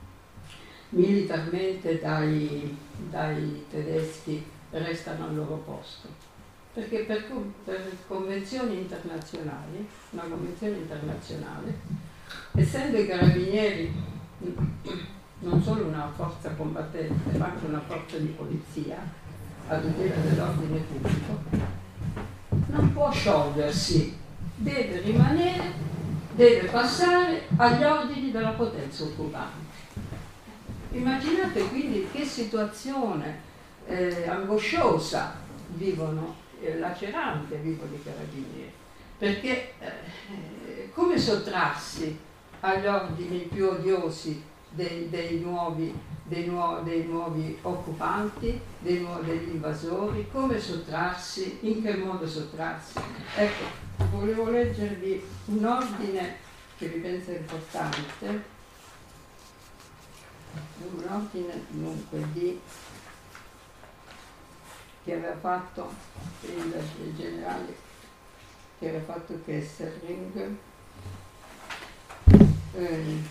militarmente dai, dai tedeschi restano al loro posto? Perché per, per convenzioni internazionali, una convenzione internazionale, essendo i carabinieri non solo una forza combattente, ma anche una forza di polizia a tutela dell'ordine pubblico, non può sciogliersi, deve rimanere, deve passare agli ordini della potenza occupante. Immaginate quindi che situazione eh, angosciosa vivono, lacerante vivono i carabinieri, perché eh, come sottrarsi agli ordini più odiosi dei, dei, nuovi, dei, nuovi, dei nuovi occupanti, dei nuovi, degli invasori, come sottrarsi, in che modo sottrarsi? Ecco, volevo leggervi un ordine che mi pensa importante, un ordine dunque di che aveva fatto il, il generale che era fatto Kesselring. Eh,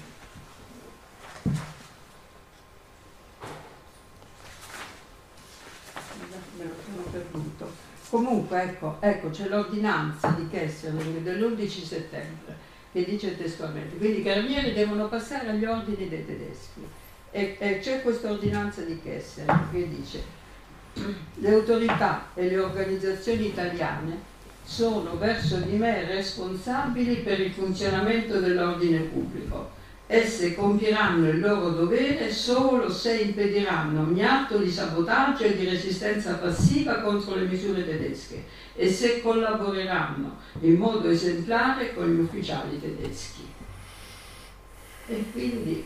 me lo sono perduto. Comunque ecco, ecco c'è l'ordinanza di Kesselring dell'undici settembre che dice testualmente, quindi i carabinieri devono passare agli ordini dei tedeschi e, e c'è questa ordinanza di Kesselring che dice: le autorità e le organizzazioni italiane sono verso di me responsabili per il funzionamento dell'ordine pubblico. Esse compieranno il loro dovere solo se impediranno ogni atto di sabotaggio e di resistenza passiva contro le misure tedesche e se collaboreranno in modo esemplare con gli ufficiali tedeschi. E quindi,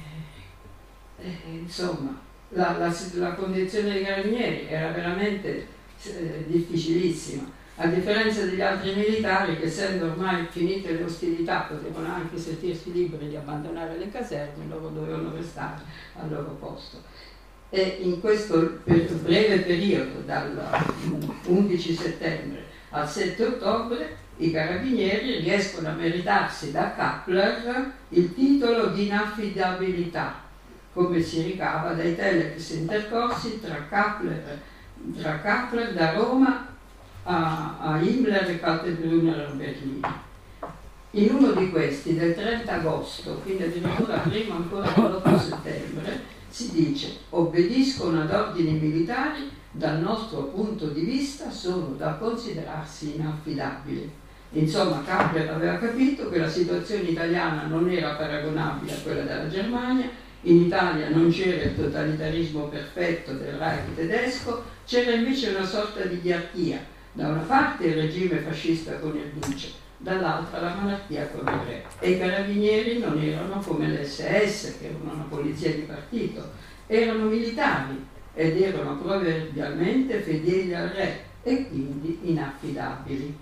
eh, insomma, la, la, la condizione dei carabinieri era veramente eh, difficilissima. A differenza degli altri militari che, essendo ormai finite le ostilità, potevano anche sentirsi liberi di abbandonare le caserme, loro dovevano restare al loro posto. E in questo breve periodo, dall'undici settembre al sette ottobre, i carabinieri riescono a meritarsi da Kappler il titolo di inaffidabilità, come si ricava dai telex intercorsi tra Kappler, tra Kappler da Roma a, a Himmler e Kaltenbrunner a Berlino. In uno di questi, del trenta agosto, quindi addirittura prima ancora dell'otto settembre, si dice: obbediscono ad ordini militari, dal nostro punto di vista sono da considerarsi inaffidabili. Insomma, Kappler aveva capito che la situazione italiana non era paragonabile a quella della Germania. In Italia non c'era il totalitarismo perfetto del Reich tedesco, c'era invece una sorta di diarchia. Da una parte il regime fascista con il duce, dall'altra la monarchia con il re. E i carabinieri non erano come l'esse esse, che erano una polizia di partito, erano militari ed erano proverbialmente fedeli al re e quindi inaffidabili.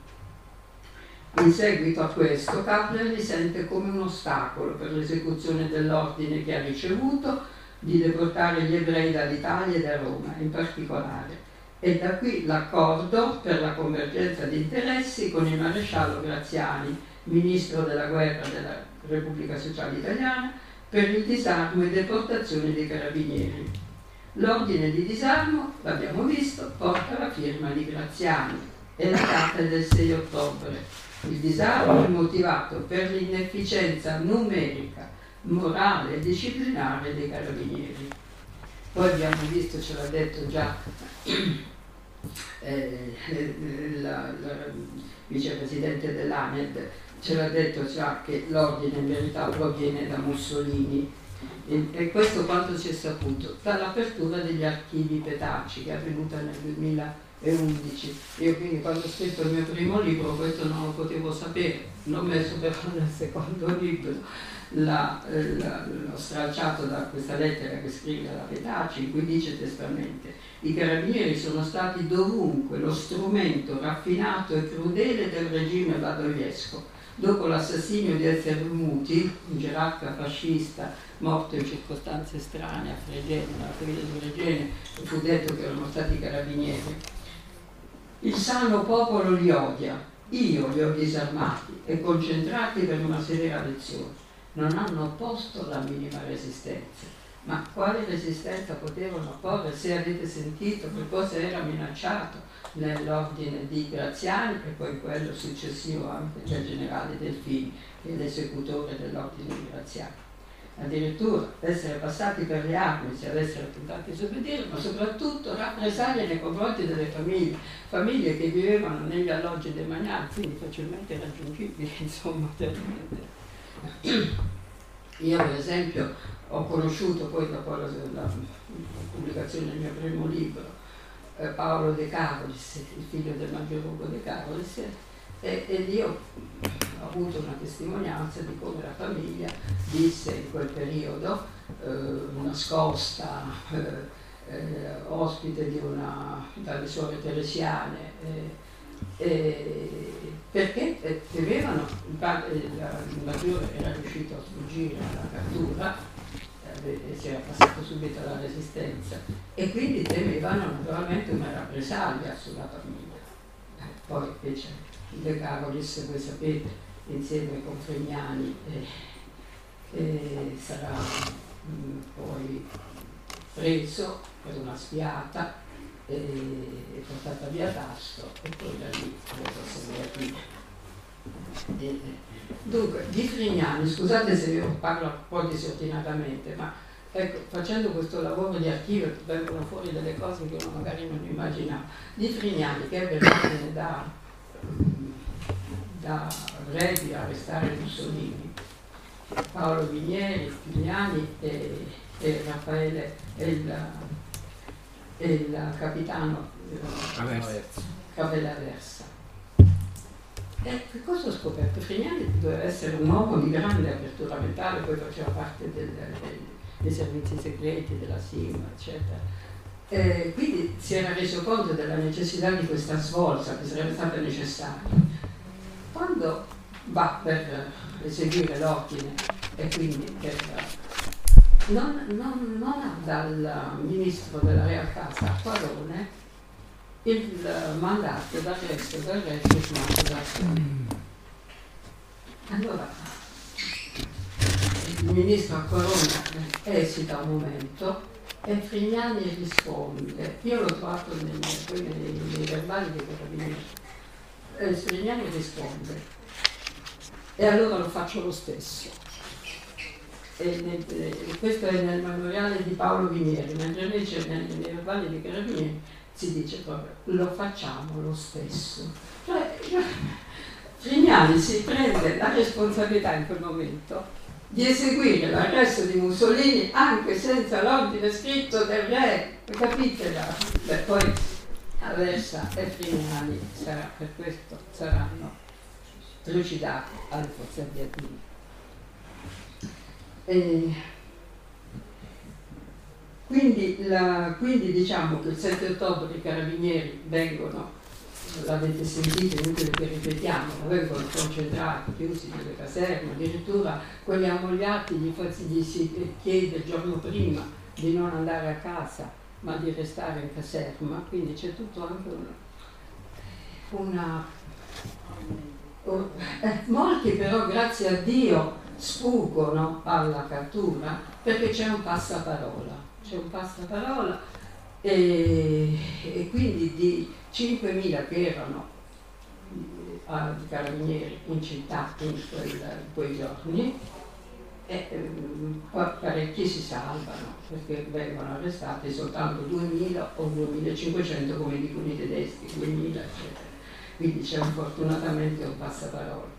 In seguito a questo, Kappler li sente come un ostacolo per l'esecuzione dell'ordine che ha ricevuto di deportare gli ebrei dall'Italia e da Roma in particolare. E da qui l'accordo per la convergenza di interessi con il maresciallo Graziani, ministro della guerra della Repubblica Sociale Italiana, per il disarmo e deportazione dei carabinieri. L'ordine di disarmo, l'abbiamo visto, porta la firma di Graziani e la data è del sei ottobre. Il disarmo è motivato per l'inefficienza numerica, morale e disciplinare dei carabinieri. Poi abbiamo visto, ce l'ha detto già eh, la, la vicepresidente dell'A N E D, ce l'ha detto già che l'ordine in verità proviene da Mussolini. E, e questo quanto si è saputo? Dall'apertura degli archivi petacci che è avvenuta nel duemilaundici. Io quindi quando ho scritto il mio primo libro questo non lo potevo sapere, l'ho messo però nel secondo libro. La, la, l'ho stralciato da questa lettera che scrive la Petacci, in cui dice testualmente: i carabinieri sono stati dovunque lo strumento raffinato e crudele del regime badogliesco. Dopo l'assassinio di Ezermuti, un gerarca fascista morto in circostanze strane a Fregene, nella ferita di Fregene, fu detto che erano stati carabinieri. Il sano popolo li odia, io li ho disarmati e concentrati per una severa lezione. Non hanno opposto la minima resistenza. Ma quale resistenza potevano opporre? Se avete sentito che cosa era minacciato nell'ordine di Graziani e poi quello successivo anche del generale Delfini, che è l'esecutore dell'ordine di Graziani. Addirittura essere passati per le armi se avessero tentato di disobbedire, ma soprattutto rappresaglie nei confronti delle famiglie, famiglie che vivevano negli alloggi demaniali, quindi facilmente raggiungibili, insomma, terribilmente. Io per esempio ho conosciuto poi dopo la, la pubblicazione del mio primo libro eh, Paolo De Carolis, il figlio del maggior Ugo De Carolis, e, ed io ho avuto una testimonianza di come la famiglia visse in quel periodo eh, nascosta, eh, eh, ospite di una, dalle suore teresiane, eh, eh, perché temevano, il padre, il maggiore era riuscito a sfuggire alla cattura eh, e si era passato subito alla resistenza e quindi temevano naturalmente una rappresaglia sulla famiglia. Eh, poi invece De Carolis, voi sapete, insieme con Fregnani, eh, eh, sarà mh, poi preso per una spiata e, e portata via a Tasto e poi da lì qui. E, dunque, di Frignani, scusate se io parlo un po' disordinatamente, ma ecco, facendo questo lavoro di archivio vengono fuori delle cose che uno magari non immaginava. Di Frignani, che ebbe l'ordine da, da Redi a arrestare Mussolini, Paolo Vinieri, Frignani e, e Raffaele e il, e il capitano eh, Cavella Versa. E che cosa ho scoperto? Frignani doveva essere un uomo di grande apertura mentale, poi faceva parte del, del, dei servizi segreti, della S I M, eccetera. E quindi si era reso conto della necessità di questa svolta che sarebbe stata necessaria. Quando va per eseguire l'ordine e quindi per, non, non, non ha dal ministro della Real Casa Acquarone il mandato d'arresto d'arresto firmato da allora il ministro Acquarone esita un momento e Frignani risponde, io l'ho trovato nel, poi nei, nei verbali dei carabinieri, e Frignani risponde e allora lo faccio lo stesso. E nel, e questo è nel memoriale di Paolo Vinieri, mentre invece nei, nei verbali dei carabinieri si dice proprio lo facciamo lo stesso. Cioè, Frignani si prende la responsabilità in quel momento di eseguire l'arresto di Mussolini anche senza l'ordine scritto del re, capite? Beh, poi Aversa e Frignani sarà, per questo saranno trucidati alle forze ardeatine. E quindi, la, quindi diciamo che il sette ottobre i carabinieri vengono, l'avete sentito, inutile che ripetiamo, vengono concentrati, chiusi nelle caserme, addirittura quelli ammogliati gli, gli si chiede il giorno prima di non andare a casa ma di restare in caserma, quindi c'è tutto anche una, una un, eh, molti però grazie a Dio sfuggono alla cattura perché c'è un passaparola, c'è un passaparola e, e quindi di cinquemila che erano eh, carabinieri in città in, quel, in quei giorni e um, parecchi si salvano perché vengono arrestati soltanto duemila o duemilacinquecento come dicono i tedeschi, duemila eccetera, quindi c'è un, fortunatamente un passaparola.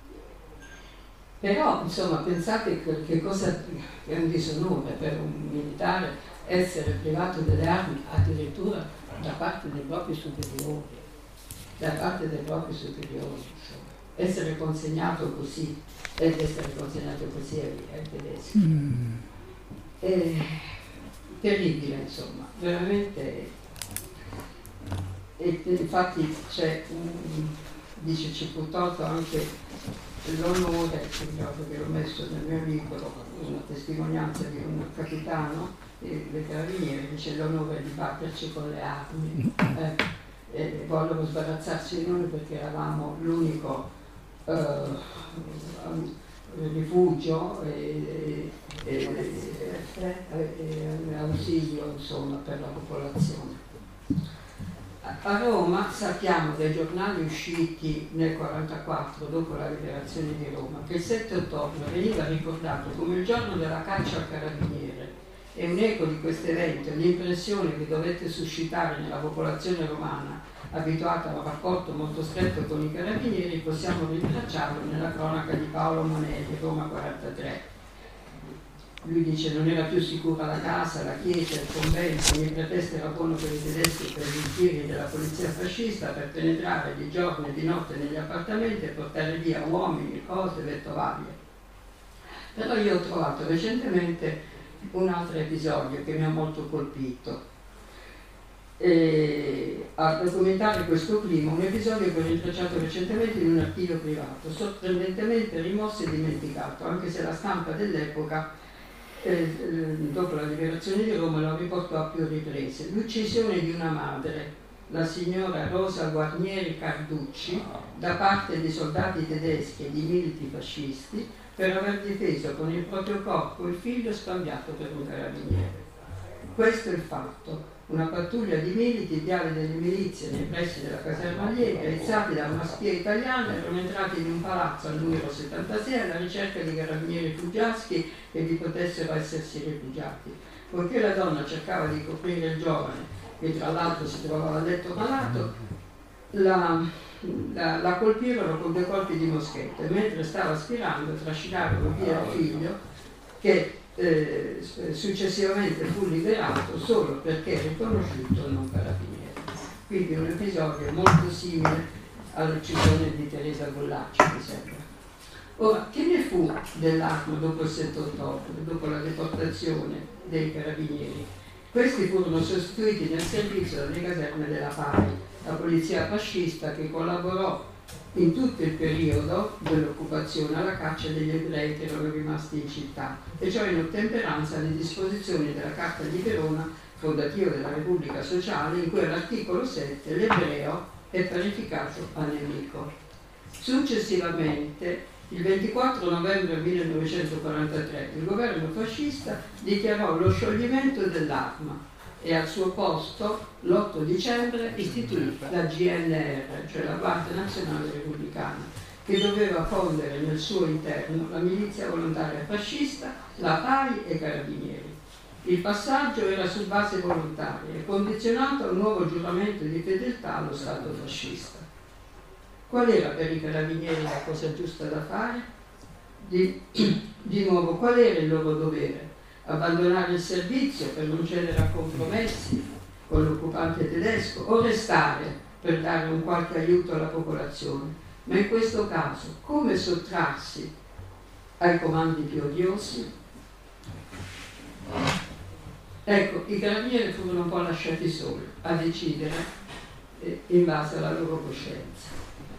Però insomma pensate che, che cosa è un disonore per un militare essere privato delle armi addirittura da parte dei propri superiori, da parte dei propri superiori, insomma. Essere consegnato così ed essere consegnato così ai, ai tedeschi. Mm. È terribile, insomma, veramente. E infatti c'è un, dice ci fu tolto anche l'onore, ricordo che l'ho messo nel mio libro, una testimonianza di un capitano dei carabinieri, dice l'onore di batterci con le armi. Eh, e vollero sbarazzarsi di noi perché eravamo l'unico eh, rifugio e, e, e, e ausilio insomma per la popolazione. A Roma sappiamo dai giornali usciti nel millenovecentoquarantaquattro, dopo la liberazione di Roma, che il sette ottobre veniva ricordato come il giorno della caccia al carabiniere e un eco di questo evento e l'impressione che dovette suscitare nella popolazione romana abituata a un rapporto molto stretto con i carabinieri possiamo rintracciarlo nella cronaca di Paolo Monelli, Roma quarantatré. Lui dice non era più sicura la casa, la chiesa, il convento, ogni pretesto era buono per i tedeschi e per gli sbirri della polizia fascista per penetrare di giorno e di notte negli appartamenti e portare via uomini, cose, vettovaglie. Però io ho trovato recentemente un altro episodio che mi ha molto colpito e a documentare questo clima, un episodio che ho rintracciato recentemente in un archivio privato, sorprendentemente rimosso e dimenticato, anche se la stampa dell'epoca Eh, dopo la liberazione di Roma lo riportò a più riprese. L'uccisione di una madre la signora Rosa Guarnieri Carducci, da parte di soldati tedeschi e di militi fascisti, per aver difeso con il proprio corpo il figlio scambiato per un carabiniere. Questo è il fatto. Una pattuglia di militi, viali delle milizie nei pressi della caserma Allegri, aizzati da una spia italiana, erano entrati in un palazzo al numero settantasei alla ricerca di carabinieri fuggiaschi che vi potessero essersi rifugiati. Poiché la donna cercava di coprire il giovane, che tra l'altro si trovava a letto malato, la, la, la colpirono con due colpi di moschetto e mentre stava aspirando trascinarono via il figlio, che Eh, successivamente fu liberato solo perché riconosciuto non carabiniere. Quindi un episodio molto simile all'uccisione di Teresa Bollacci, mi sembra. Ora, che ne fu dell'arma dopo il sette ottobre, dopo la deportazione dei carabinieri? Questi furono sostituiti nel servizio dalle caserme della P A I, la polizia fascista che collaborò in tutto il periodo dell'occupazione alla caccia degli ebrei che erano rimasti in città, e ciò in ottemperanza alle disposizioni della Carta di Verona, fondativa della Repubblica Sociale, in cui all'articolo sette l'ebreo è parificato a nemico. Successivamente, il ventiquattro novembre millenovecentoquarantatré, il governo fascista dichiarò lo scioglimento dell'arma e al suo posto l'otto dicembre istituì la G N R, cioè la Guardia Nazionale Repubblicana, che doveva fondere nel suo interno la milizia volontaria fascista, la P A I e i carabinieri. Il passaggio era su base volontaria e condizionato a un nuovo giuramento di fedeltà allo Stato fascista. Qual era per i carabinieri la cosa giusta da fare? Di, di nuovo, qual era il loro dovere? Abbandonare il servizio per non cedere a compromessi con l'occupante tedesco o restare per dare un qualche aiuto alla popolazione? Ma in questo caso, come sottrarsi ai comandi più odiosi? Ecco, i carabinieri furono un po' lasciati soli a decidere eh, in base alla loro coscienza.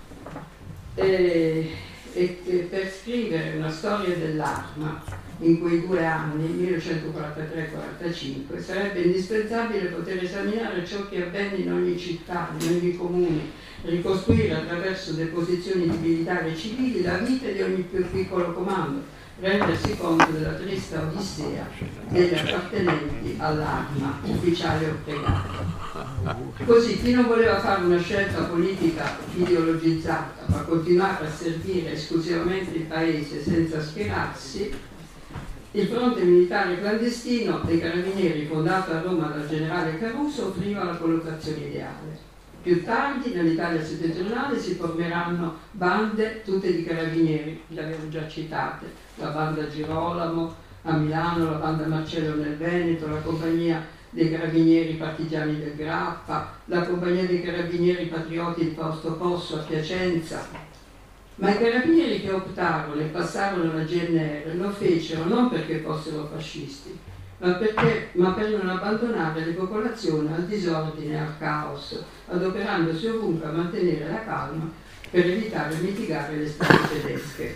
E, e, e per scrivere una storia dell'arma in quei due anni, millenovecentoquarantatré quarantacinque, sarebbe indispensabile poter esaminare ciò che avvenne in ogni città, in ogni comune, ricostruire attraverso deposizioni di militari e civili la vita di ogni più piccolo comando, rendersi conto della triste odissea degli appartenenti all'arma, ufficiali o pregati. Così chi non voleva fare una scelta politica ideologizzata, ma continuare a servire esclusivamente il paese senza schierarsi, il fronte militare clandestino dei carabinieri, fondato a Roma dal generale Caruso, offriva la collocazione ideale. Più tardi, nell'Italia settentrionale, si formeranno bande tutte di carabinieri, le avevo già citate, la banda Girolamo a Milano, la banda Marcello nel Veneto, la compagnia dei carabinieri partigiani del Grappa, la compagnia dei carabinieri patrioti di Fausto Posso a Piacenza. Ma i carabinieri che optarono e passarono alla G N R lo fecero non perché fossero fascisti, ma, perché, ma per non abbandonare le popolazioni al disordine e al caos, adoperandosi ovunque a mantenere la calma per evitare e mitigare le strade tedesche.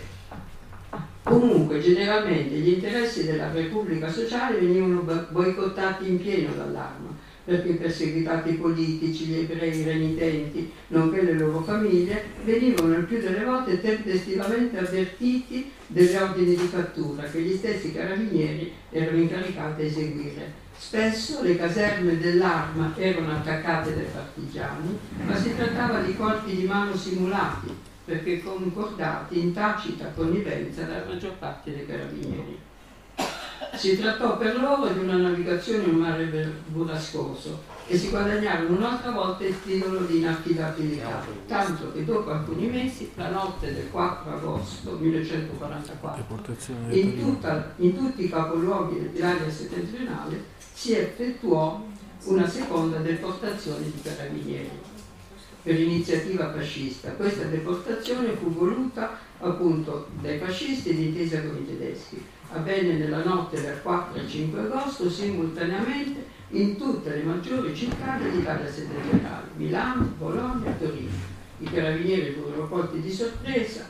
Comunque, generalmente, gli interessi della Repubblica Sociale venivano boicottati in pieno dall'arma, perché i perseguitati politici, gli ebrei renitenti, nonché le loro famiglie, venivano il più delle volte tempestivamente avvertiti degli ordini di cattura che gli stessi carabinieri erano incaricati a eseguire. Spesso le caserme dell'arma erano attaccate dai partigiani, ma si trattava di colpi di mano simulati, perché concordati in tacita connivenza dalla maggior parte dei carabinieri. Si trattò per loro di una navigazione in un mare burrascoso e si guadagnarono un'altra volta il titolo di inaffidabilità, tanto che dopo alcuni mesi, la notte del quattro agosto millenovecentoquarantaquattro, in, tutta, in tutti i capoluoghi dell'Italia settentrionale si effettuò una seconda deportazione di carabinieri per iniziativa fascista. Questa deportazione fu voluta appunto dai fascisti d'intesa con i tedeschi. Avvenne nella notte del quattro al cinque agosto simultaneamente in tutte le maggiori città dell'Italia settentrionale, Milano, Bologna e Torino. I carabinieri furono colti di sorpresa,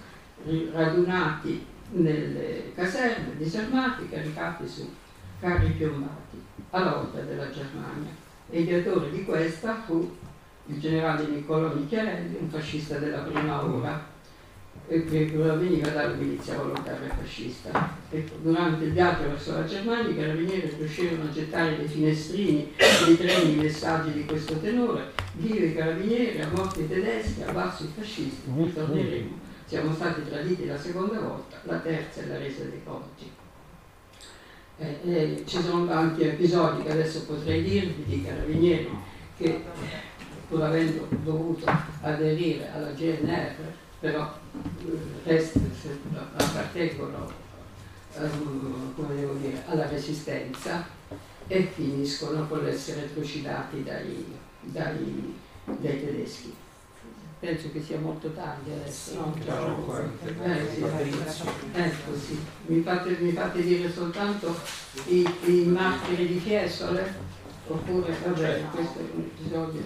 radunati nelle caserme, disarmati, caricati su carri piombati all'opera della Germania. E ideatore di questa fu il generale Niccolò Michiarelli, un fascista della prima ora, e che proveniva dalla milizia volontaria fascista. Ecco, durante il viaggio verso la Germania i carabinieri riuscirono a gettare dei finestrini dei treni messaggi di questo tenore: viva i carabinieri, a morte i tedeschi, abbasso i fascisti, ritorneremo, siamo stati traditi la seconda volta, la terza è la resa dei conti. Eh, eh, ci sono anche episodi che adesso potrei dirvi di carabinieri che, pur avendo dovuto aderire alla G N R, però rest, appartengono um, come devo dire, alla resistenza e finiscono con l'essere trucidati dai, dai, dai tedeschi. Penso che sia molto tardi adesso, no? Eh, sì, ecco, sì. Mi fate, mi fate dire soltanto i, i martiri di Fiesole? Oppure, vabbè, questo è un episodio.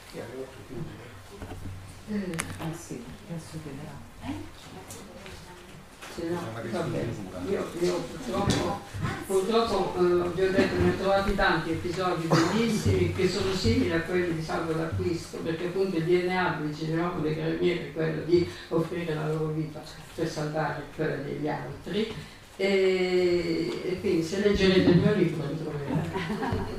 Eh, ah sì, adesso vedrà. Se no, va bene. Io, io purtroppo, purtroppo eh, vi ho detto, ne ho trovati tanti episodi bellissimi che sono simili a quelli di Salvo d'Acquisto, perché appunto il D N A del generale dei carabinieri è quello di offrire la loro vita per salvare quella degli altri, e, e quindi se leggerete il mio libro lo troverete.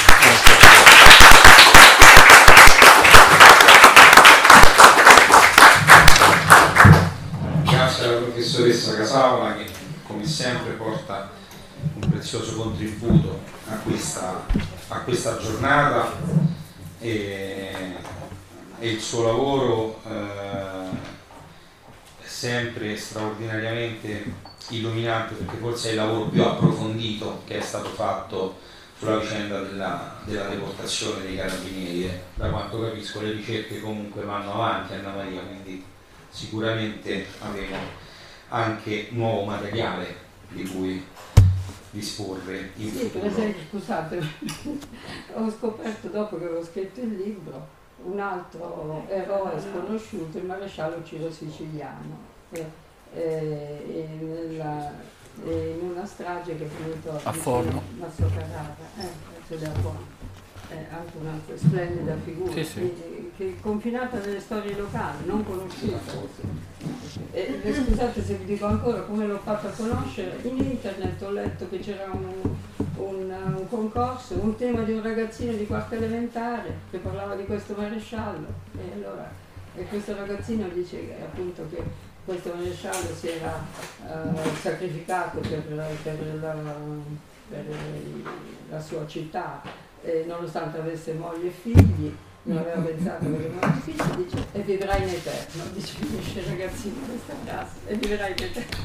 Grazie alla professoressa Casaola che come sempre porta un prezioso contributo a questa, a questa giornata, e, e il suo lavoro eh, è sempre straordinariamente illuminante, perché forse è il lavoro più approfondito che è stato fatto sulla vicenda della, della deportazione dei carabinieri. Eh. Da quanto capisco le ricerche comunque vanno avanti, Anna Maria, quindi sicuramente avremo anche nuovo materiale di cui disporre in sì, futuro. Per esempio, scusate, ho scoperto dopo che avevo scritto il libro un altro eroe sconosciuto, il maresciallo Ciro Siciliano, eh, eh, nella, eh, in una strage che è venuto a Forno, Masso Carrara, eh, da Forno. Eh, anche un'altra splendida figura, sì, sì. Che, che è confinata nelle storie locali, non conosciuta. E, e scusate se vi dico ancora come l'ho fatta conoscere, in internet ho letto che c'era un, un, un concorso, un tema di un ragazzino di quarta elementare che parlava di questo maresciallo, e allora e questo ragazzino dice che, appunto, che questo maresciallo si era uh, sacrificato per, per, la, per la sua città. Eh, nonostante avesse moglie e figli, non aveva pensato che aveva moglie e figli, dice, e vivrai in eterno, dice, finisce il ragazzino in questa casa, e vivrai in eterno.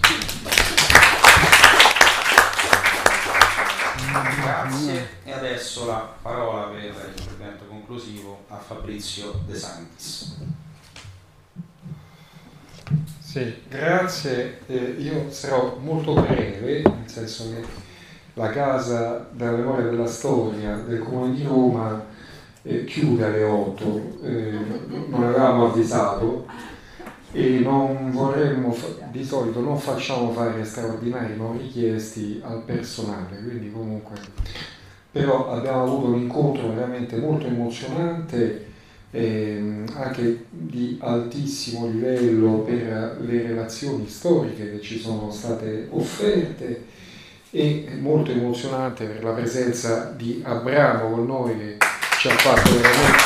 Grazie, e adesso la parola per l'intervento conclusivo a Fabrizio De Santis. Sì, grazie, eh, io sarò molto breve, nel senso che la Casa della Memoria della Storia del Comune di Roma eh, chiude alle otto, eh, non avevamo avvisato e non vorremmo, di solito non facciamo fare straordinari non richiesti al personale, quindi comunque, però abbiamo avuto un incontro veramente molto emozionante, eh, anche di altissimo livello per le relazioni storiche che ci sono state offerte, e molto emozionante per la presenza di Abramo con noi, che ci ha fatto veramente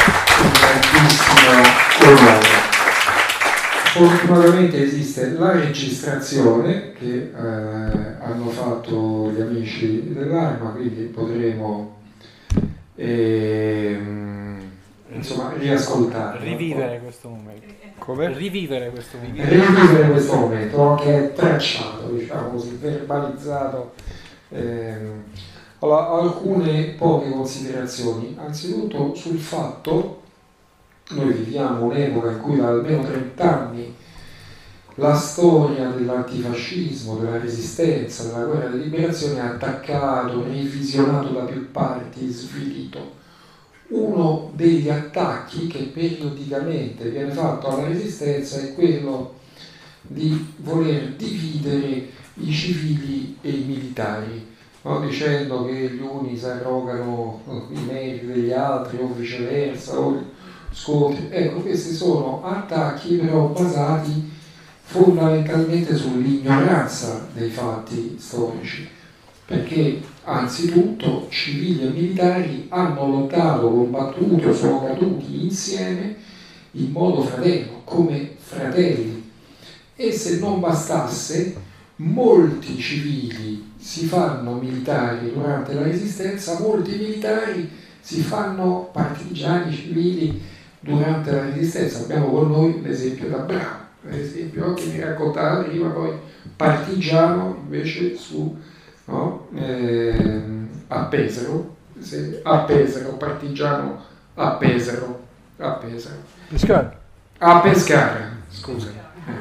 un grandissimo onore. Fortunatamente esiste la registrazione che eh, hanno fatto gli amici dell'Arma, quindi potremo eh, insomma riascoltare, rivivere questo momento. Come? Rivivere questo momento. Rivivere questo momento che è tracciato, diciamo così, verbalizzato. Eh, allora, alcune poche considerazioni. Anzitutto sul fatto, noi viviamo un'epoca in cui da almeno trent'anni la storia dell'antifascismo, della resistenza, della guerra di liberazione è attaccato, revisionato da più parti, svilito. Uno degli attacchi che periodicamente viene fatto alla resistenza è quello di voler dividere i civili e i militari, no? Dicendo che gli uni si arrogano i meriti degli altri o viceversa, o, scontri. Ecco, questi sono attacchi però basati fondamentalmente sull'ignoranza dei fatti storici, perché anzitutto civili e militari hanno lottato, combattuto, sono caduti insieme in modo fraterno, come fratelli. E se non bastasse, molti civili si fanno militari durante la Resistenza, molti militari si fanno partigiani civili durante la Resistenza. Abbiamo con noi l'esempio da Bravo, per esempio, che mi raccontava prima, poi partigiano invece su, no? eh, a Pesaro, a Pesaro, partigiano a Pesaro, a Pesaro. Pescara. A Pescara, scusa.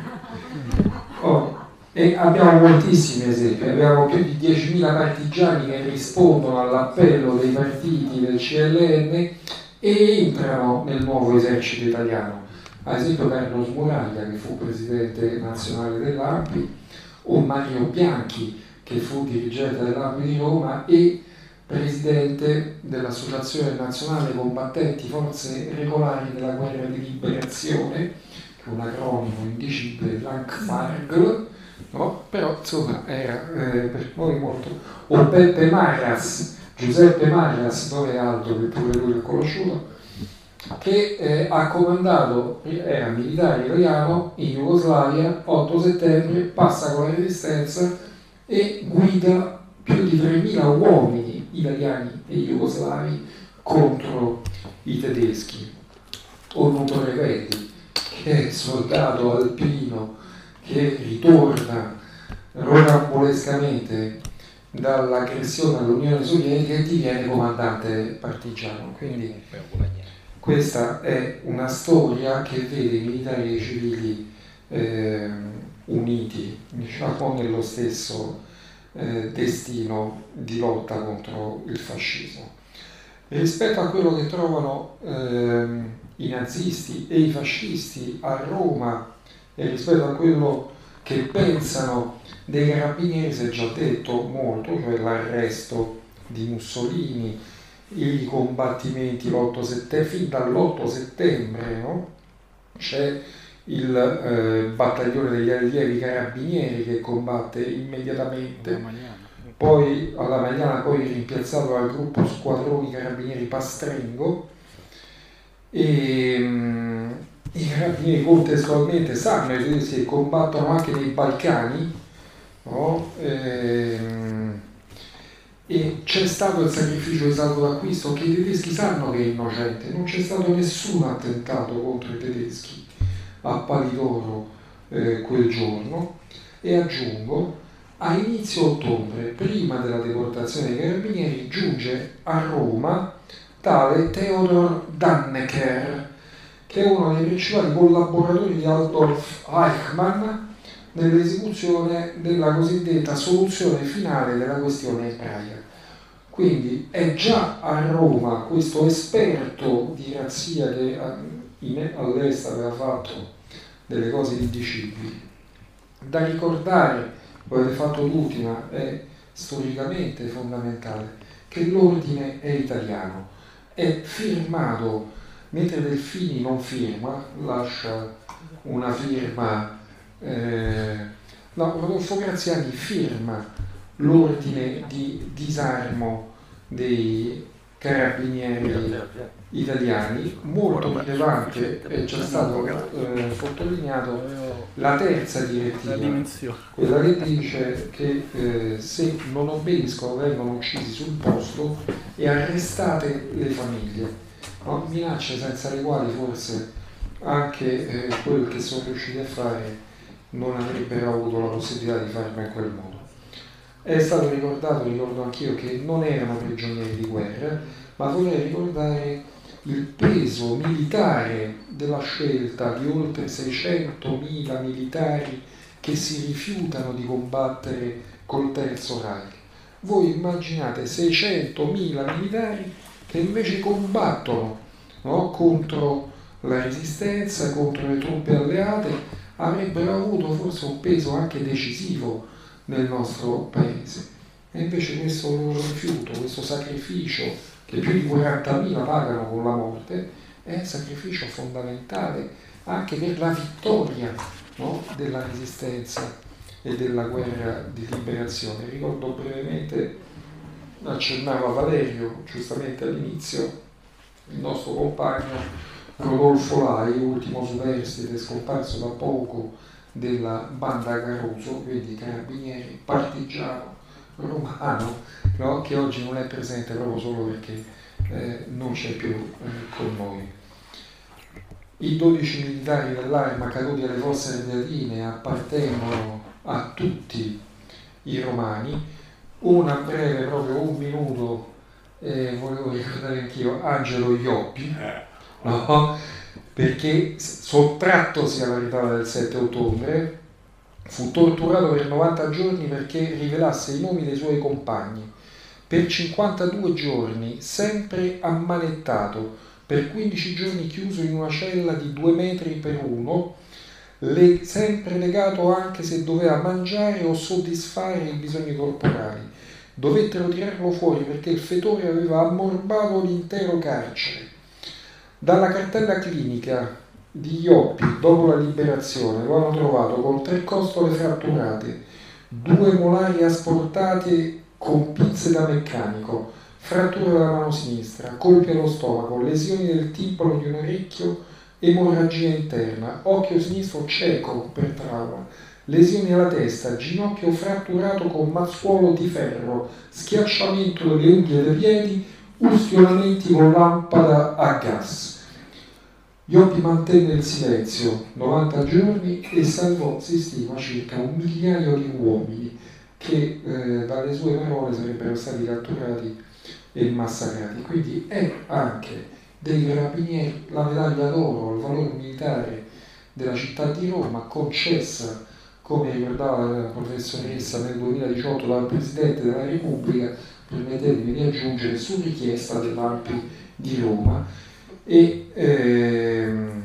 Oh, e abbiamo moltissimi esempi, abbiamo più di diecimila partigiani che rispondono all'appello dei partiti del C L N e entrano nel nuovo esercito italiano. Ad esempio Carlo Smuraglia, che fu presidente nazionale dell'A N P I, o Mario Bianchi, che fu dirigente dell'A N P I di Roma e presidente dell'Associazione Nazionale Combattenti Forze Regolari della Guerra di Liberazione, che è un acronimo indicibile, l'A N C M A R G L, no? Però insomma era eh, per noi molto... O Peppe Marras, Giuseppe Marras, dove è altro che pure lui l'ho conosciuto, che eh, ha comandato, era militare italiano in Jugoslavia, otto settembre, passa con la Resistenza e guida più di tremila uomini italiani e jugoslavi contro i tedeschi. O Nuto Revelli, che è soldato alpino che ritorna rocambolescamente dall'aggressione all'Unione Sovietica e diviene comandante partigiano. Quindi questa è una storia che vede i militari e i civili eh, uniti, diciamo, nello stesso eh, destino di lotta contro il fascismo. E rispetto a quello che trovano eh, i nazisti e i fascisti a Roma e rispetto a quello che pensano dei carabinieri, si è già detto molto, cioè l'arresto di Mussolini, i combattimenti l'otto settembre, fin dall'otto settembre, no? C'è il eh, battaglione degli allievi carabinieri che combatte immediatamente, poi alla Magliana, poi rimpiazzato dal gruppo squadroni carabinieri Pastrengo, e mh, i carabinieri contestualmente sanno i tedeschi che combattono anche nei Balcani, no? E, mh, e c'è stato il sacrificio di salvo d'acquisto, che i tedeschi sanno che è innocente, non c'è stato nessun attentato contro i tedeschi a Pali d'Oro eh, quel giorno. E aggiungo, a inizio ottobre, prima della deportazione dei carabinieri, giunge a Roma tale Theodor Dannecker, che è uno dei principali collaboratori di Adolf Eichmann nell'esecuzione della cosiddetta soluzione finale della questione ebraica. Quindi è già a Roma questo esperto di razzia che all'est aveva fatto delle cose indicibili. Da ricordare, voi avete fatto l'ultima, è storicamente fondamentale, che l'ordine è italiano, è firmato, mentre Delfini non firma, lascia una firma, eh, no, Rodolfo Graziani firma l'ordine di disarmo dei carabinieri italiani, molto rilevante, è già stato eh, sottolineato la terza direttiva, quella che dice che eh, se non obbediscono vengono uccisi sul posto e arrestate le famiglie, no? Minacce senza le quali forse anche eh, quel che sono riusciti a fare non avrebbero avuto la possibilità di farlo in quel modo. È stato ricordato, ricordo anch'io, che non erano prigionieri di guerra, ma vorrei ricordare il peso militare della scelta di oltre seicentomila militari che si rifiutano di combattere col Terzo Reich. Voi immaginate seicentomila militari che invece combattono, no, contro la resistenza, contro le truppe alleate, avrebbero avuto forse un peso anche decisivo nel nostro paese. E invece questo loro rifiuto, questo sacrificio che più di quarantamila pagano con la morte, è sacrificio fondamentale anche per la vittoria, no, della resistenza e della guerra di liberazione. Ricordo brevemente, accennava Valerio giustamente all'inizio, il nostro compagno Rodolfo Lai, ultimo superstite scomparso da poco della banda Caruso, quindi carabinieri, partigiano romano, no, che oggi non è presente proprio solo perché eh, non c'è più eh, con noi. I dodici militari dell'Arma caduti alle fosse ardeatine appartengono a tutti i romani. Una breve, proprio un minuto, eh, volevo ricordare anch'io Angelo Ioppi, no? Perché sottrattosi alla riprova del sette ottobre fu torturato per novanta giorni perché rivelasse i nomi dei suoi compagni. Per cinquantadue giorni, sempre ammanettato, per quindici giorni chiuso in una cella di due metri per uno, le, sempre legato anche se doveva mangiare o soddisfare i bisogni corporali. Dovettero tirarlo fuori perché il fetore aveva ammorbato l'intero carcere. Dalla cartella clinica di Ioppi, dopo la liberazione, lo hanno trovato con tre costole fratturate, due molari asportate con pinze da meccanico, frattura della mano sinistra, colpi allo stomaco, lesioni del timpano di un orecchio, emorragia interna, occhio sinistro cieco per trauma, lesioni alla testa, ginocchio fratturato con mazzuolo di ferro, schiacciamento delle unghie dei piedi, ustionamenti con lampada a gas. Ioppi mantenne il silenzio novanta giorni e salvò, si stima, circa un migliaio di uomini che eh, dalle sue parole sarebbero stati catturati e massacrati. Quindi è anche dei carabinieri la medaglia d'oro al valore militare della città di Roma, concessa, come ricordava la professoressa, nel duemiladiciotto dal Presidente della Repubblica, permettetemi di aggiungere, su richiesta dell'A N P I di Roma. E ehm,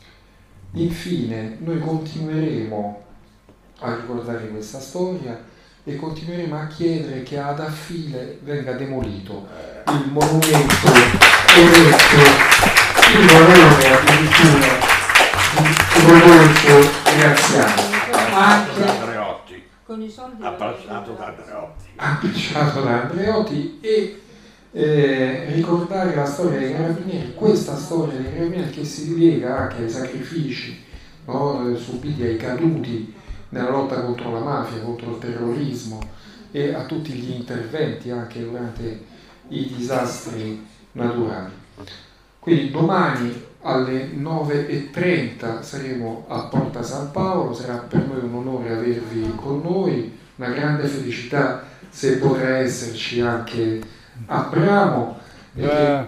infine noi continueremo a ricordare questa storia e continueremo a chiedere che ad Affile venga demolito il monumento eretto in valore addirittura di Rodolfo Graziano, anche Andreotti, con i soldi appassato da Andreotti, appicciato da Andreotti, e Eh, ricordare la storia dei carabinieri, questa storia dei carabinieri che si rilega anche ai sacrifici, no, subiti ai caduti nella lotta contro la mafia, contro il terrorismo e a tutti gli interventi anche durante i disastri naturali. Quindi domani alle nove e trenta saremo a Porta San Paolo, sarà per noi un onore avervi con noi, una grande felicità se potrà esserci anche Abramo, eh,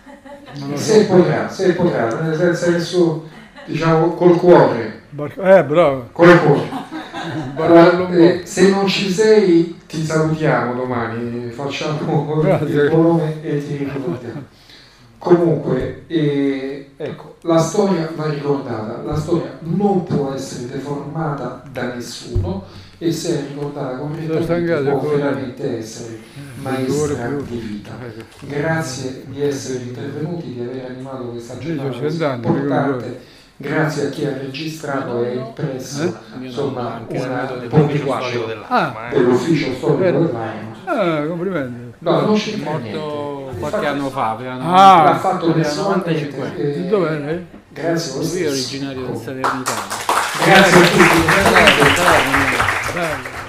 se potrà, se potrà, nel senso adesso, diciamo, col cuore, eh, bravo. col cuore. Allora, eh, se non ci sei ti salutiamo domani, facciamo il volume e ti ricordiamo. Comunque, eh, ecco, la storia va ricordata, la storia non può essere deformata da nessuno, e se è ricordata correttamente può veramente essere maestra di vita. Grazie di essere intervenuti, di aver animato questa giornata così importante. Grazie a chi ha registrato e impresso, insomma, una pontificio dell'ufficio storico dell'Arma. Ah, complimenti. No, non c'è È morto qualche anno fa, ah, l'ha fatto novantacinque. Eh, dov'è? Grazie a lui è originario del Salernitano. Grazie a tutti. Bello.